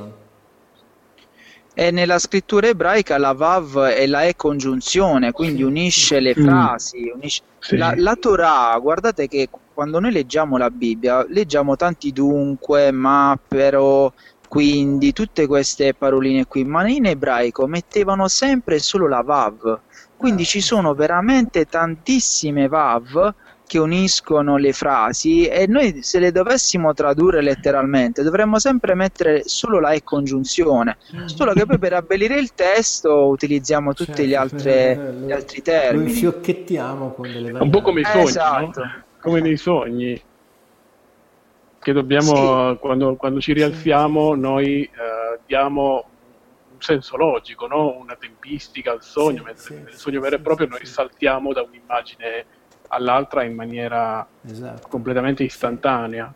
E nella scrittura ebraica la Vav è la E congiunzione, quindi unisce le frasi, unisce... Sì. La Torah, guardate che quando noi leggiamo la Bibbia, leggiamo tanti dunque, ma, però, quindi tutte queste paroline qui, ma in ebraico mettevano sempre solo la vav, quindi ci sono veramente tantissime vav che uniscono le frasi, e noi se le dovessimo tradurre letteralmente dovremmo sempre mettere solo la e congiunzione, solo che poi per abbellire il testo utilizziamo tutti gli altri Lo termini. infiocchettiamo con delle È un po' come i sogni, Esatto. no? Come nei sogni, che dobbiamo, quando ci rialziamo, noi diamo un senso logico, no? Una tempistica al sogno, mentre nel sogno vero e proprio noi saltiamo da un'immagine all'altra in maniera completamente istantanea.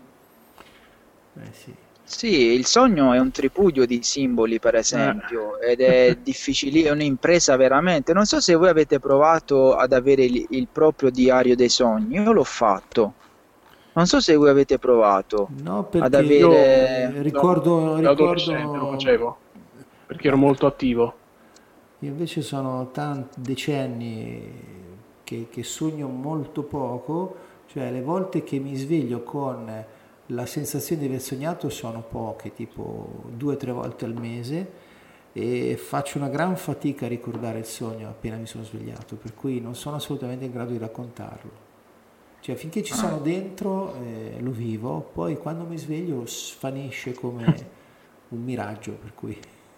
Sì. Sì, il sogno è un tripudio di simboli, per esempio, ed è difficile, è un'impresa veramente. Non so se voi avete provato ad avere il proprio diario dei sogni, io l'ho fatto. Non so se voi avete provato No, ad perché avere... io ricordo, Da adolescente lo facevo, perché ero molto attivo. Io invece sono tanti decenni che sogno molto poco, cioè le volte che mi sveglio con la sensazione di aver sognato sono poche, tipo 2 o 3 volte al mese, e faccio una gran fatica a ricordare il sogno appena mi sono svegliato, per cui non sono assolutamente in grado di raccontarlo. Cioè finché ci sono dentro lo vivo, poi quando mi sveglio svanisce come un miraggio, per cui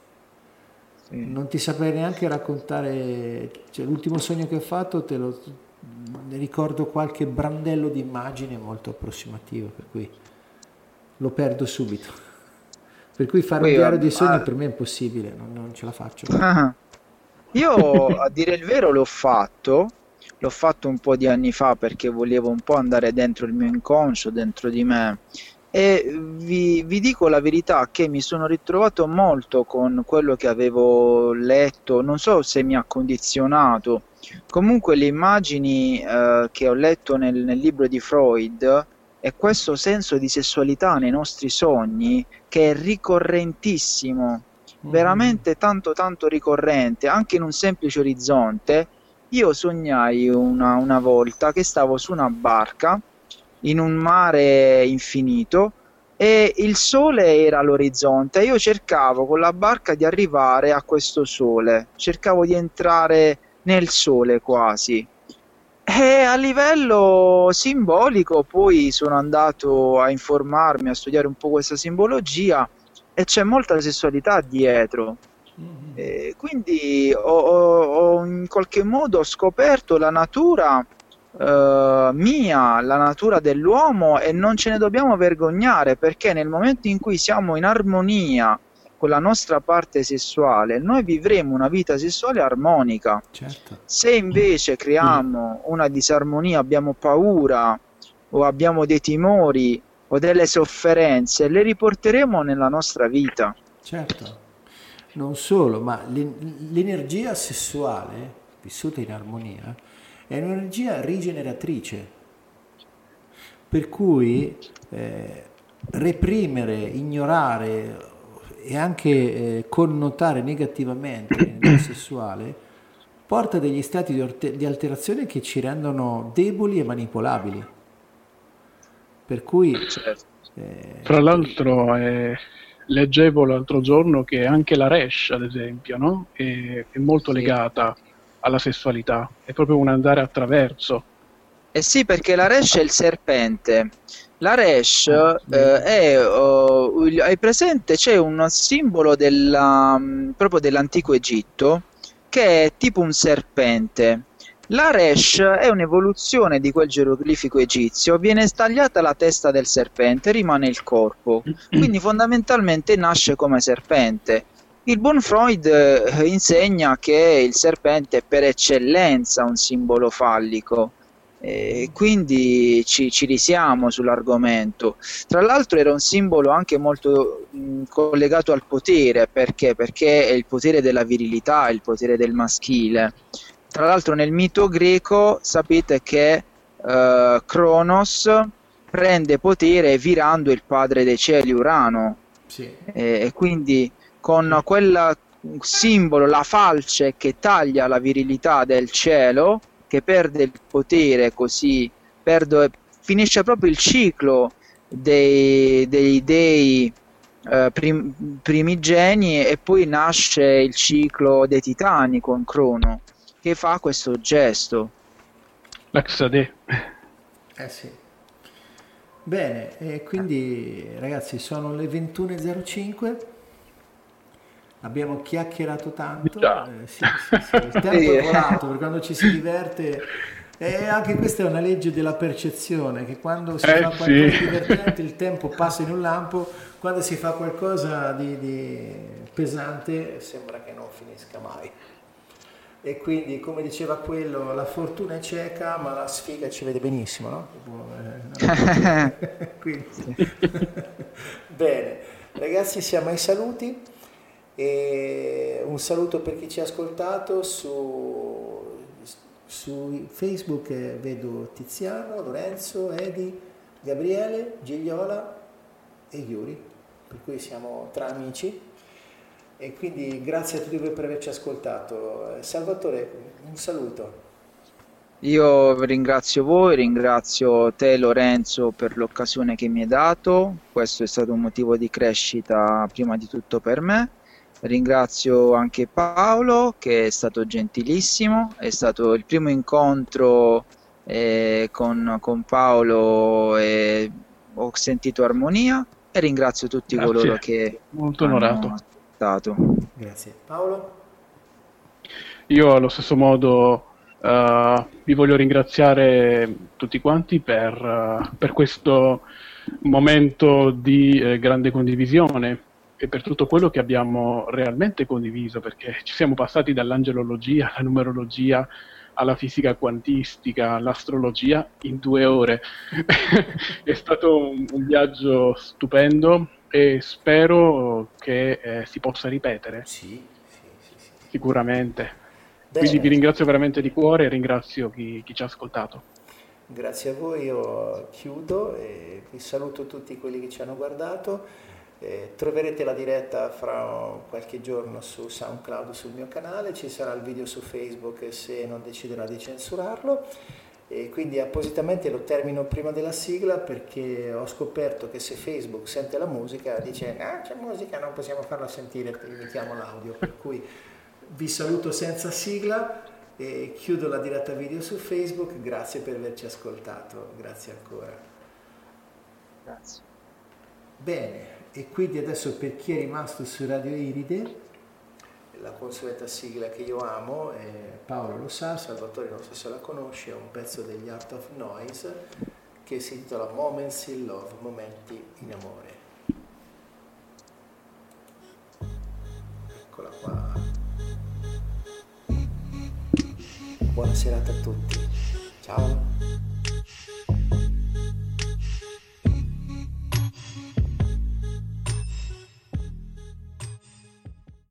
non ti saprei neanche raccontare, cioè, l'ultimo sogno che ho fatto ne ricordo qualche brandello di immagine molto approssimativo, per cui lo perdo subito. Per cui fare un diario dei sogni per me è impossibile, non ce la faccio. Io, a dire il vero, l'ho fatto un po' di anni fa perché volevo un po' andare dentro il mio inconscio, dentro di me, e vi dico la verità che mi sono ritrovato molto con quello che avevo letto, non so se mi ha condizionato, comunque le immagini che ho letto nel libro di Freud, e questo senso di sessualità nei nostri sogni che è ricorrentissimo, veramente tanto tanto ricorrente, anche in un semplice orizzonte. Io sognai una volta che stavo su una barca in un mare infinito e il sole era all'orizzonte. Io cercavo con la barca di arrivare a questo sole, cercavo di entrare nel sole quasi. E a livello simbolico poi sono andato a informarmi, a studiare un po' questa simbologia, e c'è molta sessualità dietro. Quindi ho in qualche modo scoperto la natura mia, la natura dell'uomo, e non ce ne dobbiamo vergognare, perché nel momento in cui siamo in armonia con la nostra parte sessuale, noi vivremo una vita sessuale armonica. Certo. Se invece creiamo una disarmonia, abbiamo paura o abbiamo dei timori o delle sofferenze, le riporteremo nella nostra vita. Certo. Non solo, ma l'energia sessuale vissuta in armonia è un'energia rigeneratrice, per cui reprimere, ignorare e anche connotare negativamente l'energia sessuale porta degli stati di alterazione che ci rendono deboli e manipolabili. Per cui Tra l'altro leggevo l'altro giorno che anche la Resh, ad esempio, no? È molto legata alla sessualità, è proprio un andare attraverso. Eh sì, perché la Resh è il serpente. La Resh hai presente? C'è un simbolo proprio dell'antico Egitto che è tipo un serpente. La Resh è un'evoluzione di quel geroglifico egizio, viene stagliata la testa del serpente, rimane il corpo, quindi fondamentalmente nasce come serpente. Il buon Freud insegna che il serpente è per eccellenza un simbolo fallico, quindi ci risiamo sull'argomento. Tra l'altro era un simbolo anche molto collegato al potere, perché è il potere della virilità, il potere del maschile. Tra l'altro nel mito greco sapete che Cronos prende potere virando il padre dei cieli, Urano, e quindi con quel simbolo, la falce che taglia la virilità del cielo, che perde il potere, così finisce proprio il ciclo dei dei primigeni, e poi nasce il ciclo dei Titani con Crono che fa questo gesto. L'Axade. Sì. Bene, e quindi ragazzi sono le 21:05. Abbiamo chiacchierato tanto, sì, il tempo è volato, per quando ci si diverte, e anche questa è una legge della percezione, che quando si fa qualcosa di divertente il tempo passa in un lampo, quando si fa qualcosa di pesante sembra che non finisca mai. E quindi, come diceva quello, la fortuna è cieca ma la sfiga ci vede benissimo, no? Quindi, bene, ragazzi, siamo ai saluti. E un saluto per chi ci ha ascoltato su Facebook. Vedo Tiziano, Lorenzo, Edi, Gabriele, Gigliola e Yuri, per cui siamo tra amici, e quindi grazie a tutti voi per averci ascoltato. Salvatore, un saluto. Io ringrazio voi, ringrazio te Lorenzo per l'occasione che mi hai dato, questo è stato un motivo di crescita prima di tutto per me. Ringrazio anche Paolo che è stato gentilissimo, è stato il primo incontro con Paolo e ho sentito armonia, e ringrazio tutti coloro che molto onorato. hanno ascoltato. Grazie. Paolo? Io allo stesso modo vi voglio ringraziare tutti quanti per questo momento di grande condivisione e per tutto quello che abbiamo realmente condiviso, perché ci siamo passati dall'angelologia alla numerologia alla fisica quantistica, all'astrologia in 2 ore. È stato un viaggio stupendo e spero che si possa ripetere. Sì. Sicuramente. Bene. Quindi vi ringrazio veramente di cuore e ringrazio chi ci ha ascoltato. Grazie a voi, io chiudo e vi saluto tutti quelli che ci hanno guardato. Troverete la diretta fra qualche giorno su SoundCloud, sul mio canale, ci sarà il video su Facebook se non deciderà di censurarlo, e quindi appositamente lo termino prima della sigla, perché ho scoperto che se Facebook sente la musica dice c'è musica, non possiamo farla sentire, limitiamo l'audio, per cui vi saluto senza sigla e chiudo la diretta video su Facebook. Grazie per averci ascoltato, grazie ancora. Grazie. Bene, e quindi adesso, per chi è rimasto su Radio Iride, la consueta sigla che io amo, Paolo lo sa, Salvatore non so se la conosce, è un pezzo degli Art of Noise che si intitola Moments in Love, momenti in amore. Eccola qua. Buona serata a tutti, ciao.